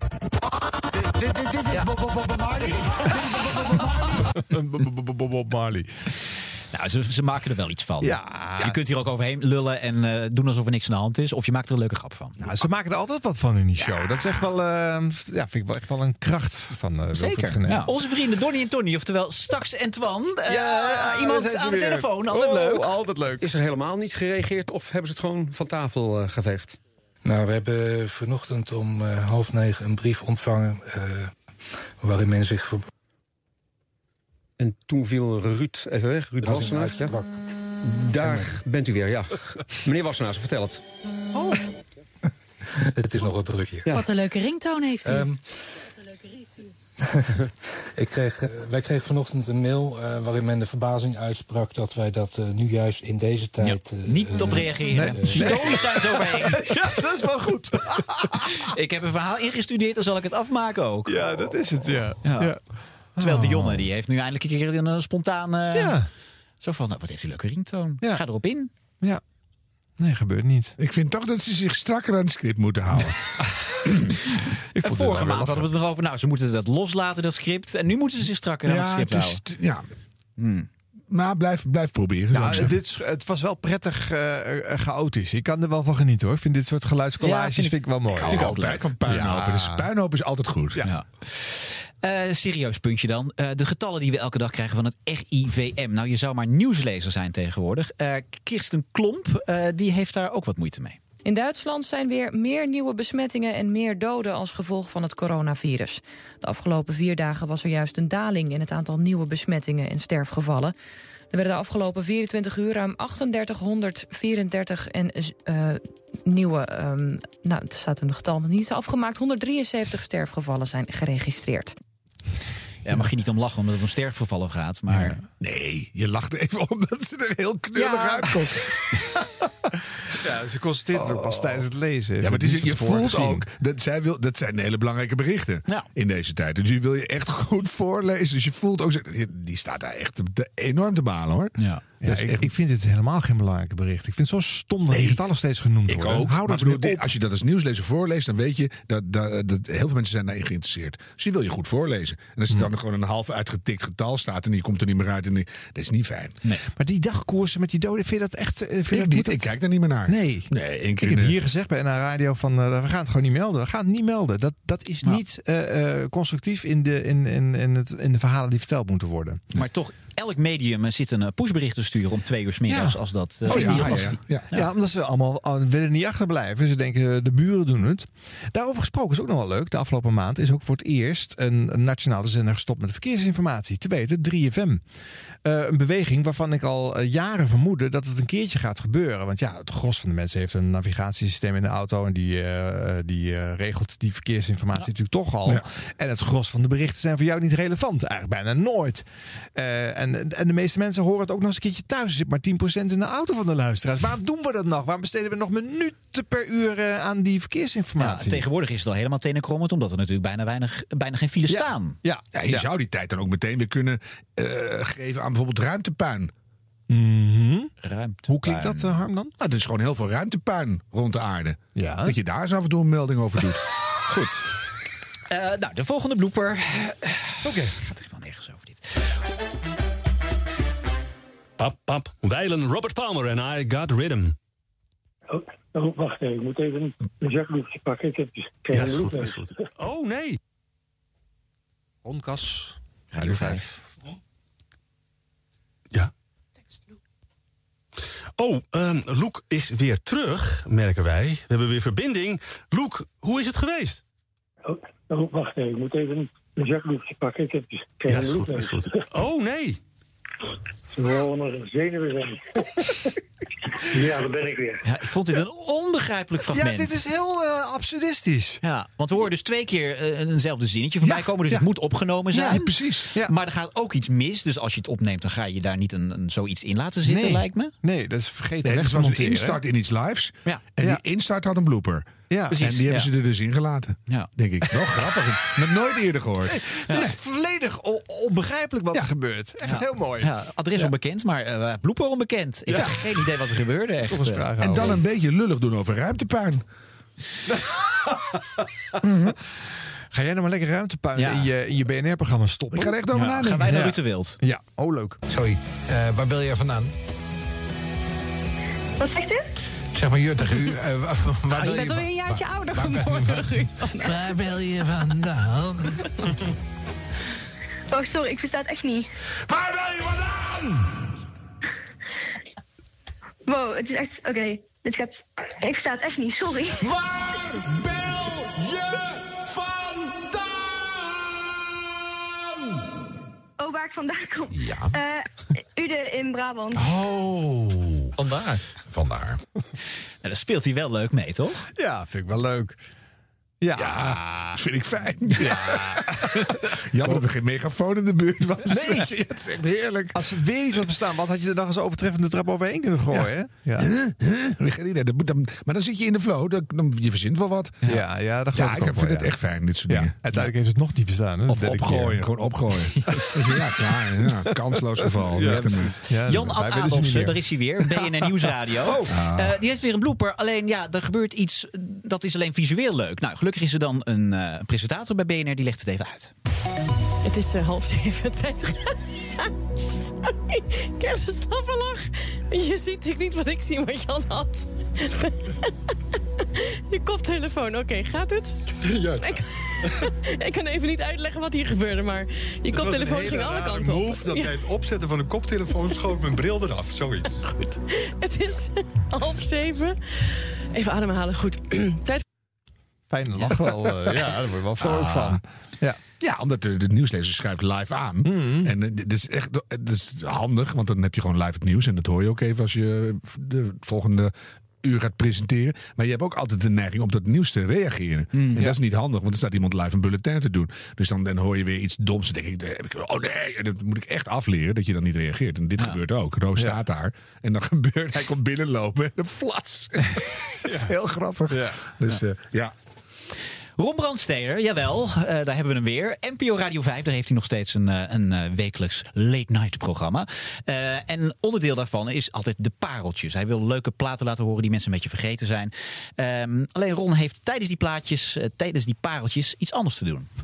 Dit is Bob Marley. Bob Marley. Nou, ze maken er wel iets van. Ja. Je kunt hier ook overheen lullen en doen alsof er niks aan de hand is. Of je maakt er een leuke grap van. Nou, ze maken er altijd wat van in die show. Dat is echt wel, vind ik wel echt wel een kracht van Zeker. Ja. Onze vrienden Donnie en Tony, oftewel Stax en Twan. Iemand aan de telefoon, altijd leuk. Altijd leuk. Is er helemaal niet gereageerd of hebben ze het gewoon van tafel geveegd? Nou, we hebben vanochtend om 8:30 een brief ontvangen waarin men zich... En toen viel Ruud even weg, Ruud Wassenaars. Ja? Daar bent u weer, ja. Meneer Wassenaars, vertel het. Oh. Het is nog wat druk hier. Ja. Wat een leuke ringtoon heeft u. Wij kregen vanochtend een mail waarin men de verbazing uitsprak dat wij dat nu juist in deze tijd... niet op reageren. Nee. Stoïcijns overheen. Ja, dat is wel goed. Ik heb een verhaal ingestudeerd, dan zal ik het afmaken ook. Ja, dat is het, ja. Terwijl Dionne, die heeft nu eindelijk een keer een spontaan... Zo van, wat heeft die leuke ringtoon? Ja. Ga erop in. Ja. Nee, gebeurt niet. Ik vind toch dat ze zich strakker aan het script moeten houden. Vorige maand hadden we het erover. Nou, ze moeten dat loslaten, dat script. En nu moeten ze zich strakker aan het script houden. Ja. Maar blijf proberen. Het was wel prettig chaotisch. Ik kan er wel van genieten, hoor. Ik vind dit soort geluidscollages vind ik wel mooi. Ik hou altijd van puinhopen. Dus puinhoop is altijd goed. Ja. Serieus puntje dan. De getallen die we elke dag krijgen van het RIVM. Nou, je zou maar nieuwslezer zijn tegenwoordig. Kirsten Klomp, die heeft daar ook wat moeite mee. In Duitsland zijn weer meer nieuwe besmettingen en meer doden als gevolg van het coronavirus. De afgelopen 4 dagen was er juist een daling in het aantal nieuwe besmettingen en sterfgevallen. Er werden de afgelopen 24 uur ruim 3834 nieuwe, het staat in de getal nog niet afgemaakt, 173 sterfgevallen zijn geregistreerd. Ja, mag je niet om lachen omdat het om sterfgevallen gaat, maar... Ja. Nee, je lacht even omdat ze er heel knullig uitkomt. Ja, ze constateert het ook pas tijdens het lezen. Ja, maar je voelt ook, dat zijn hele belangrijke berichten in deze tijd. Dus die wil je echt goed voorlezen. Dus je voelt ook, die staat daar echt enorm te balen, hoor. Ja. Ja, ik vind dit helemaal geen belangrijke bericht. Ik vind het zo stom dat het alles steeds genoemd wordt. Ik ook. Hou dat als je dat als nieuwslezer voorleest, dan weet je dat heel veel mensen zijn daarin geïnteresseerd. Dus die wil je goed voorlezen. En als er dan gewoon een half uitgetikt getal staat en die komt er niet meer uit, dat is niet fijn. Nee. Maar die dagkoersen met die doden, vind je dat echt... Ik kijk daar niet meer naar. Nee. Ik heb hier gezegd bij NH Radio van we gaan het gewoon niet melden. We gaan het niet melden. Dat is niet constructief in de verhalen die verteld moeten worden. Maar toch, elk medium zit een pushbericht te sturen om 2 uur 's middags als dat... Ja, omdat ze allemaal willen niet achterblijven. Ze denken, de buren doen het. Daarover gesproken is ook nog wel leuk. De afgelopen maand is ook voor het eerst een nationale zender gestopt met verkeersinformatie. Te weten, 3FM. Een beweging waarvan ik al jaren vermoedde dat het een keertje gaat gebeuren. Want het gros van de mensen heeft een navigatiesysteem in de auto en die regelt die verkeersinformatie natuurlijk toch al. Ja. En het gros van de berichten zijn voor jou niet relevant. Eigenlijk bijna nooit. En de meeste mensen horen het ook nog eens een keertje thuis. Er zit maar 10% in de auto van de luisteraars. Waarom doen we dat nog? Waarom besteden we nog minuten per uur aan die verkeersinformatie? Ja, tegenwoordig is het al helemaal tenenkrommend, omdat er natuurlijk bijna geen files staan. Ja, je zou die tijd dan ook meteen weer kunnen geven aan bijvoorbeeld ruimtepuin. Ruimtepuin. Hoe klinkt dat, Harm, dan? Er is gewoon heel veel ruimtepuin rond de aarde. Ja. Dat je daar eens af en toe een melding over doet. Goed. De volgende blooper. Oké. Gaat er helemaal nergens over dit. Pap, Weilen, Robert Palmer en I Got Rhythm. Oh, wacht even. Ik moet even een zakdoekje pakken. Ik heb geen bloed. Is goed. Oh, nee. Ronkas, Radio 5. Ja. Loek is weer terug, merken wij. We hebben weer verbinding. Loek, hoe is het geweest? Oh, wacht even. Ik moet even een zakdoekje pakken. Ik heb geen bloed. Is goed. Oh, nee. Gewoon nog een zenuwen zijn. Ja, daar ben ik weer. Ja, ik vond dit een onbegrijpelijk fragment. Ja, dit is heel absurdistisch. Ja, want we horen dus 2 keer eenzelfde zinnetje voorbij komen. Dus het moet opgenomen zijn. Ja, precies. Ja. Maar er gaat ook iets mis. Dus als je het opneemt, dan ga je daar niet zoiets in laten zitten, lijkt me. Nee, dat is vergeten. Dat was een instart in iets lives. Ja. En die instart had een blooper. Ja, precies. En die hebben ze er dus in gelaten. Ja. Denk ik. Wel grappig. Met nooit eerder gehoord. Het is volledig onbegrijpelijk wat er gebeurt. Echt heel mooi. Ja, adres onbekend, maar blooper onbekend. Ik heb geen idee wat er gebeurde. Echt. En dan een beetje lullig doen over ruimtepuin. Ga jij nou maar lekker ruimtepuin in je BNR-programma stoppen? Ik ga er echt over nadenken. Gaan wij naar Ruud de Wild? Ja, leuk. Sorry, waar bel je vandaan? Wat zegt u? Zeg maar Jut tegen u. Je bent alweer een jaartje ouder geworden, Ruud. Waar bel je vandaan? Oh, sorry, ik versta het echt niet. Waar bel je vandaan? Wow, het is echt... Oké, dit gaat... Ik versta het echt niet, sorry. Waar bel je vandaan? Oh, waar ik vandaan kom? Ja. Uden in Brabant. Oh. Vandaar. Dat speelt hij wel leuk mee, toch? Ja, vind ik wel leuk. Ja, vind ik fijn. Ja. Jammer dat er geen megafoon in de buurt was. Nee, het is echt heerlijk. Als het weer niet had verstaan, wat had je er dan eens overtreffende trap overheen kunnen gooien? Ja. Maar dan zit je in de flow, je verzint wel wat. Ja, dat geloof ik ook vind het echt fijn, dit soort dingen. Uiteindelijk heeft het nog niet verstaan. Hè? Of opgooien, gewoon opgooien. Ja, klaar. Ja, kansloos geval. Jan Adolfsen, daar is hij weer. BNR Nieuwsradio. Die heeft weer een blooper. Alleen, er gebeurt iets, dat is alleen visueel leuk. Nou, gelukkig is er dan een presentator bij BNR, die legt het even uit. Het is 6:30 tijd. Sorry, ik heb een slappe lach. Je ziet natuurlijk niet wat ik zie, wat Jan had. Je koptelefoon, oké, gaat het? Ja. Ik kan even niet uitleggen wat hier gebeurde, maar je koptelefoon ging alle kanten op. Move dat bij het opzetten van een koptelefoon schoot mijn bril eraf, zoiets. Goed. Het is 6:30. Even ademhalen, goed. Tijd. Fijne lach wel. Daar word je wel vrolijk van. Ja, omdat de nieuwslezer schrijft live aan. En dat is handig, want dan heb je gewoon live het nieuws. En dat hoor je ook even als je de volgende uur gaat presenteren. Maar je hebt ook altijd de neiging om dat nieuws te reageren. En dat is niet handig, want er staat iemand live een bulletin te doen. Dus dan hoor je weer iets doms. Dan denk ik, oh nee, en dat moet ik echt afleren dat je dan niet reageert. En dit gebeurt ook. Roos staat daar. En dan gebeurt, hij komt binnenlopen en een flats. Dat is heel grappig. Ja. Dus ja. Ron Brandsteder, jawel, daar hebben we hem weer. NPO Radio 5, daar heeft hij nog steeds een wekelijks late-night programma. En onderdeel daarvan is altijd de pareltjes. Hij wil leuke platen laten horen die mensen een beetje vergeten zijn. Alleen Ron heeft tijdens die plaatjes, tijdens die pareltjes, iets anders te doen.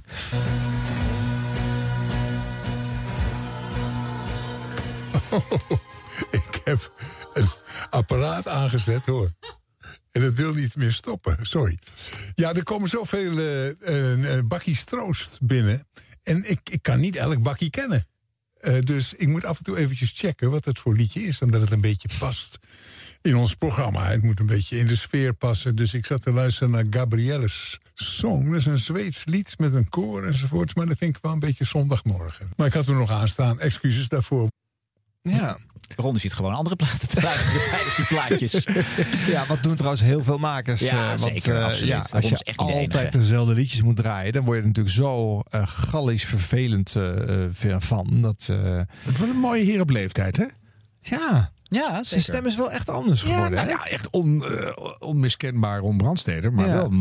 Ik heb een apparaat aangezet, hoor. En dat wil niet meer stoppen, sorry. Ja, er komen zoveel bakkies troost binnen. En ik kan niet elk bakkie kennen. Dus ik moet af en toe eventjes checken wat het voor liedje is. En dat het een beetje past in ons programma. Het moet een beetje in de sfeer passen. Dus ik zat te luisteren naar Gabrielle's Song. Dat is een Zweeds lied met een koor enzovoorts. Maar dat vind ik wel een beetje zondagmorgen. Maar ik had er nog aan staan. Excuses daarvoor. Ja. Ron zit gewoon andere platen te luisteren tijdens die plaatjes. Ja, wat doen trouwens heel veel makers. Ja, zeker, absoluut. Als je altijd dezelfde liedjes moet draaien, dan word je er natuurlijk zo gallisch vervelend van. Het wordt een mooie heer op leeftijd, hè? Ja. Ja, zeker. Zijn stem is wel echt anders geworden. Ja, echt onmiskenbaar Ron Brandsteder, maar wel een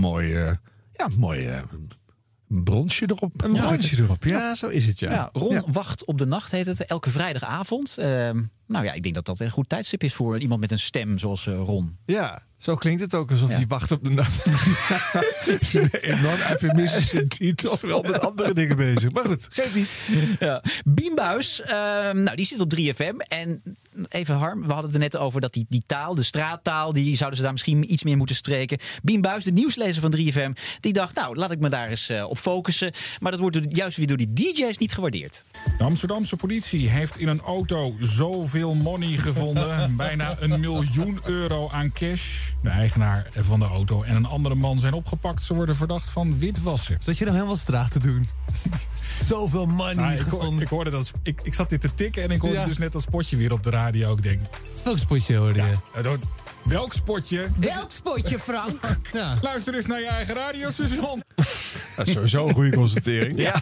mooi bronsje erop. Een bronsje erop, ja, zo is het, ja. Ron wacht op de nacht, heet het, elke vrijdagavond. Ik denk dat dat een goed tijdstip is voor iemand met een stem zoals Ron. Ja, zo klinkt het ook alsof hij wacht op de nacht. Een enorm eufemistische titel. Vooral met andere dingen bezig. Maar goed, geeft niet. Ja. Bien Buijs, die zit op 3FM. En even Harm, we hadden het er net over dat die taal, de straattaal, die zouden ze daar misschien iets meer moeten spreken. Bien Buijs, de nieuwslezer van 3FM, die dacht, laat ik me daar eens op focussen. Maar dat wordt juist weer door die DJ's niet gewaardeerd. De Amsterdamse politie heeft in een auto zoveel money gevonden. Bijna €1 miljoen aan cash. De eigenaar van de auto en een andere man zijn opgepakt. Ze worden verdacht van witwassen. Zat je nou helemaal straat te doen? Zoveel money gevonden. Ik hoorde dat. Ik zat dit te tikken en ik hoorde dus net dat spotje weer op de radio. Ik denk, welk spotje hoorde je? Welk spotje? Welk spotje, Frank? Ja. Luister eens naar je eigen radiostation. Dat is sowieso een goede constatering. Ja,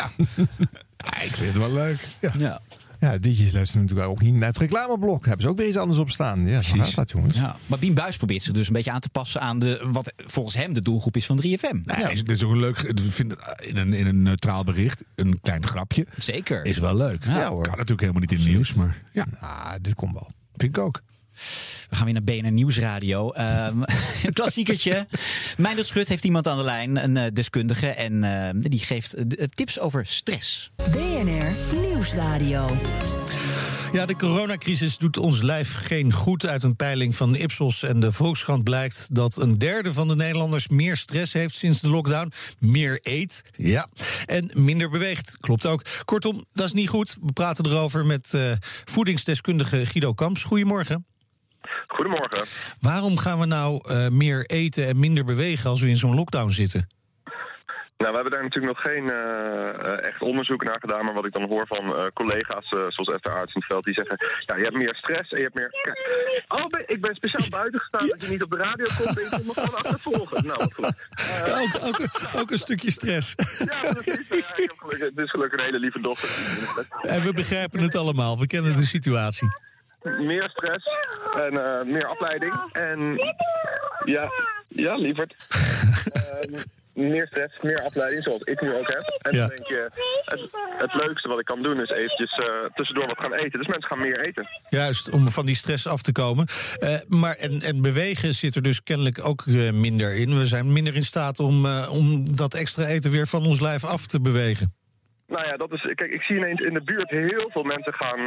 ik vind het wel leuk. Ja. Ja, DJ's luisteren natuurlijk ook niet naar het reclameblok. Hebben ze ook weer iets anders op staan. Ja, zo gaat dat, jongens. Ja, maar Bien Buijs probeert zich dus een beetje aan te passen aan wat volgens hem de doelgroep is van 3FM. Dat is ook leuk. Ik vind in een neutraal bericht een klein grapje. Zeker. Is wel leuk. Ja, hoor. Kan natuurlijk helemaal niet in het nieuws, maar ja. Dit komt wel. Vind ik ook. We gaan weer naar BNR Nieuwsradio. Een klassiekertje. Meindert Schut heeft iemand aan de lijn, een deskundige. En die geeft tips over stress. BNR Nieuwsradio. Ja, de coronacrisis doet ons lijf geen goed. Uit een peiling van Ipsos en de Volkskrant blijkt dat 1/3 van de Nederlanders meer stress heeft sinds de lockdown. Meer eet, ja, en minder beweegt. Klopt ook. Kortom, dat is niet goed. We praten erover met voedingsdeskundige Guido Kamps. Goedemorgen. Goedemorgen. Waarom gaan we nou meer eten en minder bewegen als we in zo'n lockdown zitten? Nou, we hebben daar natuurlijk nog geen echt onderzoek naar gedaan, maar wat ik dan hoor van collega's zoals Esther Aartsenveld, die zeggen, ja, je hebt meer stress en je hebt meer... ik ben speciaal buiten gestaan dat je niet op de radio komt en je komt me gewoon achtervolgen. Nou, wat goed. Ook een stukje stress. Ja, precies. Het is gelukkig een hele lieve dochter. En we begrijpen het allemaal, we kennen de situatie. Meer stress en meer afleiding en ja, lieverd. Meer stress, meer afleiding, zoals ik nu ook heb. En dan denk je, het leukste wat ik kan doen is eventjes tussendoor wat gaan eten. Dus mensen gaan meer eten. Juist, om van die stress af te komen. Maar bewegen zit er dus kennelijk ook minder in. We zijn minder in staat om dat extra eten weer van ons lijf af te bewegen. Nou ja, dat is. Kijk, ik zie ineens in de buurt heel veel mensen gaan.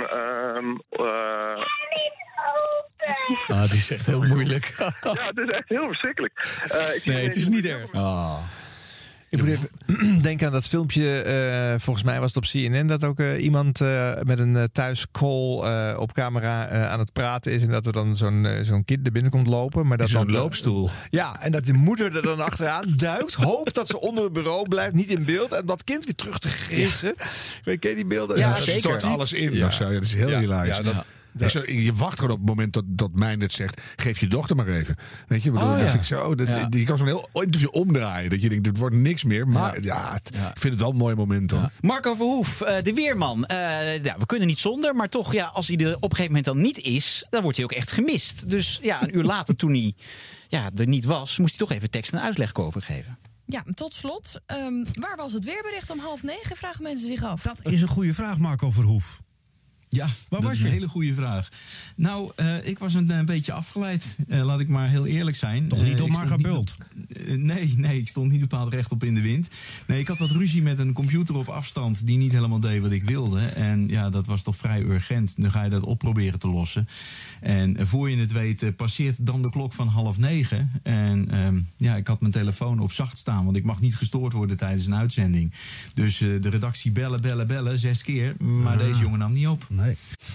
Het is echt heel moeilijk. Ja, het is echt heel verschrikkelijk. Nee, het is niet erg. Ik moet even denken aan dat filmpje. Volgens mij was het op CNN dat ook iemand met een thuiscall op camera aan het praten is. En dat er dan zo'n kind er binnen komt lopen. Maar dat zo'n loopstoel. Ja, en dat de moeder er dan achteraan duikt. Hoopt dat ze onder het bureau blijft, niet in beeld. En dat kind weer terug te gissen. Ja. Ken je die beelden? Ja, zeker. Stort alles in. Ja. Of zo. Ja, dat is heel hilarisch. Ja, je wacht gewoon op het moment dat Meindert zegt, geef je dochter maar even. Weet je, dat vind ik zo. Je kan zo'n heel interview omdraaien. Dat je denkt, het wordt niks meer. Maar ik vind het wel een mooi moment hoor. Marco Verhoef, de weerman. We kunnen niet zonder, maar toch, als hij er op een gegeven moment dan niet is, dan wordt hij ook echt gemist. Dus een uur later, toen hij er niet was, moest hij toch even tekst en uitleg over geven. Ja, tot slot. Waar was het weerbericht om 8:30? Vragen mensen zich af. Dat is een goede vraag, Marco Verhoef. Ja, waar was je? Een hele goede vraag. Nou, ik was een beetje afgeleid. Laat ik maar heel eerlijk zijn. Toch niet door Marga Bult? Nee, ik stond niet bepaald rechtop in de wind. Nee, ik had wat ruzie met een computer op afstand die niet helemaal deed wat ik wilde. En dat was toch vrij urgent. Nu ga je dat op proberen te lossen. En voor je het weet passeert dan de klok van 8:30. En ik had mijn telefoon op zacht staan, want ik mag niet gestoord worden tijdens een uitzending. Dus de redactie bellen, 6 keer. Maar deze jongen nam niet op. Nee.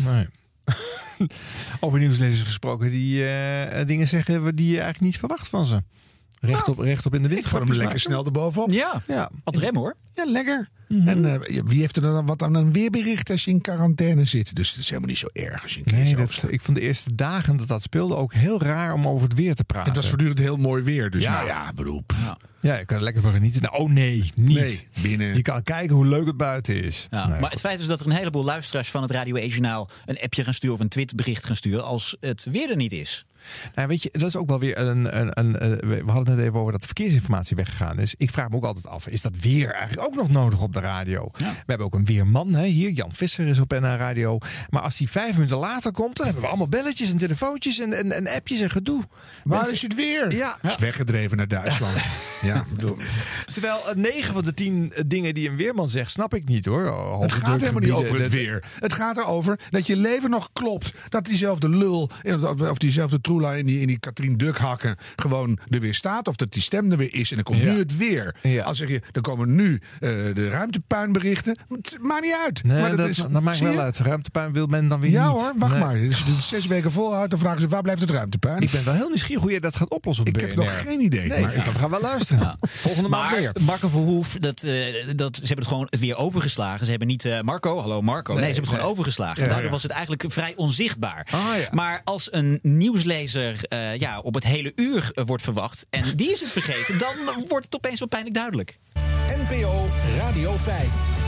Over nieuwslezers gesproken die dingen zeggen die je eigenlijk niet verwacht van ze. Rechtop in de wind. Ik vond hem lekker snel erbovenop. Ja. Wat rem hoor. Ja, lekker. Mm-hmm. En wie heeft er dan wat aan een weerbericht als je in quarantaine zit? Dus het is helemaal niet zo erg als je een keer ik vond de eerste dagen dat speelde ook heel raar om over het weer te praten. Het was voortdurend heel mooi weer. Dus beroep. Ja, je kan er lekker van genieten. Nou, nee, niet. Nee, binnen. Je kan kijken hoe leuk het buiten is. Ja, maar het feit is dat er een heleboel luisteraars van het Radio 1-journaal een appje gaan sturen of een tweetbericht gaan sturen als het weer er niet is. Nou, weet je, dat is ook wel weer we hadden het net even over dat de verkeersinformatie weggegaan is. Ik vraag me ook altijd af, is dat weer eigenlijk ook nog nodig op de radio? Ja. We hebben ook een weerman hier, Jan Visser is op NH Radio. Maar als die 5 minuten later komt, dan hebben we allemaal belletjes en telefoontjes en appjes en gedoe. Waar is het weer? Ja. Is weggedreven naar Duitsland. Ja, terwijl 9 van de 10 dingen die een weerman zegt, snap ik niet hoor. Het gaat helemaal niet over het weer. Het gaat erover dat je leven nog klopt. Dat diezelfde lul of diezelfde troela in die Katrien Duk hakken gewoon er weer staat. Of dat die stem er weer is. En dan komt nu het weer. Ja. Als zeg je, dan komen nu de ruimtepuinberichten. Het maakt niet uit. Nee, maar dat maakt wel uit. Ruimtepuin wil men dan weer niet. Ja hoor, wacht maar. Dus als je het 6 weken volhoudt, dan vragen ze waar blijft het ruimtepuin? Ik ben wel heel nieuwsgierig hoe je dat gaat oplossen op BNR. Ik heb nog geen idee. Nee, maar we gaan wel luisteren. Ja. Volgende maand weer. Marco Verhoef, ze hebben het gewoon het weer overgeslagen. Ze hebben niet Marco, hallo Marco. Nee, ze hebben het gewoon overgeslagen. Daardoor was het eigenlijk vrij onzichtbaar. Maar als een nieuwslezer op het hele uur wordt verwacht en die is het vergeten, dan wordt het opeens wel pijnlijk duidelijk. NPO Radio 5.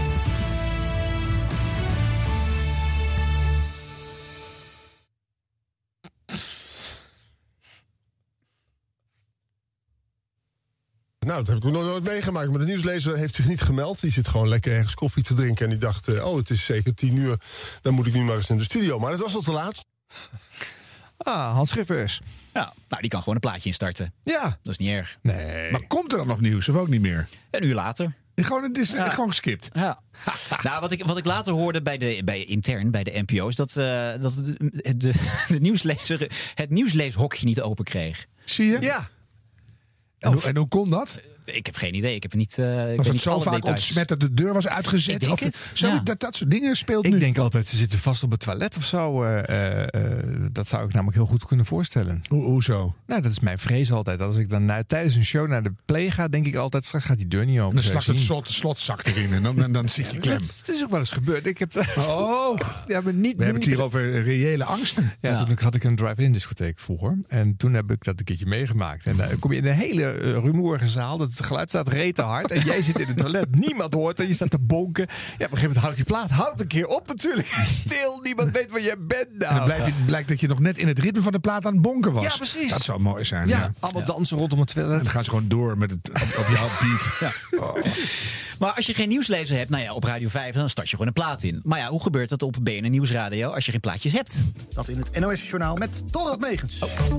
Nou, dat heb ik nog nooit meegemaakt. Maar de nieuwslezer heeft zich niet gemeld. Die zit gewoon lekker ergens koffie te drinken. En die dacht, het is zeker 10 uur. Dan moet ik nu maar eens in de studio. Maar het was al te laat. Hans Schiffers. Ja, nou, die kan gewoon een plaatje instarten. Ja. Dat is niet erg. Nee. Maar komt er dan nog nieuws of ook niet meer? Een uur later. Het is gewoon geskipt. Ja. Nou, wat ik later hoorde intern bij de NPO is dat de nieuwslezer het nieuwsleeshokje niet open kreeg. Zie je? Ja. En hoe kon dat? Ik heb geen idee. Ik heb niet. Was het zo vaak ontsmet dat de deur was uitgezet? Ik denk het. Zo, dat soort dingen speelt Ik nu. denk altijd, ze zitten vast op het toilet of zo. Dat zou ik namelijk heel goed kunnen voorstellen. Hoezo? Nou, dat is mijn vrees altijd. Als ik dan tijdens een show naar de play ga, denk ik altijd, straks gaat die deur niet open. Dan slakt het slotzak erin en dan zit je klem. Het is ook wel eens gebeurd. Ik heb ja, maar niet. We hebben het hier over reële angsten. Ja, toen had ik een drive-in discotheek vroeger. En toen heb ik dat een keertje meegemaakt. En dan kom je in een hele rumoerige zaal. Het geluid staat rete hard. En jij zit in het toilet. Niemand hoort. En je staat te bonken. Ja, op een gegeven moment houdt die plaat. Houd een keer op natuurlijk. Stil. Niemand weet waar jij bent nou. En dan blijkt dat je nog net in het ritme van de plaat aan het bonken was. Ja, precies. Dat zou mooi zijn. Ja, allemaal dansen rondom het toilet. En dan gaan ze gewoon door met het op jouw beat. Ja. Oh. Maar als je geen nieuwslezer hebt, nou ja, op Radio 5, dan start je gewoon een plaat in. Maar ja, hoe gebeurt dat op BNN Nieuwsradio als je geen plaatjes hebt? Dat in het NOS-journaal met Torald Megens.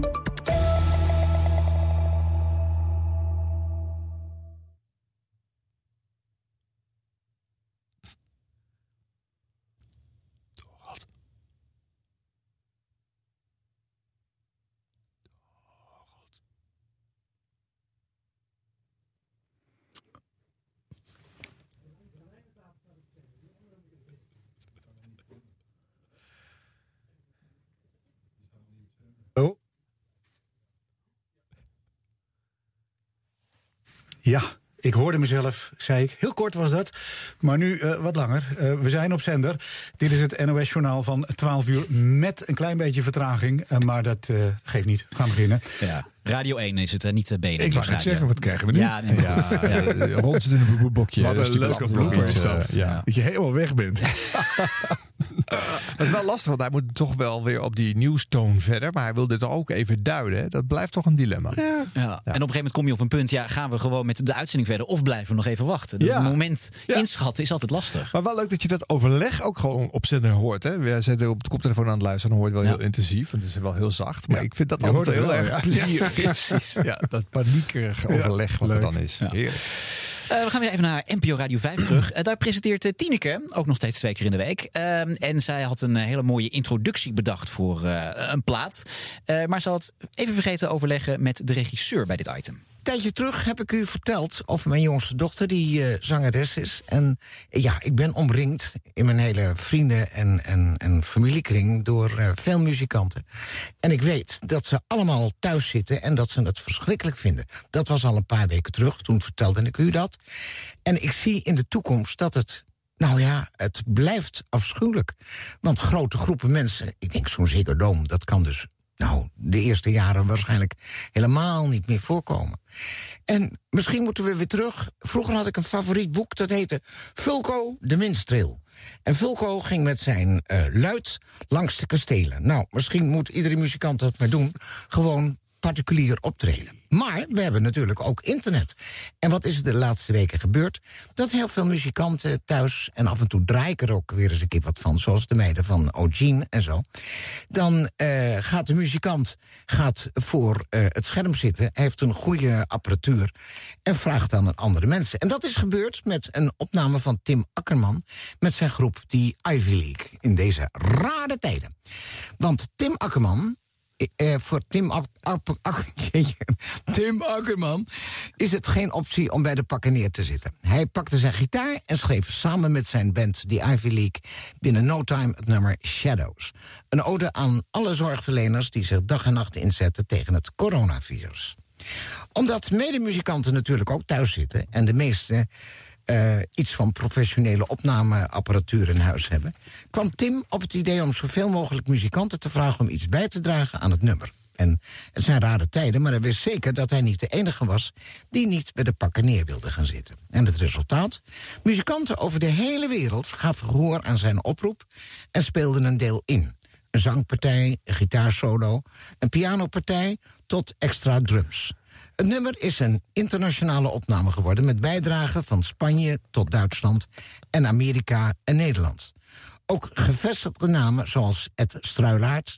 Ja, ik hoorde mezelf, zei ik. Heel kort was dat, maar nu wat langer. We zijn op zender. Dit is het NOS-journaal van 12 uur met een klein beetje vertraging. Maar dat geeft niet. We gaan beginnen. Ja. Radio 1 is het, niet BNN. Ik wou net zeggen, wat krijgen we nu? Ja, nee, Rond het in een boekbokje. Wat een leuke blooper is dat. Dat je helemaal weg bent. Dat is wel lastig, want hij moet toch wel weer op die nieuwstoon verder. Maar hij wil dit ook even duiden. Hè? Dat blijft toch een dilemma. Ja. En op een gegeven moment kom je op een punt. Ja, gaan we gewoon met de uitzending verder of blijven we nog even wachten? Het moment inschatten is altijd lastig. Maar wel leuk dat je dat overleg ook gewoon op zender hoort. Hè? We zitten op de koptelefoon aan het luisteren. Dan hoor je het wel heel intensief. Want het is wel heel zacht. Maar ik vind dat altijd heel erg plezierig. Ja, precies. Ja, dat paniekerige overleg wat er dan is. Ja. Heerlijk. We gaan weer even naar NPO Radio 5 terug. Daar presenteert Tineke, ook nog steeds 2 keer in de week. En zij had een hele mooie introductie bedacht voor een plaat. Maar ze had even vergeten overleggen met de regisseur bij dit item. Een tijdje terug heb ik u verteld over mijn jongste dochter, die zangeres is. En ja, ik ben omringd in mijn hele vrienden- en familiekring door veel muzikanten. En ik weet dat ze allemaal thuis zitten en dat ze het verschrikkelijk vinden. Dat was al een paar weken terug, toen vertelde ik u dat. En ik zie in de toekomst dat het... Nou ja, het blijft afschuwelijk. Want grote groepen mensen, ik denk zo'n Ziggo Dome, dat kan dus de eerste jaren waarschijnlijk helemaal niet meer voorkomen. En misschien moeten we weer terug. Vroeger had ik een favoriet boek, dat heette Fulco de Minstreel. En Fulco ging met zijn luid langs de kastelen. Nou, misschien moet iedere muzikant dat maar doen. Gewoon particulier optreden. Maar we hebben natuurlijk ook internet. En wat is er de laatste weken gebeurd? Dat heel veel muzikanten thuis, en af en toe draai ik er ook weer eens een keer wat van, zoals de meiden van O'Gene en zo. Dan gaat de muzikant voor het scherm zitten, heeft een goede apparatuur en vraagt dan aan andere mensen. En dat is gebeurd met een opname van Tim Akkerman met zijn groep, die Ivy League, in deze rare tijden. Want Tim Akkerman... voor Tim Akkerman is het geen optie om bij de pakken neer te zitten. Hij pakte zijn gitaar en schreef samen met zijn band, die Ivy League, binnen no time het nummer Shadows. Een ode aan alle zorgverleners die zich dag en nacht inzetten tegen het coronavirus. Omdat medemuzikanten natuurlijk ook thuis zitten en de meeste iets van professionele opnameapparatuur in huis hebben, kwam Tim op het idee om zoveel mogelijk muzikanten te vragen om iets bij te dragen aan het nummer. En het zijn rare tijden, maar hij wist zeker dat hij niet de enige was die niet bij de pakken neer wilde gaan zitten. En het resultaat? Muzikanten over de hele wereld gaven gehoor aan zijn oproep en speelden een deel in. Een zangpartij, een gitaarsolo, een pianopartij tot extra drums. Het nummer is een internationale opname geworden met bijdragen van Spanje tot Duitsland en Amerika en Nederland. Ook gevestigde namen zoals Ed Struilaert,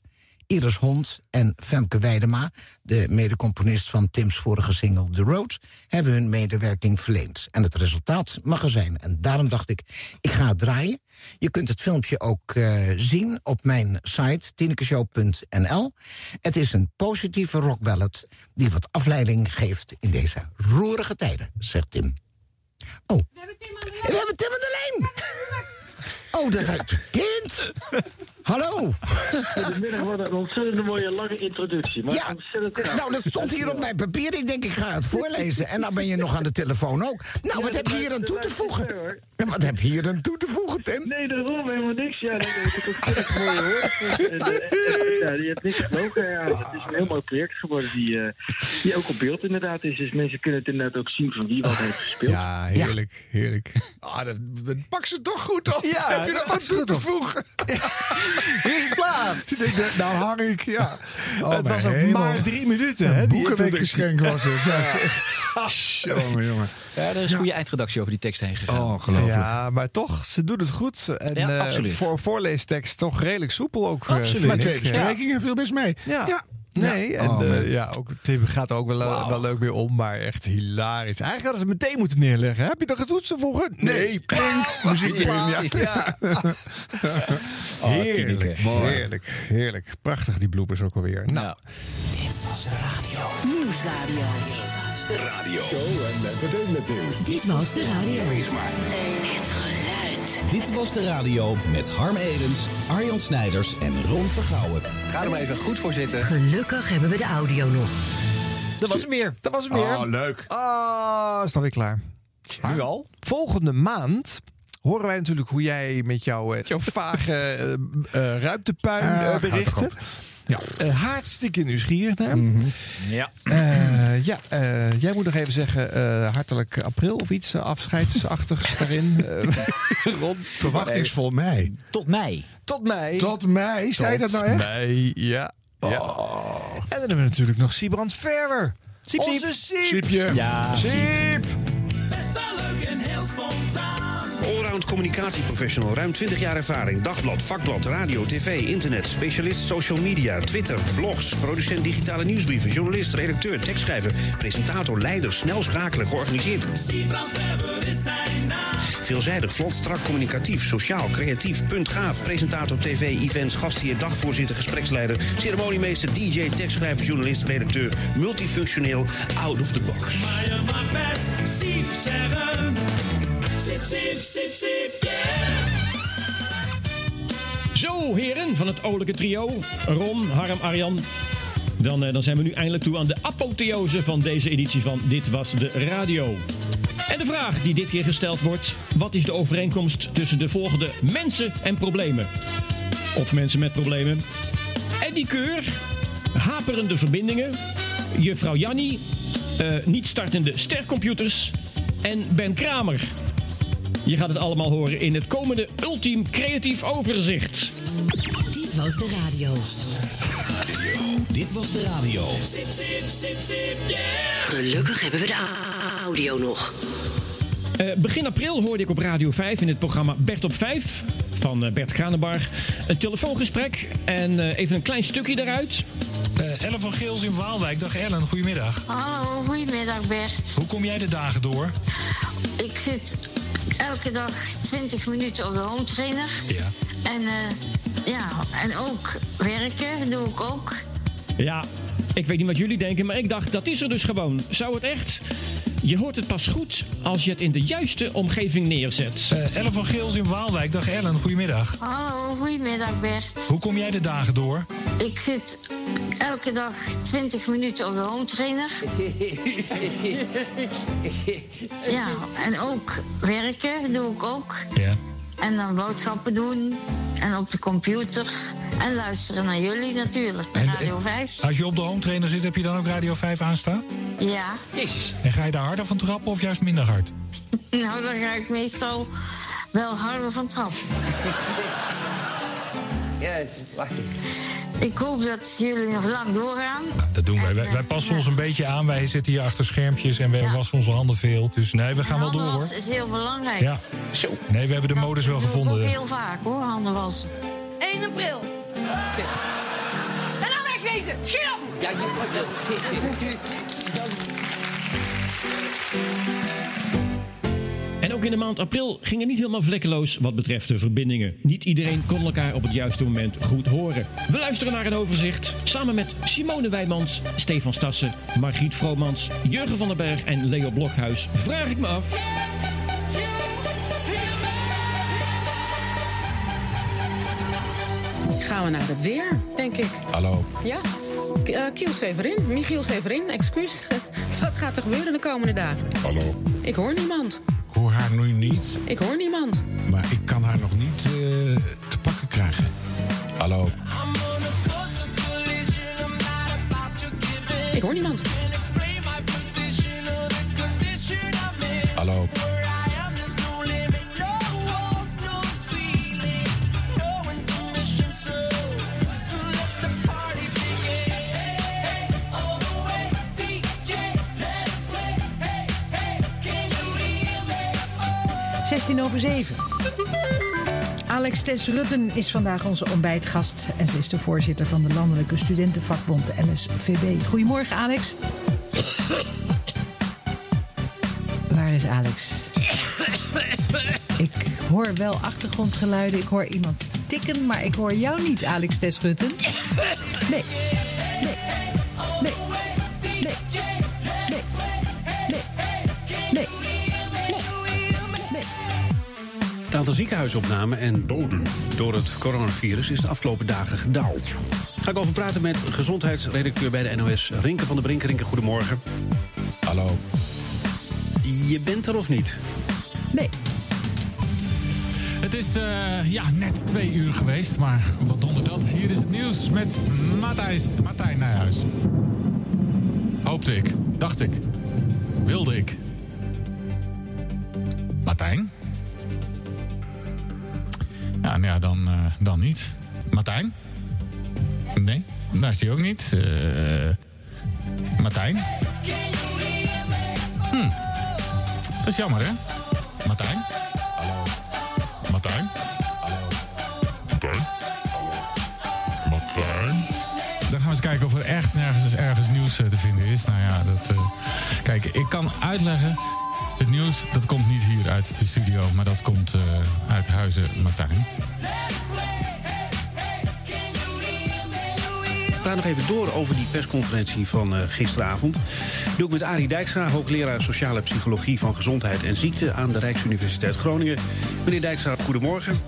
Iris Hond en Femke Weidema, de medecomponist van Tim's vorige single The Road, hebben hun medewerking verleend. En het resultaat mag er zijn. En daarom dacht ik ga het draaien. Je kunt het filmpje ook zien op mijn site, tinekeshow.nl. Het is een positieve rockballad die wat afleiding geeft in deze roerige tijden, zegt Tim. Oh, we hebben Tim aan de lijn! Oh, dat is kind! Hallo! Goedemiddag, wat een ontzettend mooie lange introductie. Maar ja, nou, dat stond hier op mijn papier. Ik denk, ik ga het voorlezen. En dan ben je nog aan de telefoon ook. Nou, wat heb je hier aan toe te voegen? En wat heb je hier aan toe te voegen, Tim? Nee, daarom helemaal niks. Ja, dat is een ontzettend mooie hoor. Ja, die heeft niks gevlogen. Ja, het is een heel mooi project geworden die ook op beeld inderdaad is. Dus mensen kunnen het inderdaad ook zien van wie wat heeft gespeeld. Ja, heerlijk, heerlijk. Dat pak ze toch goed op. Ja, heb je dat wat toe te voegen? Hier is het plaats. Nou hang ik, ja. Het was ook maar 3 minuten. Hè, boekenweekgeschenk was het. Jongen. Ja, er is een goede eindredactie over die tekst heen gegaan. Oh, ongelooflijk. Ja, maar toch, ze doet het goed. En absoluut. Voor voorleestekst toch redelijk soepel ook. Absoluut. Maar de besprekingen viel best mee. Ja. Nee, en ook Tim gaat er ook wel leuk mee om, maar echt hilarisch. Eigenlijk hadden ze meteen moeten neerleggen. Heb je nog het toetsen voegen? Nee. Muziek erin, ja. Heerlijk. Prachtig, die bloopers ook alweer. Nou. Dit was de radio. Nieuwsradio. De radio. Show en entertainment nieuws. Dit was de radio. Het geluid. Dit was de radio met Harm Edens, Arjan Snijders en Ron Vergouwen. Ga er maar even goed voor zitten. Gelukkig hebben we de audio nog. Dat was hem weer. Oh, leuk. Is nog weer klaar. Nu al? Volgende maand horen wij natuurlijk hoe jij met jouw vage ruimtepuin berichten. Ja. Hartstikke nieuwsgierig naar. Mm-hmm. Ja. Jij moet nog even zeggen hartelijk april of iets afscheidsachtigs daarin. Ron, verwachtingsvol mei. Tot mei. Tot mei? Zei je dat nou echt? Mei, ja. En dan hebben we natuurlijk nog Siebrand Verwer. Siep. Onze Siep. Siepje. Ja. Siep. Best wel leuk en heel spontaan. Allround communicatieprofessional, ruim 20 jaar ervaring. Dagblad, vakblad, radio, tv, internet. Specialist social media, Twitter, blogs. Producent digitale nieuwsbrieven. Journalist, redacteur, tekstschrijver. Presentator, leider, snel schakelen, georganiseerd. Siebrand Verwer is zijn naam. Veelzijdig, vlot, strak, communicatief, sociaal, creatief, puntgaaf. Presentator, tv, events, gastheer, dagvoorzitter, gespreksleider. Ceremoniemeester, DJ, tekstschrijver, journalist, redacteur. Multifunctioneel, out of the box. Maar je mag best Siep zeggen. Siep, yeah. Zo, heren van het olijke trio. Ron, Harm, Arjan. Dan zijn we nu eindelijk toe aan de apotheose van deze editie van Dit Was De Radio. En de vraag die dit keer gesteld wordt: wat is de overeenkomst tussen de volgende mensen en problemen? Of mensen met problemen. Eddie Keur, haperende verbindingen, juffrouw Jannie, niet startende stercomputers en Ben Kramer. Je gaat het allemaal horen in het komende Ultiem Creatief Overzicht. Dit was de radio. Dit was de radio. Siep, yeah. Gelukkig hebben we de audio nog. Begin april hoorde ik op Radio 5 in het programma Bert op 5 van Bert Kranenbarg een telefoongesprek en even een klein stukje daaruit. Ellen van Geels in Waalwijk. Dag Ellen, goedemiddag. Hallo, goedemiddag Bert. Hoe kom jij de dagen door? Ik zit elke dag 20 minuten op de home trainer. Ja. En ook werken doe ik ook. Ja, ik weet niet wat jullie denken, maar ik dacht dat is er dus gewoon. Zou het echt? Je hoort het pas goed als je het in de juiste omgeving neerzet. Ellen van Geels in Waalwijk. Dag Ellen, goedemiddag. Hallo, goedemiddag Bert. Hoe kom jij de dagen door? Ik zit elke dag 20 minuten op de home trainer. Ja, en ook werken doe ik ook. Ja. En dan boodschappen doen. En op de computer. En luisteren naar jullie natuurlijk. Naar Radio 5. Als je op de home trainer zit, heb je dan ook Radio 5 aanstaan? Ja. Jezus. En ga je daar harder van trappen of juist minder hard? Nou, dan ga ik meestal wel harder van trap. Yes, Ik hoop dat jullie nog lang doorgaan. Ja, dat doen wij. Wij passen ons een beetje aan. Wij zitten hier achter schermpjes en we wassen onze handen veel. Dus nee, we gaan wel door hoor. Handen wassen is heel belangrijk. Ja. Zo. Nee, we hebben de modus wel gevonden. Dat doe ik ook heel vaak hoor, handen wassen. 1 april. wezen. Schiet op! Ja, En ook in de maand april ging het niet helemaal vlekkeloos wat betreft de verbindingen. Niet iedereen kon elkaar op het juiste moment goed horen. We luisteren naar een overzicht. Samen met Simone Wijmans, Stefan Stassen, Margriet Vromans, Jurgen van den Berg en Leo Blokhuis vraag ik me af... Gaan we naar het weer, denk ik. Hallo. Ja. Michiel Severin, excuus. Wat gaat er gebeuren de komende dagen? Hallo. Ik hoor niemand. Ik hoor haar nu niet. Ik hoor niemand. Maar ik kan haar nog niet te pakken krijgen. Hallo. Ik hoor niemand. Hallo. Over 7. Alex Tess-Rutten is vandaag onze ontbijtgast. En ze is de voorzitter van de Landelijke Studentenvakbond, de LSVB. Goedemorgen, Alex. Waar is Alex? Ik hoor wel achtergrondgeluiden. Ik hoor iemand tikken, maar ik hoor jou niet, Alex Tess-Rutten. Nee. Het aantal ziekenhuisopnamen en doden door het coronavirus is de afgelopen dagen gedaald. Daar ga ik over praten met gezondheidsredacteur bij de NOS, Rinke van der Brink. Rinke, goedemorgen. Hallo. Je bent er of niet? Nee. Het is net 2 uur geweest, maar wat dondert dat? Hier is het nieuws met Martijn Nijhuis. Hoopte ik, dacht ik, wilde ik. Martijn? Ja, nou ja, dan niet. Martijn? Nee, daar is hij ook niet. Martijn? Dat is jammer, hè? Martijn? Hallo. Martijn? Hallo. Martijn? Martijn? Dan gaan we eens kijken of er echt ergens nieuws te vinden is. Nou ja, kijk, ik kan uitleggen... Het nieuws, dat komt niet hier uit de studio, maar dat komt uit Huizen Martijn. We praten nog even door over die persconferentie van gisteravond. Dat doe ik met Arie Dijkstra, hoogleraar sociale psychologie van gezondheid en ziekte aan de Rijksuniversiteit Groningen. Meneer Dijkstra, goedemorgen.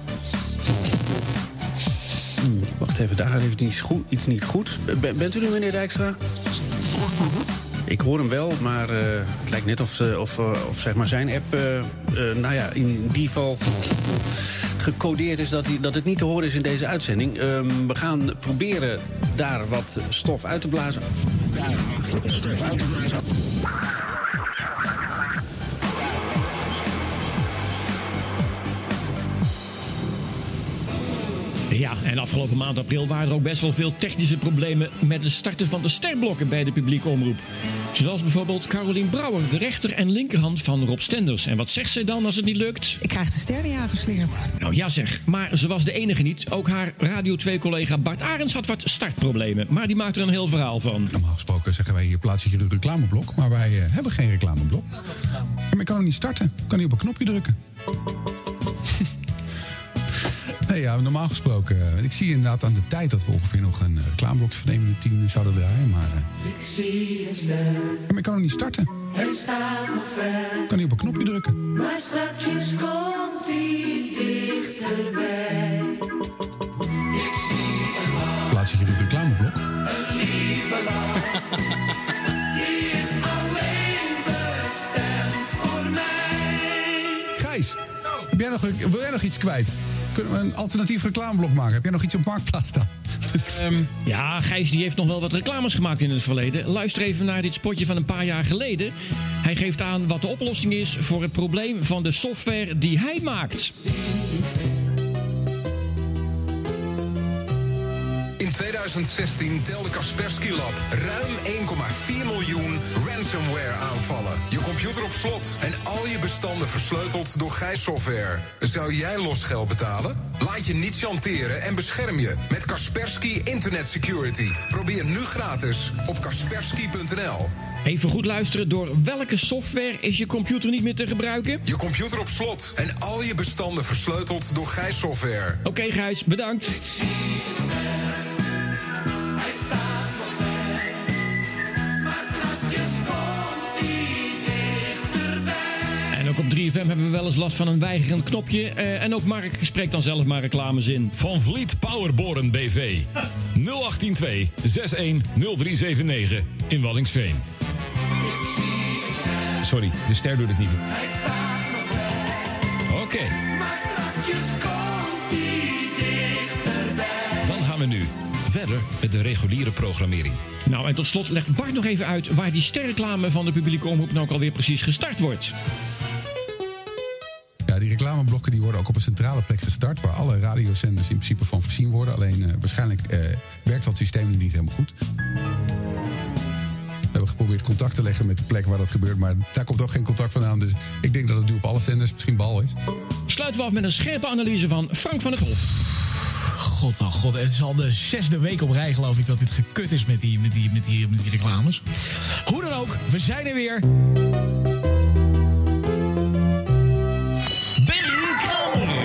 Wacht even, daar gaat even iets niet goed. Bent u er, meneer Dijkstra? Ik hoor hem wel, maar het lijkt net of zeg maar zijn app in die geval gecodeerd is dat het niet te horen is in deze uitzending. We gaan proberen daar wat stof uit te blazen. Ja, en afgelopen maand april waren er ook best wel veel technische problemen met het starten van de sterblokken bij de publieke omroep. Zoals bijvoorbeeld Carolien Brouwer, de rechter- en linkerhand van Rob Stenders. En wat zegt zij dan als het niet lukt? Ik krijg de sterren aangeslingerd. Nou ja zeg, maar ze was de enige niet. Ook haar Radio 2-collega Bart Arends had wat startproblemen. Maar die maakt er een heel verhaal van. Normaal gesproken zeggen wij hier plaats je een reclameblok. Maar wij hebben geen reclameblok. Maar ik kan hem niet starten. Ik kan niet op een knopje drukken. Nee, ja, normaal gesproken. Ik zie inderdaad aan de tijd dat we ongeveer nog een reclameblokje van 1 minuut 10 zouden draaien. Maar ik zie een ster. Maar ik kan hem niet starten. Hij staat nog ver. Ik kan niet op een knopje drukken. Maar straks komt hij dichterbij. Ik zie een man. Plaats je een reclameblok. Een lieve lach. Die is alleen bestemd voor mij. Gijs, wil jij nog iets kwijt? Kunnen we een alternatief reclameblok maken? Heb jij nog iets op Marktplaats staan? Ja, Gijs die heeft nog wel wat reclames gemaakt in het verleden. Luister even naar dit spotje van een paar jaar geleden. Hij geeft aan wat de oplossing is voor het probleem van de software die hij maakt. In 2016 telde Kaspersky Lab ruim 1,4 miljoen ransomware aanvallen. Je computer op slot en al je bestanden versleuteld door Gijs software. Zou jij losgeld betalen? Laat je niet chanteren en bescherm je met Kaspersky Internet Security. Probeer nu gratis op kaspersky.nl. Even goed luisteren. Door welke software is je computer niet meer te gebruiken? Je computer op slot en al je bestanden versleuteld door Gijs Software. Oké, Gijs, bedankt. Hij staat nog ver, maar strakjes komt hij dichterbij. En ook op 3FM hebben we wel eens last van een weigerend knopje. En ook Mark spreekt dan zelf maar reclames in. Van Vliet Powerboren BV. 0182 610379 in Waddinxveen. Sorry, de ster doet het niet. Hij staat nog ver, Oké, maar strakjes komt hij dichterbij. dan gaan we nu verder met de reguliere programmering. Nou, en tot slot legt Bart nog even uit waar die sterreclame van de publieke omroep nou ook alweer precies gestart wordt. Ja, die reclameblokken die worden ook op een centrale plek gestart, waar alle radiozenders in principe van voorzien worden. Alleen waarschijnlijk werkt dat systeem nu niet helemaal goed. We hebben geprobeerd contact te leggen met de plek waar dat gebeurt, maar daar komt ook geen contact vandaan. Dus ik denk dat het nu op alle zenders misschien bal is. Sluiten we af met een scherpe analyse van Frank van der Kolk. God, oh god, het is al de 6e week op rij, geloof ik, dat dit gekut is met die reclames. Hoe dan ook, we zijn er weer. Ben Kramer.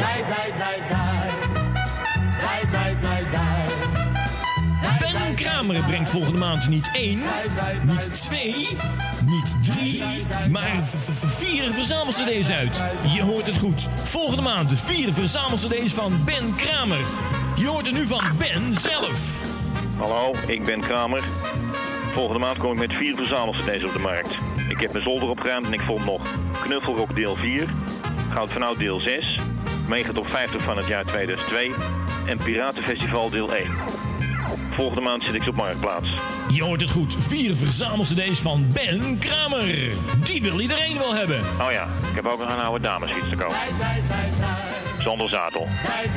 Ben Kramer brengt volgende maand niet 1, niet 2, niet 3, maar 4 verzamel-cd's uit. Je hoort het goed. Volgende maand 4 verzamel-cd's van Ben Kramer. Je hoort er nu van Ben zelf. Hallo, ik ben Kramer. Volgende maand kom ik met 4 verzamel-cd's op de markt. Ik heb mijn zolder opgeruimd en ik vond nog Knuffelrock deel 4, Goud van Oud deel 6, Megatop 50 van het jaar 2002 en Piratenfestival deel 1. Volgende maand zit ik op Marktplaats. Je hoort het goed. 4 verzamel-cd's van Ben Kramer. Die wil iedereen wel hebben. Oh ja, ik heb ook nog een oude damesfiets te kopen. Zonder zadel.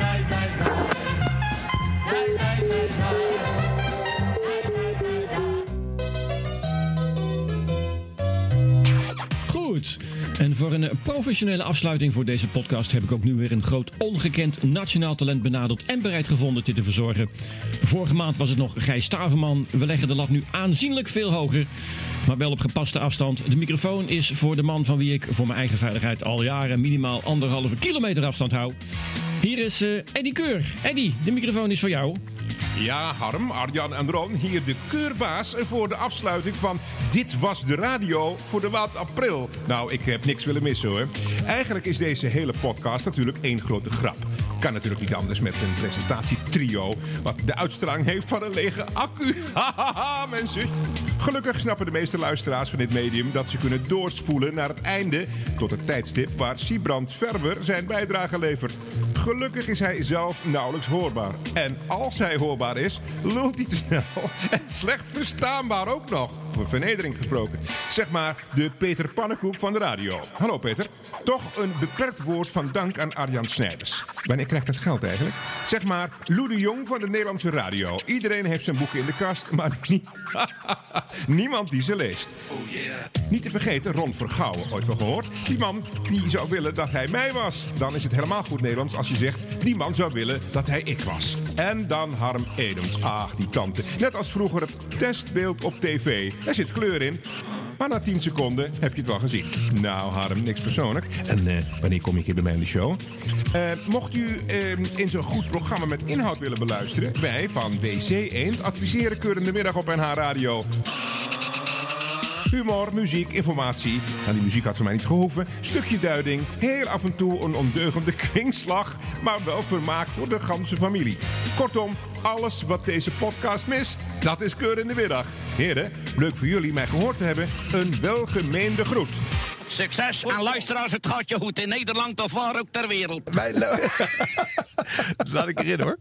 Goed. En voor een professionele afsluiting voor deze podcast heb ik ook nu weer een groot ongekend nationaal talent benaderd en bereid gevonden dit te verzorgen. Vorige maand was het nog Gijs Staverman. We leggen de lat nu aanzienlijk veel hoger, maar wel op gepaste afstand. De microfoon is voor de man van wie ik voor mijn eigen veiligheid al jaren minimaal 1,5 kilometer afstand hou. Hier is Eddy Keur. Eddy, de microfoon is voor jou. Ja, Harm, Arjan en Ron, hier de keurbaas voor de afsluiting van Dit Was De Radio voor de maand april. Nou, ik heb niks willen missen hoor. Eigenlijk is deze hele podcast natuurlijk één grote grap. Kan natuurlijk niet anders met een presentatietrio wat de uitstraling heeft van een lege accu. Hahaha, mensen. Gelukkig snappen de meeste luisteraars van dit medium dat ze kunnen doorspoelen naar het einde tot het tijdstip waar Siebrand Verwer zijn bijdrage levert. Gelukkig is hij zelf nauwelijks hoorbaar. En als hij hoorbaar is, lult hij te snel en slecht verstaanbaar ook nog. Over vernedering gesproken. Zeg maar de Peter Pannenkoek van de radio. Hallo Peter. Toch een beperkt woord van dank aan Arjan Snijders. Wanneer krijgt dat geld eigenlijk? Zeg maar Lou de Jong van de Nederlandse radio. Iedereen heeft zijn boeken in de kast, maar niemand die ze leest. Oh yeah. Niet te vergeten Ron Vergouwen, ooit wel gehoord. Die man die zou willen dat hij mij was. Dan is het helemaal goed Nederlands als je zegt die man zou willen dat hij ik was. En dan Harm Edens. Ach, die tante. Net als vroeger het testbeeld op tv. Er zit kleur in. Maar na 10 seconden heb je het wel gezien. Nou, Harm, niks persoonlijk. En wanneer kom je hier bij mij in de show? Mocht u in zo'n goed programma met inhoud willen beluisteren... wij van WC Eend adviseren Keur in de Middag op NH Radio. Humor, muziek, informatie. Nou, die muziek had voor mij niet gehoeven. Stukje duiding, heel af en toe een ondeugende kwinkslag... maar wel vermaak voor de ganse familie. Kortom, alles wat deze podcast mist, dat is Keur in de Middag. Heren, leuk voor jullie mij gehoord te hebben. Een welgemeende groet. Succes aan luisteraars, het gaat je goed in Nederland of waar ook ter wereld. Laat ik erin hoor.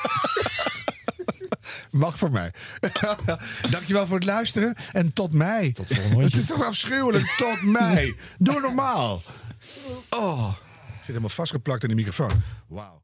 Mag voor mij. Dankjewel voor het luisteren. En tot mij. Tot volgende. Het is toch afschuwelijk. Tot mij. Doe normaal. Oh. Ik zit helemaal vastgeplakt in de microfoon. Wauw.